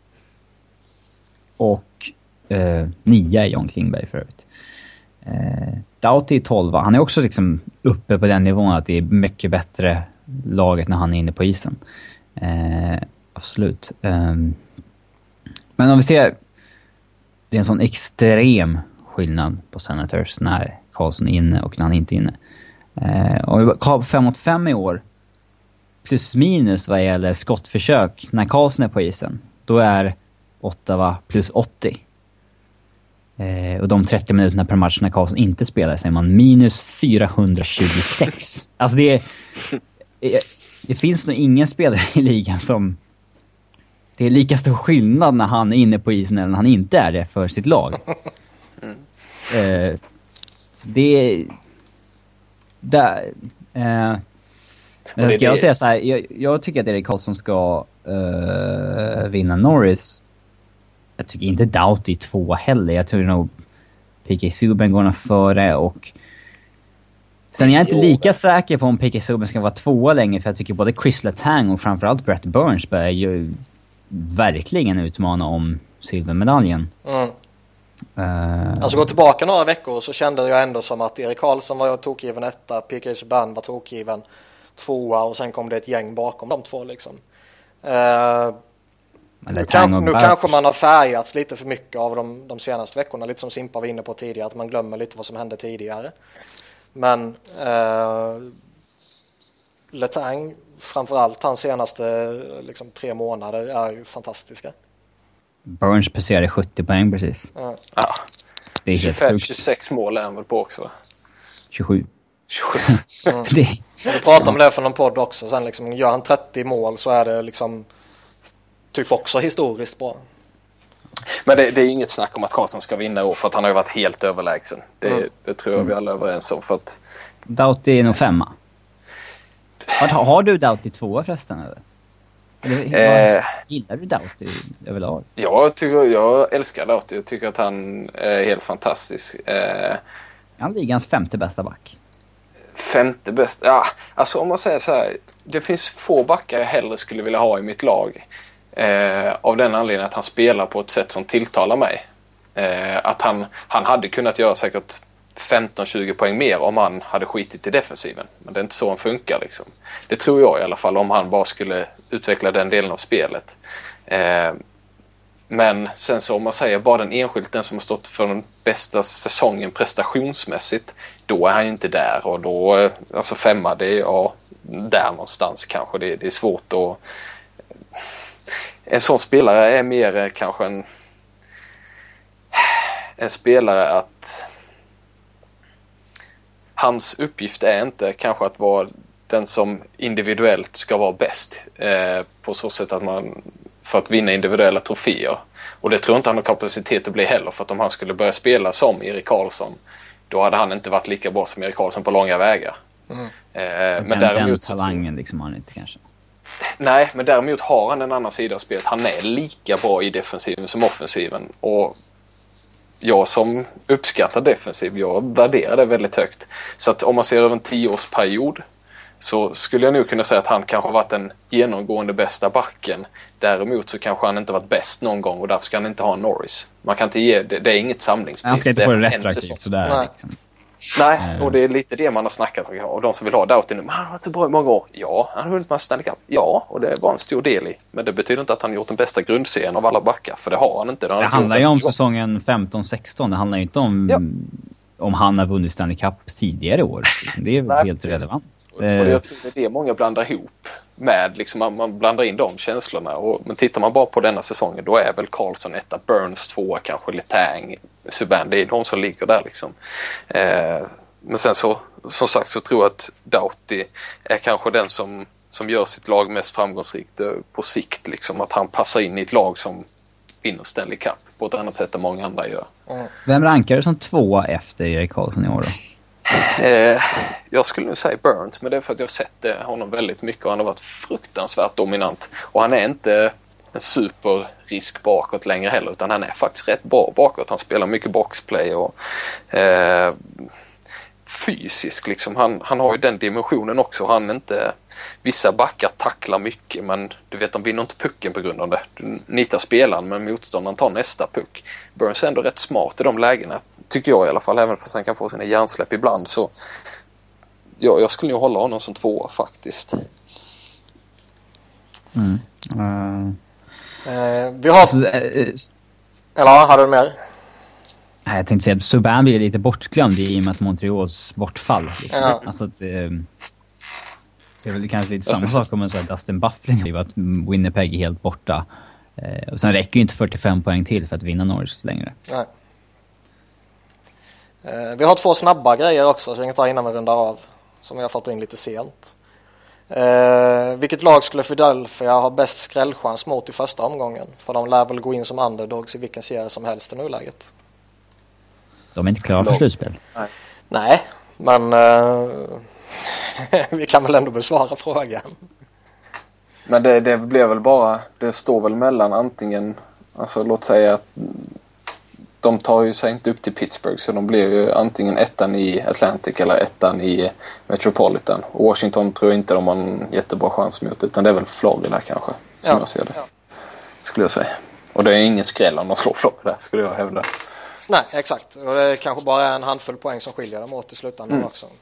och eh, nia är John Klingberg för övrigt. Eh, Doughty är tolva. Han är också liksom uppe på den nivån att det är mycket bättre laget när han är inne på isen. Eh, absolut. Eh, men Men om vi ser, det är en sån extrem skillnad på Senators när Karlsson är inne och när han inte är inne. Eh, och vi har fem mot fem i år, plus minus vad gäller skottförsök när Karlsson är på isen, då är Ottawa plus åttio. Eh, och de trettio minuterna per match när Karlsson inte spelar så är man minus fyrahundratjugosex. Alltså det är, det finns nog ingen spelare i ligan som det är lika stor skillnad när han är inne på isen eller när han inte är det för sitt lag. Mm. Eh, så det är där, eh, men ska jag säga så här, jag, jag tycker att Erik Karlsson ska uh, vinna Norris. Jag tycker inte Doughty två heller. Jag tror nog P K Subban går före och sen är jag inte lika säker på om P K Subban ska vara tvåa längre, för jag tycker både Chris Letang och framförallt Brett Burns börjar ju verkligen utmana om silvermedaljen. Mm. Uh, alltså gå tillbaka några veckor så kände jag ändå som att Erik Karlsson var tokgiven etta, P K Subban var tokgiven tvåa och sen kom det ett gäng bakom de två liksom. Uh, nu kan, nu kanske man har färgats lite för mycket av de, de senaste veckorna, lite som Simpa var inne på tidigare, att man glömmer lite vad som hände tidigare. Men uh, Letang, framförallt hans senaste liksom, tre månader är ju fantastiska. Burns passerade sjuttio poäng precis. Ja. Ja. Det är tjugofem tjugosex mål är han väl på också. tjugosju. tjugosju. Mm. det... Vi pratade om det för någon podd också. Sen liksom, gör han trettio mål så är det liksom typ också historiskt bra. Men det, det är inget snack om att Karlsson ska vinna i år, för att han har ju varit helt överlägsen. Det, mm. det tror jag vi alla är överens om. För att... Doughty är nog femma. Har, har du Doughty tvåa förresten eller? Eller, eh, gillar du Doughty överlag? Jag, tycker, jag älskar Doughty. Jag tycker att han är helt fantastisk. Eh, han är ligans femte bästa back. Femte bästa? Ja, alltså om man säger så här. Det finns få backar jag hellre skulle vilja ha i mitt lag. Eh, av den anledningen att han spelar på ett sätt som tilltalar mig. Eh, att han, han hade kunnat göra säkert femton tjugo poäng mer om han hade skitit i defensiven. Men det är inte så han funkar liksom. Det tror jag i alla fall, om han bara skulle utveckla den delen av spelet. Eh, men sen så om man säger bara den enskilt, den som har stått för den bästa säsongen prestationsmässigt, då är han inte där. Och då, alltså femma, det är ja, där någonstans kanske. Det, det är svårt att... En sån spelare är mer kanske en... En spelare att... Hans uppgift är inte kanske att vara den som individuellt ska vara bäst. Eh, på så sätt att man... För att vinna individuella troféer. Och det tror inte han har kapacitet att bli heller. För att om han skulle börja spela som Erik Karlsson, då hade han inte varit lika bra som Erik Karlsson på långa vägar. Mm. Eh, men den, däremot den talangen liksom har han inte kanske. Nej, men däremot har han en annan sida av spelet. Han är lika bra i defensiven som offensiven. Och jag som uppskattar defensiv, jag värderar det väldigt högt. Så att om man ser över en tioårsperiod så skulle jag nog kunna säga att han kanske har varit den genomgående bästa backen. Däremot så kanske han inte varit bäst någon gång och därför ska han inte ha en Norris. Man kan inte ge, det, det är inget samlingspris. Han ska inte få det retroaktivt sådär. Nej. Liksom. Nej, och det är lite det man har snackat om. Och de som vill ha Doughty nu, men han har varit så bra i många år. Ja, han har vunnit massa Stanley Cup. Ja, och det var en stor del i. Men det betyder inte att han gjort den bästa grundserien av alla backar. För det har han inte. Det, det handlar ju om säsongen femton sexton. Det handlar ju inte om ja. om han har vunnit Stanley Cup tidigare år. Det är Nej, helt relevant. Och jag tror det är det många blandar ihop med. Liksom man, man blandar in de känslorna. Och, men tittar man bara på denna säsongen, då är väl Karlsson etta, Burns tvåa, kanske Letang, Subban. Det är de som ligger där liksom. Eh, Men sen så, som sagt, så tror jag att Doughty är kanske den som, som gör sitt lag mest framgångsrikt på sikt. Liksom, att han passar in i ett lag som vinner Stanley Cup på ett annat sätt än många andra gör. Mm. Vem rankar du som tvåa efter Erik Karlsson i år då? Eh, jag skulle nu säga Burns, men det är för att jag har sett det, honom väldigt mycket och han har varit fruktansvärt dominant. Och han är inte en superrisk bakåt längre heller, utan han är faktiskt rätt bra bakåt. Han spelar mycket boxplay och... Eh, fysisk liksom. Han, han har ju den dimensionen också. Han inte, vissa backar tacklar mycket, men du vet, de vinner inte pucken på grund av det. Du nitar spelaren, men motståndaren tar nästa puck. Burns är ändå rätt smart i de lägena, tycker jag i alla fall, även fast han kan få sina hjärnsläpp ibland. Så ja, jag skulle ju hålla honom som tvåa faktiskt. Mm. Uh, Eh, vi har... Alltså, eh, Eller har du mer? Nej, jag tänkte säga att Subban blir lite bortglömd i och med att Montreals bortfall. Liksom. Ja. Alltså att, eh, det är väl kanske lite samma sak om man säger att Dustin Bufflin, att Winnipeg är helt borta. Eh, och sen räcker ju inte fyrtiofem poäng till för att vinna Norris längre. Nej. Eh, vi har två snabba grejer också, så vi kan ta innan vi rundar av, som vi har fått in lite sent. Eh, vilket lag skulle Philadelphia ha bäst skrällchans mot i första omgången? För de lär väl gå in som underdogs i vilken serie som helst i nuläget. De är inte klara för slutspel. Nej, Nej men eh, vi kan väl ändå besvara frågan. Men det, det blev väl bara, det står väl mellan antingen, alltså låt säga att de tar ju sig inte upp till Pittsburgh, så de blir ju antingen ettan i Atlantic eller ettan i Metropolitan. Och Washington tror jag inte de har en jättebra chans mot, utan det är väl Florida kanske, som ja. jag ser det. Ja. Skulle jag säga. Och det är ingen skräll om de slår Florida, skulle jag hävda. Nej, exakt. Och det är kanske bara en handfull poäng som skiljer dem åt i slutändan mm. också.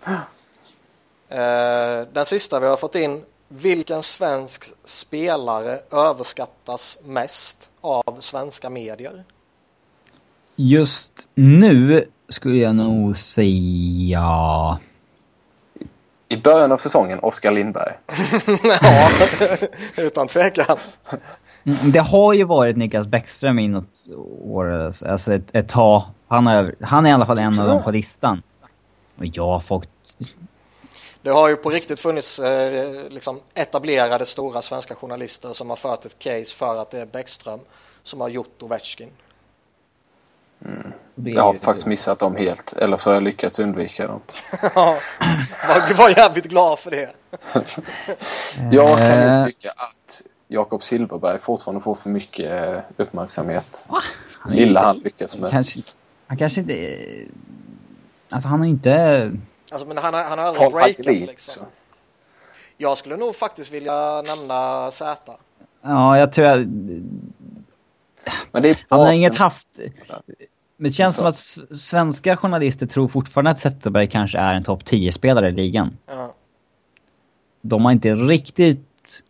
Eh, den sista vi har fått in: vilken svensk spelare överskattas mest av svenska medier? Just nu skulle jag nog säga... I början av säsongen, Oskar Lindberg. Ja, utan tvekan. Det har ju varit Niklas Bäckström i något år, alltså ett, ett tag. Han är, han är i alla fall en av dem på listan. Och jag har fått... Det har ju på riktigt funnits eh, liksom etablerade stora svenska journalister som har fört ett case för att det är Bäckström som har gjort Ovechkin. Mm. Jag har faktiskt missat dem helt, eller så har jag lyckats undvika dem. Ja, jag var jävligt glad för det. Jag kan ju tycka att Jakob Silfverberg fortfarande får för mycket uppmärksamhet. Han Lilla han lyckas med. Kanske, han kanske inte... Alltså han har inte... Alltså, men han har, han har aldrig breakat liksom. Jag skulle nog faktiskt vilja nämna Z. Ja, jag tror jag... Men det är han har inget haft... Men det känns som att svenska journalister tror fortfarande att Zetterberg kanske är en topp tio-spelare i ligan. Ja. De har inte riktigt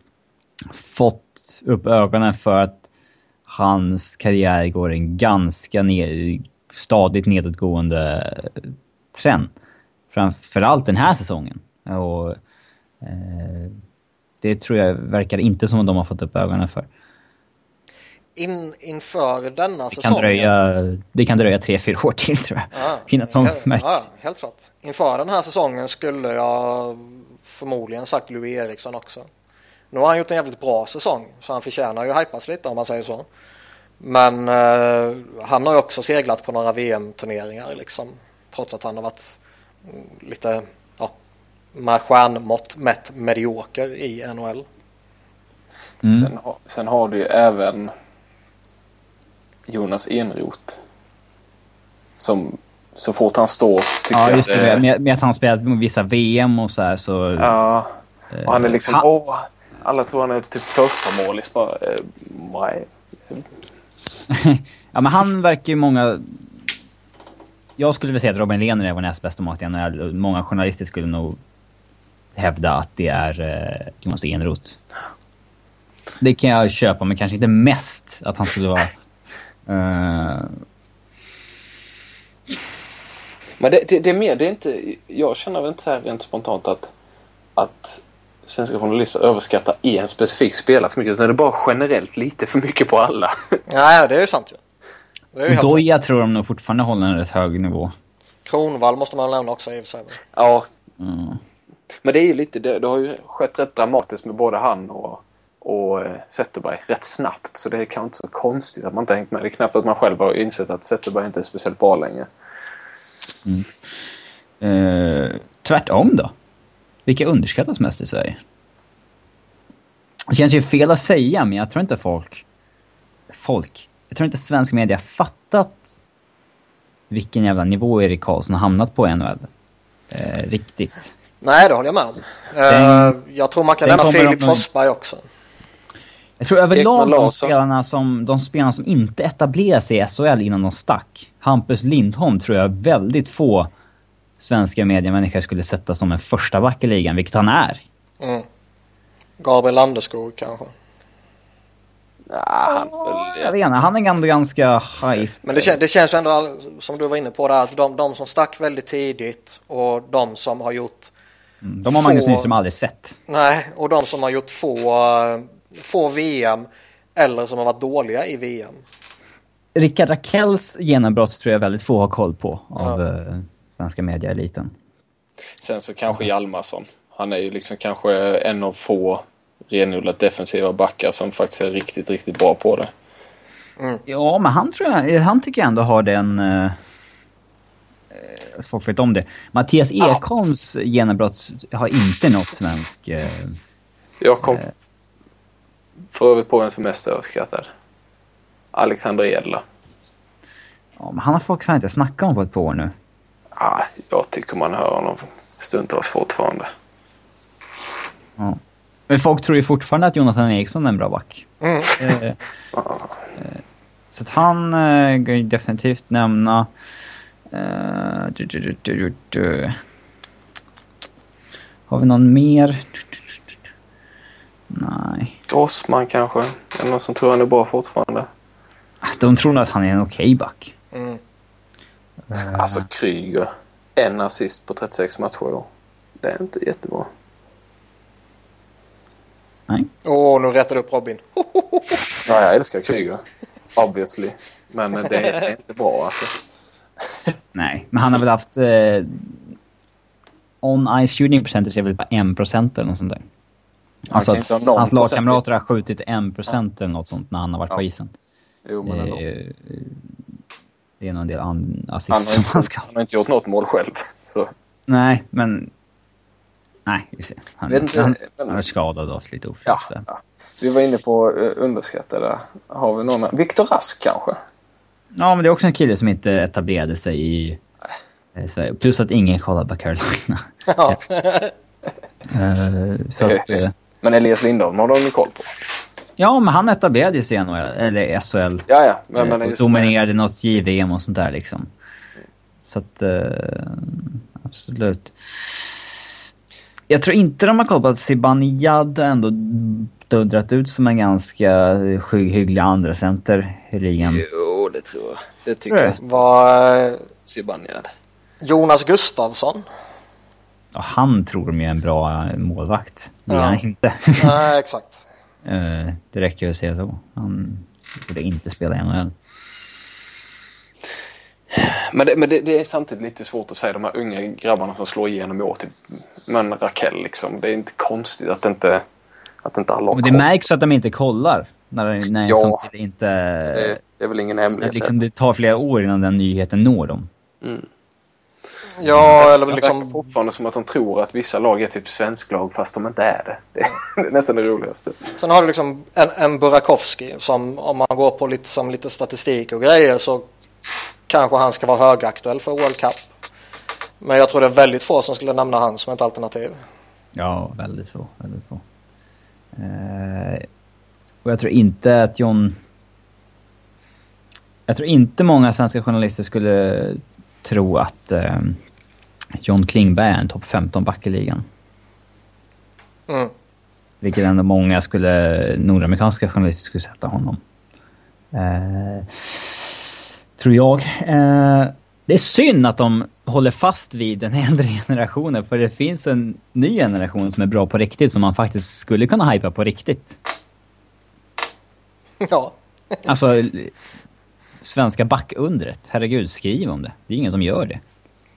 fått upp ögonen för att hans karriär går en ganska ned, stadigt nedåtgående trend. Framförallt den här säsongen. Och eh, det tror jag verkar inte som att de har fått upp ögonen för. In, inför denna det säsongen. Kan dröja, det kan dröja tre, fyra år till tror jag. Ja, helt, ja, helt klart. Inför den här säsongen skulle jag förmodligen sagt Louis Eriksson också. Nu har han gjort en jävligt bra säsong, så han förtjänar ju hypas lite om man säger så. Men eh, han har ju också seglat på några V M-turneringar liksom. Trots att han har varit lite, ja, med stjärnmått mätt medioker i N H L. Mm. Sen, sen har du ju även Jonas Enroth som så fort han står tycker ja, just det, jag, med, med att han spelat vissa V M och så här så... Ja, och han är liksom han... åh, alla tror han är typ första målis bara, eh, nej. Ja, men han verkar ju många... Jag skulle väl säga att Robin Lehner är vår näst bästa mat i N H L. Många journalister skulle nog hävda att det är eh, Jonas Enroth. Det kan jag köpa, men kanske inte mest att han skulle vara... Uh... Men det, det, det är mer, det är inte... Jag känner väl inte så här rent spontant att, att svenska journalister överskattar en specifik spelare för mycket. Så är det bara generellt lite för mycket på alla. Nej, det är ju sant ju. Det är ju Doja tror de nog fortfarande håller en rätt hög nivå. Kronvall måste man lämna också i och för sig. Ja. Mm. Men det är ju lite... Det, det har ju skett rätt dramatiskt med både han och... och Zetterberg rätt snabbt, så det är kanske inte så konstigt att man inte hängt med. Det är knappt att man själv har insett att Zetterberg inte är speciellt bra längre. Mm. Eh, tvärtom då? Vilka underskattas mest i Sverige? Det känns ju fel att säga, men jag tror inte folk folk, jag tror inte svensk media fattat vilken jävla nivå Erik Karlsson har hamnat på i N H L. Eh, riktigt. Nej, det håller jag med om. Den, uh, jag tror man kan nämna Filip Forsberg också. Jag tror överlag de spelarna, som, de spelarna som inte etablerar sig i S H L innan de stack. Hampus Lindholm tror jag väldigt få svenska mediemänniskor skulle sätta som en första back i ligan, vilket han är. Mm. Gabriel Landeskog kanske. Ja, han, jag vet inte, han är ändå ganska hype. Men det, kän, det känns ju ändå, som du var inne på där, att de, de som stack väldigt tidigt och de som har gjort mm, de har Magnus Nyström aldrig sett. Nej, och de som har gjort få, få V M eller som har varit dåliga i V M. Rickard Rakells genombrott tror jag väldigt få har koll på av ja. uh, svenska mediaeliten. Sen så kanske Hjalmarsson. Han är ju liksom kanske en av få renodlat defensiva backar som faktiskt är riktigt, riktigt bra på det. Mm. Ja, men han tror jag, han tycker jag ändå har den... Uh, folk vet om det. Mattias Ekholms ja. genombrott har inte något svensk... Uh, jag kom uh, för övrigt på en semester och skrattade. Alexander Edla. Ja, men han har folk fan inte snackat om på ett par år nu. Ja, jag tycker man hör honom stundtals fortfarande. Ja. Men folk tror ju fortfarande att Jonathan Eriksson är en bra back. Mm. Eh, eh, så att han eh, går ju definitivt nämna. Eh, du, du, du, du, du. Har vi någon mer? Nej. Grossman kanske. Är någon som tror han är bra fortfarande? De tror nog att han är en okej back. Mm. Uh. Alltså Kryger. En assist på trettiosex matcher i år. Det är inte jättebra. Nej. Åh, oh, nu rättar du upp Robin. Ja, jag älskar Kryger. Obviously. Men det är inte bra alltså. Nej, men han har väl haft eh, on-ice shooting percentage är väl bara en procent eller något sånt där. Alltså att hans lagkamrater har skjutit en procent eller något sånt när han har varit ja. på isen. Jo, men det, är, det är nog en del an- assist han, har inte, han, ska... han har inte gjort något mål själv. Så. Nej, men... Nej, vi ser. Han, men, han, men, han är skadad oss lite ofta. Ja, ja. Vi var inne på uh, underskattade. Har vi någon... Viktor Rask kanske? Ja, men det är också en kille som inte etablerade sig i eh, Sverige. Plus att ingen kollar på Carolina. Ja. uh, så att, uh, men Elias Lindholm har de koll på? Ja, men han etablerade sig i N H L, eller S H L. Ja, ja. Men, men och dominerade något J V M och sånt där liksom. Mm. Så att, uh, absolut. Jag tror inte de har kollat på att Zibanejad ändå dundrat ut som en ganska hygglig andra center i ligan. Jo, det tror jag. Det tycker jag. Var Zibanejad. Jonas Gustafsson. Ja, han tror de är en bra målvakt. Det är ja. han inte. Nej, exakt. uh, det räcker ju att säga så. Han borde inte spela i N H L. Men, det, men det, det är samtidigt lite svårt att säga de här unga grabbarna som slår igenom i år. Typ, men Rakell liksom. Det är inte konstigt att inte, att inte alla har men det märks att de inte kollar. När, när ja, inte, det, det är väl ingen hemlighet. Liksom, det tar flera år innan den nyheten når dem. Mm. Ja, eller liksom... Det fortfarande som att de tror att vissa lag är typ svensk lag fast de inte är det. Det är nästan det roligaste. Sen har du liksom en, en Burakovsky som om man går på lite, som lite statistik och grejer så kanske han ska vara högaktuell för World Cup. Men jag tror det är väldigt få som skulle nämna han som ett alternativ. Ja, väldigt få. Väldigt få. Eh, och jag tror inte att John... Jag tror inte många svenska journalister skulle tro att eh, John Klingberg är en topp femton back i ligan. Mm. Vilket ändå många skulle, nordamerikanska journalister skulle sätta honom. Eh, tror jag. Eh, det är synd att de håller fast vid den äldre generationen. För det finns en ny generation som är bra på riktigt. Som man faktiskt skulle kunna hypa på riktigt. Ja. Alltså, svenska backundret. Herregud, skriv om det. Det är ingen som gör det.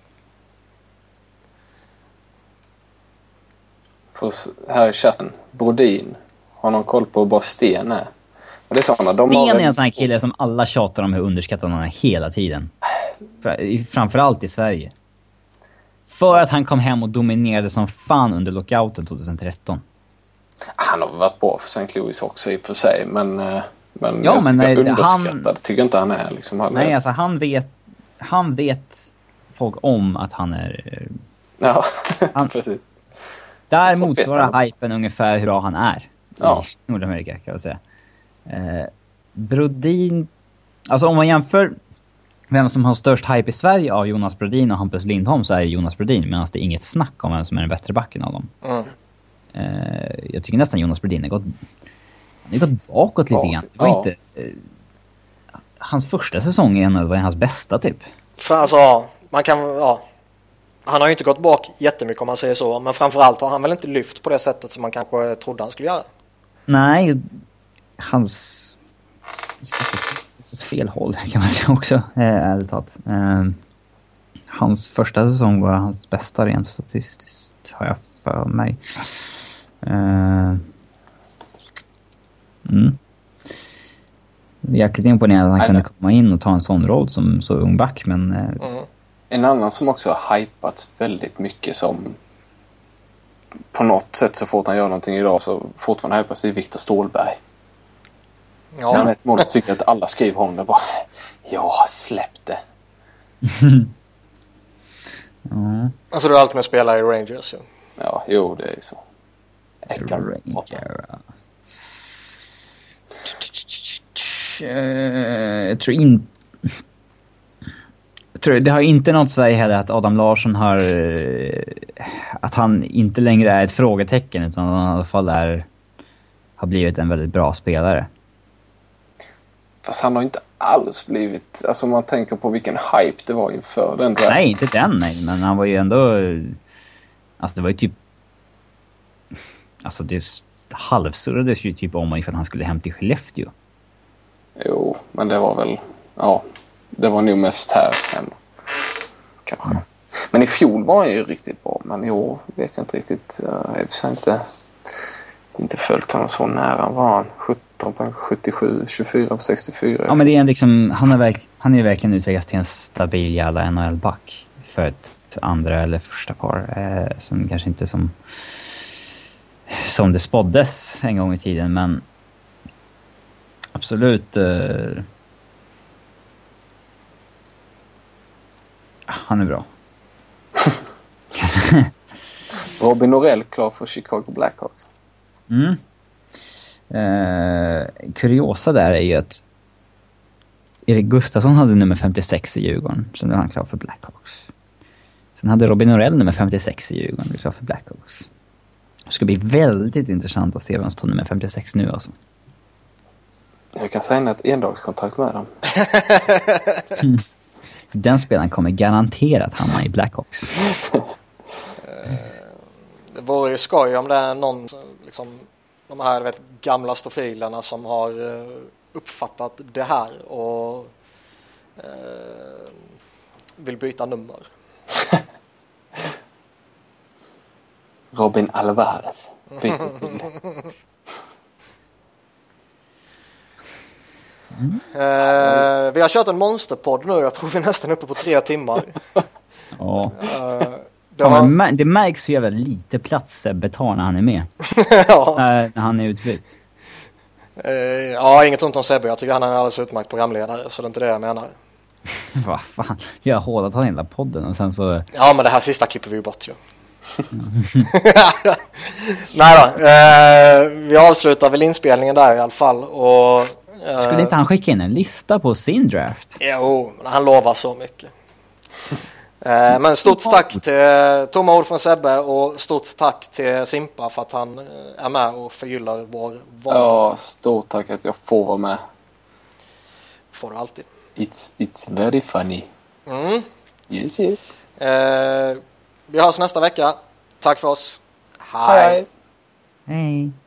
För här i chatten. Brodin. Har någon koll på vad Sten är? Och det är såna, de Sten har... är en sån här kille som alla tjatar om hur underskattad han är hela tiden. Framförallt i Sverige. För att han kom hem och dominerade som fan under lockouten tjugohundratretton. Han har varit bra för Saint Louis också i och för sig. Men, men ja, jag men tycker nej, underskattad. Han, tycker inte han är. Liksom, han nej, är... alltså han vet, han vet folk om att han är... Ja, han, precis. Där motsvarar hypen ungefär hur bra han är. Ja. I Nordamerika kan jag säga. Eh, Brodin... Alltså om man jämför vem som har störst hype i Sverige av Jonas Brodin och Hampus Lindholm så är det Jonas Brodin. Medan det är inget snack om vem som är den bättre backen av dem. Mm. Eh, jag tycker nästan Jonas Brodin är gått Han har gått bakåt lite grann. Det var ja. inte... Eh, hans första säsong är en var hans bästa typ. För alltså, man kan... Ja. Han har ju inte gått bak jättemycket om man säger så. Men framförallt har han väl inte lyft på det sättet som man kanske trodde han skulle göra. Nej, hans... fel håll kan man säga också. Ärligt talat. Eh, hans första säsong var hans bästa rent statistiskt, har jag för mig. Eh, mm. Jäkligt imponerande att han kunde komma in och ta en sån roll som så ung back, men... Eh, mm. En annan som också har hypats väldigt mycket, som på något sätt så fort han gör någonting idag så fortfarande hypas, är Viktor Ståhlberg. Ja. När han ett mål så tycker jag att alla skriver honom och bara, ja, släpp det. ja. Alltså du är alltid med att spela i Rangers. Ja, ja jo, det är så. Ranger. Jag tror inte... Jag tror det har inte något Sverige heller att Adam Larsson har... Att han inte längre är ett frågetecken, utan han i alla fall är, har blivit en väldigt bra spelare. Fast han har inte alls blivit... Alltså om man tänker på vilken hype det var inför den draften. Nej, inte den, nej. Men han var ju ändå... Alltså det var ju typ... Alltså det halvsurrades ju typ om ifall han skulle hem till Skellefteå. Jo, men det var väl... Ja, det var nog mest här än kanske. Mm. Men i fjol var han ju riktigt bra. Men i år vet jag inte riktigt. Jag har inte, inte följt honom så nära. Var han sjutton på sjuttiosju, tjugofyra på sextiofyra? Ja, men det är liksom... Han är, verk, han är verkligen utvecklats till en stabil jävla N H L-back. För ett andra eller första par. Eh, som kanske inte som... Som det spåddes en gång i tiden, men... Absolut... Eh, han är bra. Robin Norell klar för Chicago Blackhawks. Mm. Eh, kuriosa där är ju att Erik Gustafsson hade nummer femtiosex i Djurgården, så nu är han klar för Blackhawks. Sen hade Robin Norell nummer femtiosex i Djurgården, nu är klar för Blackhawks. Det ska bli väldigt intressant att se vem som tar nummer femtiosex nu alltså. Jag kan säga ett endagskontrakt med dem. Mm. Den spelaren kommer garanterat hamna i Blackhawks. Det vore ju skoj om det är någon liksom, de här vet, gamla stofilerna som har uppfattat det här och eh, vill byta nummer. Robin Alvarez byter till. Mm. Eh, vi har kört en monsterpodd nu. Jag tror vi är nästan uppe på tre timmar. Ja. Eh, det, har... man, det märks ju väldigt lite plats Sebbe tar när han är med. Ja. När, när han är utbytt. Eh, ja, inget ont om Sebbe. Jag tycker han är en alldeles utmärkt programledare. Så det är inte det jag menar. Vad fan? Jag har hållit han hela podden och sen så... Ja, men det här sista klipper vi ju bort ju. Nej då. Eh, vi avslutar väl inspelningen där i alla fall. Och... Skulle inte han skicka in en lista på sin draft? Jo, han lovar så mycket. eh, men stort tack till Tomma ord från Sebbe och stort tack till Simpa för att han är med och förgyllar vår vardag. Ja, stort tack att jag får vara med. Får du alltid. It's, it's very funny. Mm. Yes, yes. Eh, vi hörs nästa vecka. Tack för oss. Hej. Hej. Hej.